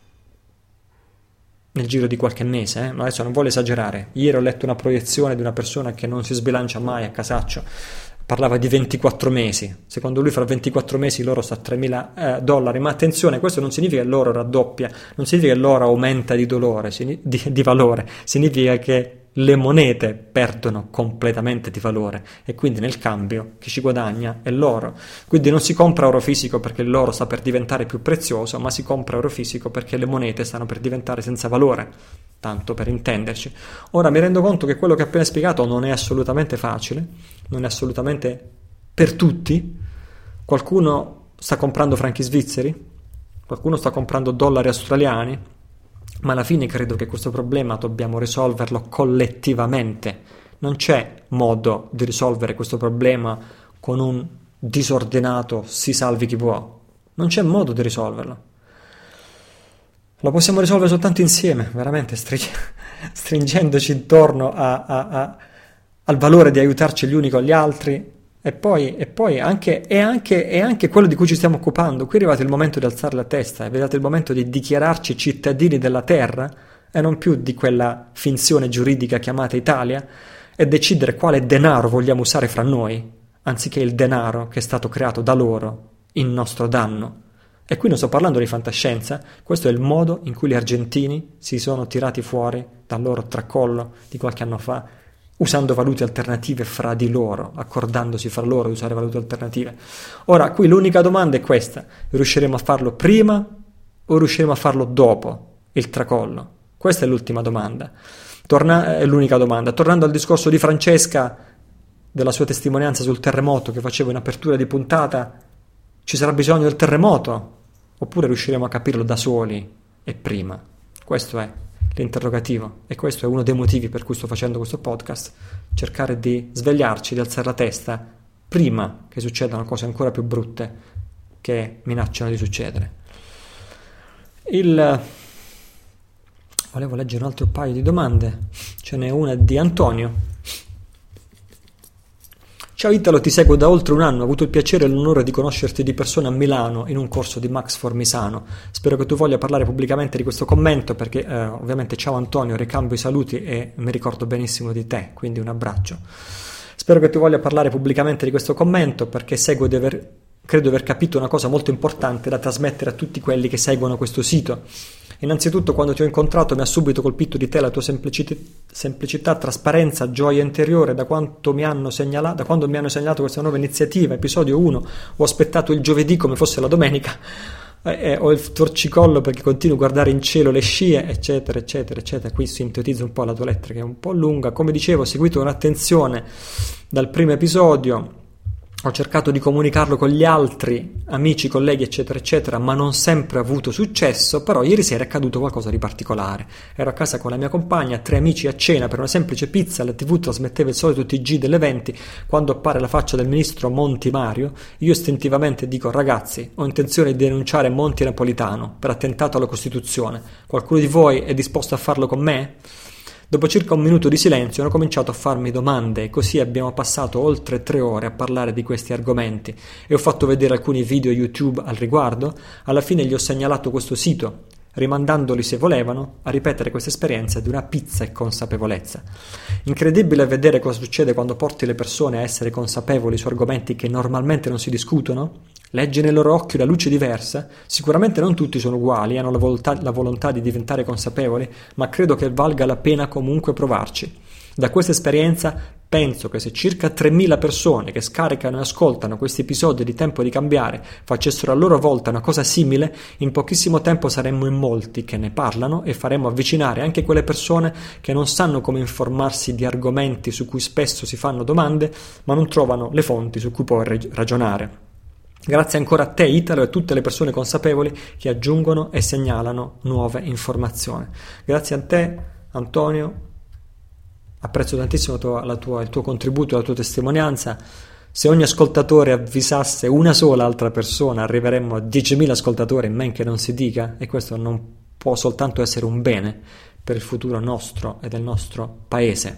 nel giro di qualche mese, ma adesso non voglio esagerare. Ieri ho letto una proiezione di una persona che non si sbilancia mai a casaccio, parlava di 24 mesi. Secondo lui fra 24 mesi l'oro sta a $3.000, ma attenzione, questo non significa che l'oro raddoppia, non significa che l'oro aumenta di valore, significa che le monete perdono completamente di valore, e quindi nel cambio chi ci guadagna è l'oro. Quindi non si compra oro fisico perché l'oro sta per diventare più prezioso, ma si compra oro fisico perché le monete stanno per diventare senza valore, tanto per intenderci. Ora mi rendo conto che quello che ho appena spiegato non è assolutamente facile, non è assolutamente per tutti. Qualcuno sta comprando franchi svizzeri, qualcuno sta comprando dollari australiani, ma alla fine credo che questo problema dobbiamo risolverlo collettivamente. Non c'è modo di risolvere questo problema con un disordinato si salvi chi può. Non c'è modo di risolverlo. Lo possiamo risolvere soltanto insieme, veramente stringendoci intorno al valore di aiutarci gli uni con gli altri. E poi anche quello di cui ci stiamo occupando. Qui è arrivato il momento di alzare la testa, è arrivato il momento di dichiararci cittadini della terra e non più di quella finzione giuridica chiamata Italia, e decidere quale denaro vogliamo usare fra noi, anziché il denaro che è stato creato da loro in nostro danno. E qui non sto parlando di fantascienza, questo è il modo in cui gli argentini si sono tirati fuori dal loro tracollo di qualche anno fa, usando valute alternative fra di loro, accordandosi fra loro di usare valute alternative. Ora, qui l'unica domanda è questa: riusciremo a farlo prima o riusciremo a farlo dopo il tracollo? Questa è l'ultima domanda. È l'unica domanda. Tornando al discorso di Francesca, della sua testimonianza sul terremoto che facevo in apertura di puntata, ci sarà bisogno del terremoto? Oppure riusciremo a capirlo da soli e prima? Questo è l'interrogativo e questo è uno dei motivi per cui sto facendo questo podcast, cercare di svegliarci, di alzare la testa prima che succedano cose ancora più brutte che minacciano di succedere. Volevo leggere un altro paio di domande, ce n'è una di Antonio. Ciao Italo, ti seguo da oltre un anno, ho avuto il piacere e l'onore di conoscerti di persona a Milano in un corso di Max Formisano. Spero che tu voglia parlare pubblicamente di questo commento perché ovviamente ciao Antonio, ricambio i saluti e mi ricordo benissimo di te, quindi un abbraccio. Spero che tu voglia parlare pubblicamente di questo commento perché credo di aver capito una cosa molto importante da trasmettere a tutti quelli che seguono questo sito. Innanzitutto, quando ti ho incontrato mi ha subito colpito di te la tua semplicità, trasparenza, gioia interiore. Da quando mi hanno segnalato questa nuova iniziativa, episodio 1, ho aspettato il giovedì come fosse la domenica, ho il torcicollo perché continuo a guardare in cielo le scie, eccetera, eccetera, eccetera. Qui sintetizzo un po' la tua lettera che è un po' lunga. Come dicevo, ho seguito con attenzione dal primo episodio. Ho cercato di comunicarlo con gli altri, amici, colleghi, eccetera, eccetera, ma non sempre ho avuto successo, però ieri sera è accaduto qualcosa di particolare. Ero a casa con la mia compagna, 3 amici a cena per una semplice pizza, la TV trasmetteva il solito TG delle 20, quando appare la faccia del ministro Monti Mario, io istintivamente dico, ragazzi, ho intenzione di denunciare Monti Napolitano per attentato alla Costituzione. Qualcuno di voi è disposto a farlo con me? Dopo circa un minuto di silenzio hanno cominciato a farmi domande e così abbiamo passato oltre 3 ore a parlare di questi argomenti e ho fatto vedere alcuni video YouTube al riguardo. Alla fine gli ho segnalato questo sito, rimandandoli se volevano a ripetere questa esperienza di una pizza e consapevolezza. Incredibile vedere cosa succede quando porti le persone a essere consapevoli su argomenti che normalmente non si discutono. Leggi nei loro occhi la luce diversa. Sicuramente non tutti sono uguali, hanno la volontà di diventare consapevoli, ma credo che valga la pena comunque provarci. Da questa esperienza penso che se circa 3.000 persone che scaricano e ascoltano questi episodi di Tempo di Cambiare facessero a loro volta una cosa simile, in pochissimo tempo saremmo in molti che ne parlano e faremmo avvicinare anche quelle persone che non sanno come informarsi di argomenti su cui spesso si fanno domande, ma non trovano le fonti su cui poi ragionare. Grazie ancora a te Italo e a tutte le persone consapevoli che aggiungono e segnalano nuove informazioni. Grazie a te Antonio, apprezzo tantissimo il tuo contributo, la tua testimonianza. Se ogni ascoltatore avvisasse una sola altra persona arriveremmo a 10.000 ascoltatori, men che non si dica, e questo non può soltanto essere un bene per il futuro nostro e del nostro paese.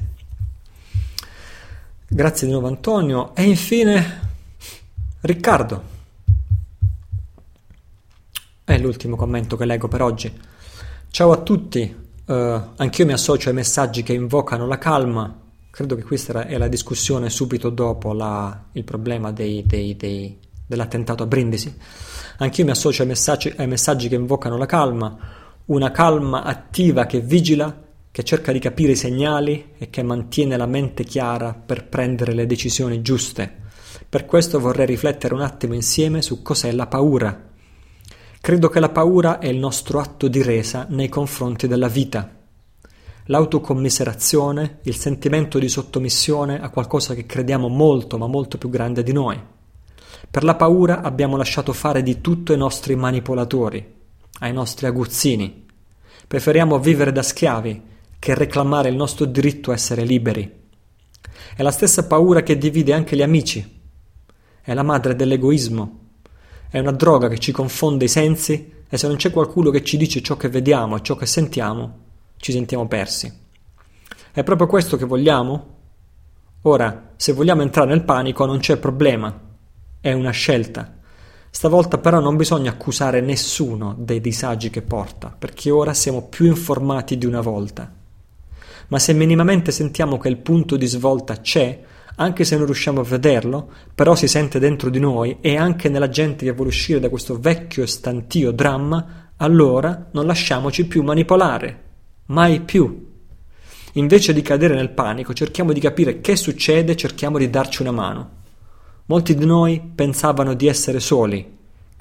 Grazie di nuovo Antonio e infine Riccardo. È l'ultimo commento che leggo per oggi. Ciao a tutti, anch'io mi associo ai messaggi che invocano la calma. Credo che questa è la discussione subito dopo il problema dell'attentato a Brindisi. Anch'io mi associo ai messaggi che invocano la calma, una calma attiva che vigila, che cerca di capire i segnali e che mantiene la mente chiara per prendere le decisioni giuste. Per questo vorrei riflettere un attimo insieme su cos'è la paura. Credo che la paura è il nostro atto di resa nei confronti della vita. L'autocommiserazione, il sentimento di sottomissione a qualcosa che crediamo molto ma molto più grande di noi. Per la paura abbiamo lasciato fare di tutto ai nostri manipolatori, ai nostri aguzzini. Preferiamo vivere da schiavi che reclamare il nostro diritto a essere liberi. È la stessa paura che divide anche gli amici. È la madre dell'egoismo. È una droga che ci confonde i sensi e se non c'è qualcuno che ci dice ciò che vediamo e ciò che sentiamo, ci sentiamo persi. È proprio questo che vogliamo? Ora, se vogliamo entrare nel panico non c'è problema, è una scelta. Stavolta però non bisogna accusare nessuno dei disagi che porta, perché ora siamo più informati di una volta. Ma se minimamente sentiamo che il punto di svolta c'è, anche se non riusciamo a vederlo, però si sente dentro di noi e anche nella gente che vuole uscire da questo vecchio e stantio dramma, allora non lasciamoci più manipolare. Mai più. Invece di cadere nel panico, cerchiamo di capire che succede e cerchiamo di darci una mano. Molti di noi pensavano di essere soli,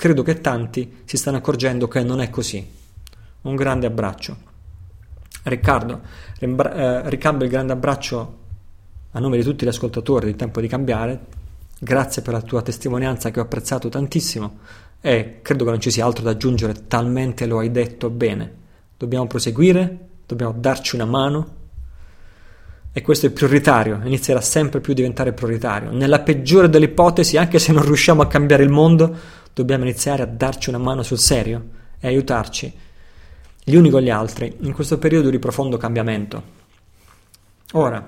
credo che tanti si stanno accorgendo che non è così. Un grande abbraccio. Riccardo, ricambio il grande abbraccio a nome di tutti gli ascoltatori di Tempo di Cambiare. Grazie per la tua testimonianza che ho apprezzato tantissimo e credo che non ci sia altro da aggiungere, talmente lo hai detto bene. Dobbiamo proseguire, dobbiamo darci una mano e questo è prioritario, inizierà sempre più a diventare prioritario. Nella peggiore delle ipotesi, anche se non riusciamo a cambiare il mondo, dobbiamo iniziare a darci una mano sul serio e aiutarci gli uni con gli altri in questo periodo di profondo cambiamento. Ora,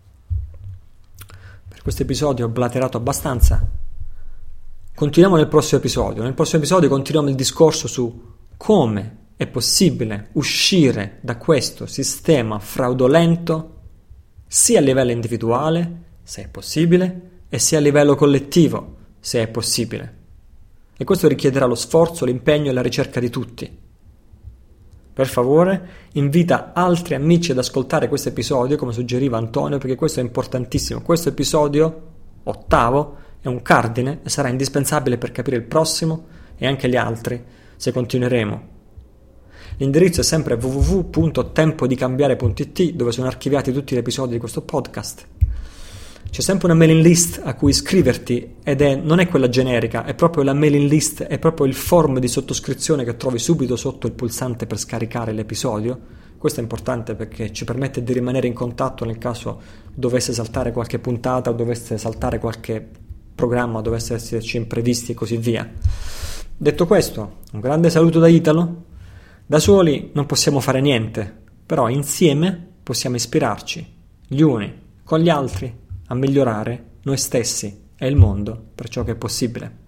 per questo episodio ho blaterato abbastanza. Continuiamo nel prossimo episodio. Nel prossimo episodio continuiamo il discorso su come è possibile uscire da questo sistema fraudolento sia a livello individuale, se è possibile, e sia a livello collettivo, se è possibile. E questo richiederà lo sforzo, l'impegno e la ricerca di tutti. Per favore, invita altri amici ad ascoltare questo episodio, come suggeriva Antonio, perché questo è importantissimo. Questo episodio, 8º, è un cardine e sarà indispensabile per capire il prossimo e anche gli altri, se continueremo. L'indirizzo è sempre www.tempodicambiare.it, dove sono archiviati tutti gli episodi di questo podcast. C'è sempre una mailing list a cui iscriverti ed non è quella generica, è proprio la mailing list, è proprio il form di sottoscrizione che trovi subito sotto il pulsante per scaricare l'episodio. Questo è importante perché ci permette di rimanere in contatto nel caso dovesse saltare qualche puntata o dovesse saltare qualche programma, dovesse esserci imprevisti e così via. Detto questo, un grande saluto da Italo. Da soli non possiamo fare niente, però insieme possiamo ispirarci, gli uni con gli altri, a migliorare noi stessi e il mondo per ciò che è possibile.